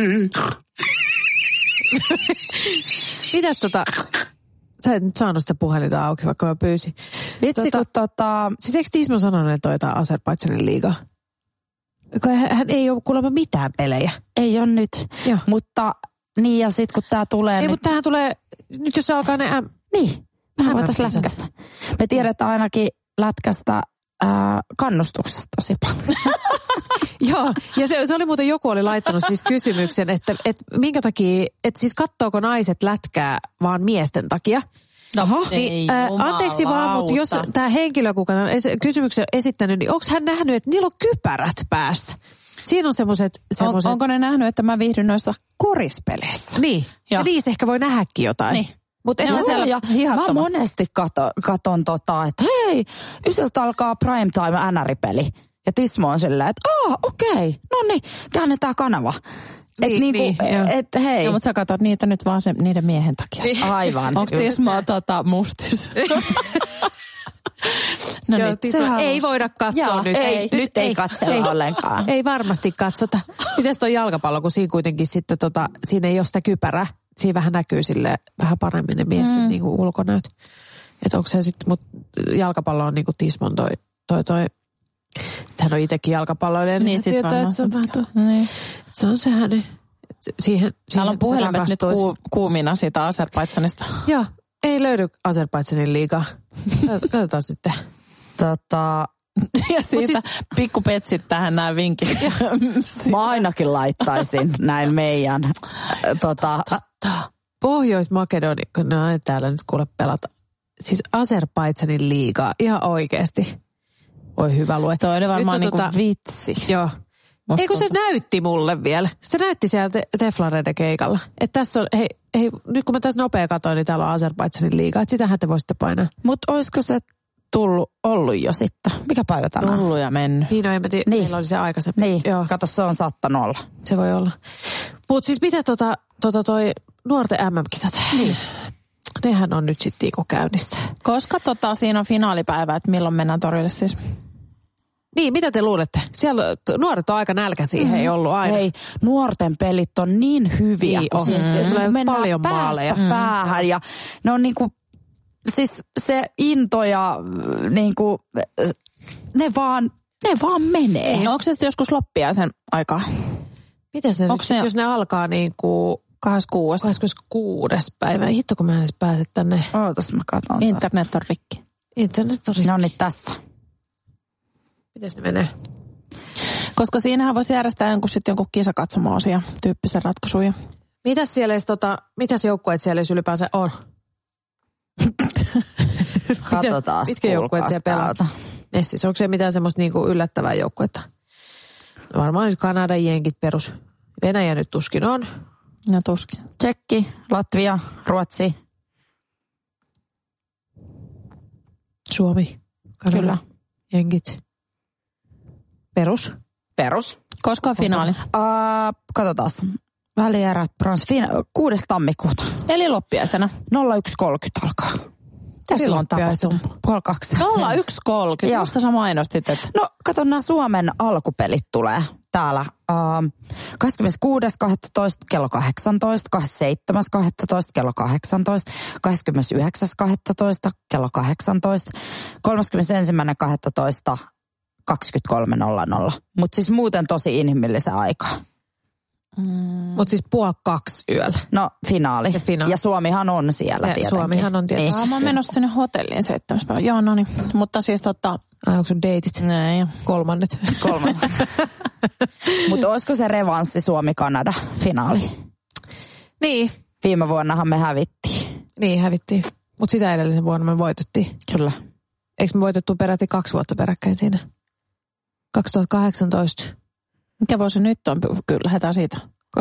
Mitäs tota, sä et nyt saanut sitä puhelinta auki, vaikka mä pyysin. Vitsi, tota, kun tota... Siis eikö Tismo sanonut, että jotain Azerbaidsanin liigaa? Hän, hän ei ole kuulemma mitään pelejä. Ei ole nyt, Joo. Mutta niin ja sit kun tää tulee... Ei, niin... mutta tämähän tulee, nyt jos se alkaa ne... Äm... Niin, mehän voitaisiin lätkästä. Me tiedetään ainakin lätkästä ää, kannustuksesta tosi paljon. Joo, ja se, se oli muuten, joku oli laittanut siis kysymyksen, että, että minkä takia, että siis kattooko naiset lätkää vaan miesten takia. Oho, niin, ei, ää, anteeksi vaan, mutta jos tämä henkilö, kuka on es- kysymyksen esittänyt, niin onko hän nähnyt, että niillä on kypärät päässä? Siinä on semmoiset... On, onko ne nähnyt, että mä viihdyn noissa korispeleissä? Niin, ja, ja niissä ehkä voi nähdäkin jotain. Niin. Mutta Joo, ja mä monesti kato, katon tota, että hei, ysiltä alkaa primetime N R-peli. Ja Tismo on silleen, että aah, okei, okay, no niin, käännetään kanava. Että niin, niinku, niin, et hei. No, mutta sä katsot niitä nyt vaan se, niiden miehen takia. Niin. Aivan. Onko Tismo tota, mustis? No Joo, nyt, Tismo, ei voida katsoa Jaa, nyt. Ei, nyt ei, ei katsella ei, ollenkaan. Ei varmasti katsota. Mites toi jalkapallo, kun siinä kuitenkin sitten tota, siinä ei ole sitä kypärää. Siinä vähän näkyy sille vähän paremmin ne miesten mm. niinku ulkonäöt. Että onko se sitten, mutta jalkapallo on niinku Tismon toi, toi, toi hän on itsekin jalkapalloilija. Niin, sit tietää, että se on vähän tuo. Niin. Se on se hänen. Siihen, täällä on puhelimet nyt ku, kuumina siitä Azerbaidžanista. Joo, ei löydy Azerbaidžanin liigaa. Katsotaan nyt. Tota... Ja siitä siis... pikkupetsit tähän nämä vinkit. Mä ainakin laittaisin näin meidän. Tota... Pohjois-Makedonia, kun no ei täällä nyt kuule pelata. Siis Azerbaidžanin liigaa, ihan oikeasti. Oi hyvä lue. Toi oli varmaan niinku tota, vitsi. Joo. Ei kun se näytti mulle vielä. Se näytti siellä te- Teflareiden keikalla. Että tässä on, hei, hei, nyt kun mä tässä nopea katsoin, niin täällä on Azerbaidžanin liigaa. Että sitähän te voisitte painaa. Mutta olisiko se tullut, ollut jo sitten? Mikä päivä tänään? Tullut ja mennyt. Niin, no en mä tiedä. Niin. Meillä oli se aikaisemmin. Niin, joo. Kato, se on saattanut olla. Se voi olla. Mutta siis mitä tota, tota toi nuorten M M-kisat? Niin. Nehän on nyt sitten Tiiko käynnissä. Koska tota, siinä on finaalipäivä, että milloin mennään torille siis? Niin, mitä te luulette? Siellä nuoret on aika nälkäisiä, mm. ei ollut aina. Hei, nuorten pelit on niin hyviä, niin, kun on. sieltä Mm. Tulee mennään paljon päästä maaleja. päähän. Mm. Ja ne on niinku, siis se into ja niinku, ne vaan, ne vaan menee. Niin, onko se sitten joskus loppiaisen aikaa? Miten se nyt, ne... jos ne alkaa niinku kahdeskymmeneskuudes kahdeskymmeneskuudes päivä. Hitto, kun mä en edes pääse tänne. Ootas, mä katson. Internet taas. on rikki. Internet on rikki. No niin, tässä. Miten se menee? Koska siinähän voisi järjestää jonkun, sitten jonkun kisakatsomo-osia tyyppisen ratkaisuja. Mitäs siellä edes, tota, mitäs joukkueet siellä edes ylipäänsä on? Katsotaan. Mitkä joukkueet siellä pelaa? Messis, onko se mitään semmoista niinku yllättävää joukkuetta? No varmaan nyt Kanada, Jenkit perus. Venäjä nyt tuskin on. No tuskin. Tsekki, Latvia, Ruotsi. Suomi. Kanada, Kyllä. Jenkit. Perus. Perus. Koska on finaali? Uh, katsotaan. Välierät, brons, kuudes tammikuuta. Eli loppiaisena. nolla yksi kolmekymmentä alkaa. Mitä silloin tapahtuu? Puoli kaksi. nolla yksi kolmekymmentä. Musta sä mainostit, että... No, kato, nämä Suomen alkupelit tulee täällä. Uh, kahdeskymmeneskuudes kahdestoista kello kahdeksantoista, kahdeskymmenesseitsemäs kahdestoista kello kahdeksantoista, kahdeskymmenesyhdeksäs kahdestoista kello kahdeksantoista, kolmaskymmenesensimmäinen kahdestoista kaksikymmentäkolme nolla nolla. Mutta siis muuten tosi inhimillisen aikaa. Mm. Mutta siis puoli kaksi yöllä. No, finaali. Ja, finaali. Ja Suomihan on siellä ja, tietenkin. Suomihan on tietenkin. Niin. Mä oon menossa sinne hotelliin seitsemäs päivä. Joo, no niin. Mutta siis tota... Ai, onko sun deitit? Näin. Kolmannet. Kolmannet. Mutta olisiko se revanssi Suomi-Kanada-finaali? Niin. Viime vuonnahan me hävittiin. Niin, hävittiin. Mutta sitä edellisen vuonna me voitettiin. Kyllä. Eikö me voitettu peräti kaksi vuotta peräkkäin siinä? kaksituhattakahdeksantoista. Mikä vuosi nyt on? Kyllä, lähdetään siitä.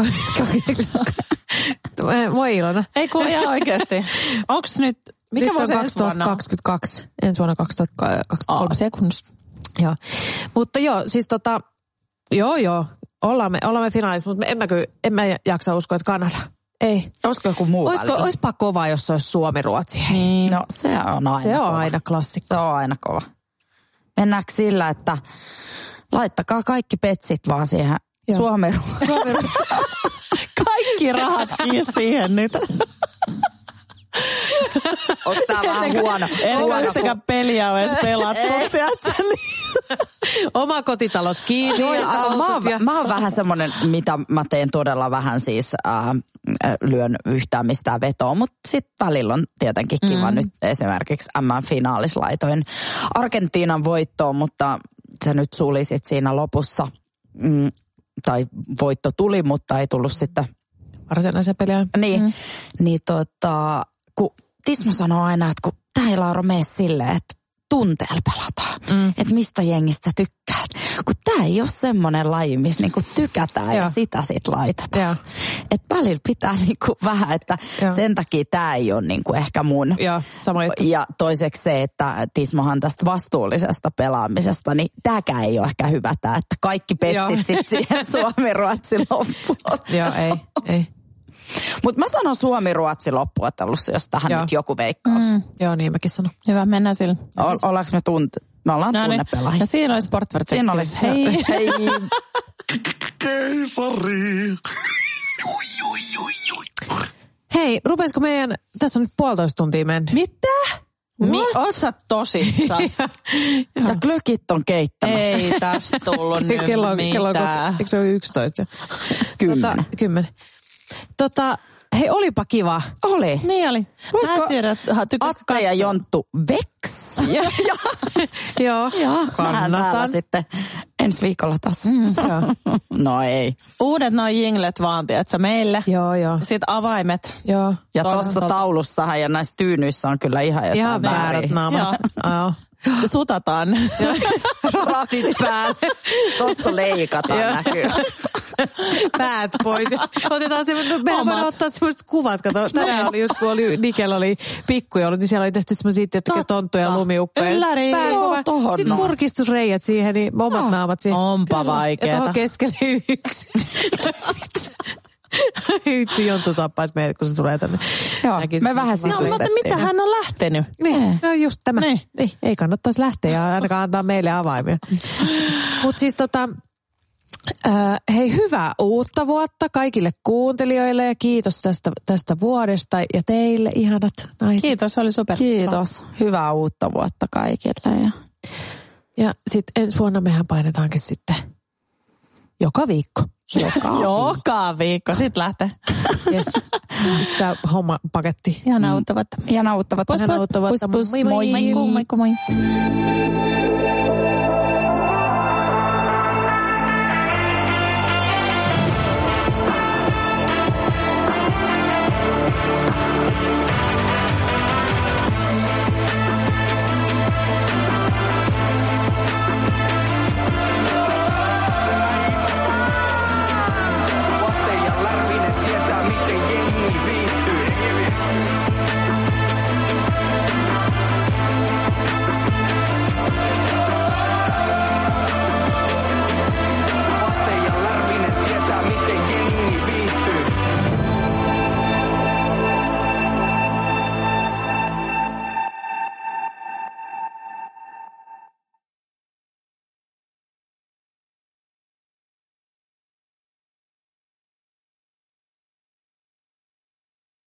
Voi Ilona. Ei kuule ihan oikeasti. Onks nyt... Mikä nyt vuosi on kaksituhattakaksikymmentäkaksi. Ensi vuonna kaksituhattakaksikymmentäkolme. Aa, se kun... Joo. Mutta joo, siis tota... Joo, joo. Ollaan me, ollaan me finaalissa, mutta en mä, kyllä, en mä jaksa uskoa, että Kanada. Ei. Olisiko joku muu Olisiko, oispa kova, jos se olisi Suomi-Ruotsi. Niin. No se on aina Se on kova. aina klassikko. Se on aina kova. Mennäänkö sillä, että laittakaa kaikki petsit vaan siihen Suomi-Ruotsi. Kaikki rahat kiinni siihen nyt. Onko tää vähän huono? Elikö yhtäkään peliä ole edes pelattu, Oma kotitalot kiinni. Joo, ja ja mä, oon, ja... mä oon vähän semmonen, mitä mä teen todella vähän siis, äh, lyön yhtään mistään vetoa, mutta sitten välillä on tietenkin kiva mm. nyt esimerkiksi M M-finaalis laitoin Argentiinan voittoon, mutta se nyt suli sit siinä lopussa mm, tai voitto tuli, mutta ei tullut sitten. Varsinaisen peliä. Niin, mm. niin tota, kun Tisma sanoo aina, että kun tää ei Laura mene silleen, että tunteella pelataan. Mm. Että mistä jengistä tykkäät. Kun tää ei ole semmoinen laji, missä niinku tykätään ja sitä sit laitetaan. Että välillä pitää niinku vähän, että Joo. sen takia tää ei ole niinku ehkä mun. Joo, sama juttu. Ja toiseksi se, että Tismahan tästä vastuullisesta pelaamisesta, niin tääkään ei ole ehkä hyvä tää, että kaikki petsit sit siihen Suomi-Ruotsi loppuun. Joo, ei, ei. Mutta mä sanon Suomi-Ruotsi loppuottelussa, jos tähän Joo. nyt joku veikkaus. Mm. Joo, niin mäkin sanon. Hyvä, mennään sillä. O- ollaanko me tunte? Me ollaan no tunnepelaajia. Ja siinä oli Sportwart. Siinä olisi. Hei. Hei. Keisari. Hei, rupesiko meidän, tässä on nyt puolitoista tuntia mennyt. Mitä? Mi, oot sä tosissas? Ja glökit on keittämättä. Ei tästä tullut nyt kello on, mitään. kello on, eikö se ole yksitoista? Kymmenen. Tota, kymmenen. Tota, hei, olipa kiva. Oli. Niin oli. Voisiko mä en tiedä, Atte ja Jonttu veks? Joo, Joo, kannatan. Sitten ensi viikolla taas. Mm. No ei. Uudet noin jinglet vaan, tiedätkö, meille. Joo, joo. Sitten avaimet. Joo. Ja tuossa taulussahan ja näissä tyynyissä on kyllä ihan jotain ihan väärät naamat. Joo. Sutataan. Rastit päälle. Tuosta leikataan näkyy. Päät pois. Otetaan semmoinen, mehän voidaan ottaa semmoiset kuvat. Kato, tänään oli just kun oli, Nikellä oli pikkuja ollut, niin siellä oli tehty semmoisia, että tonttuja ja lumiukkoja. Ylläri. Sitten kurkistusreijät siihen, niin omat Joo. naamat siihen. Onpa vaikeeta. Ja tuohon keskelle yksi. Yksi Jonttu tappaisi meidät, kun se tulee tänne. Joo, me vähän siis. No, mutta mitä hän on lähtenyt? Niin, no just tämä. Niin. Niin, ei kannattaisi lähteä ja ainakaan antaa meille avaimia. Mutta siis tota, äh, hei, hyvää uutta vuotta kaikille kuuntelijoille ja kiitos tästä, tästä vuodesta ja teille ihanat naiset. Kiitos, oli super. Kiitos. Hyvää uutta vuotta kaikille. Ja, ja sitten ensi vuonna mehän painetaankin sitten joka viikko. Joka, Joka viikko. Sitten lähtee. Yes. Pistää homma paketti. Ihan auttavat. Ihan auttavat. Ihan auttavat. Pus, pus, pus, moi. Moi, moi, moi.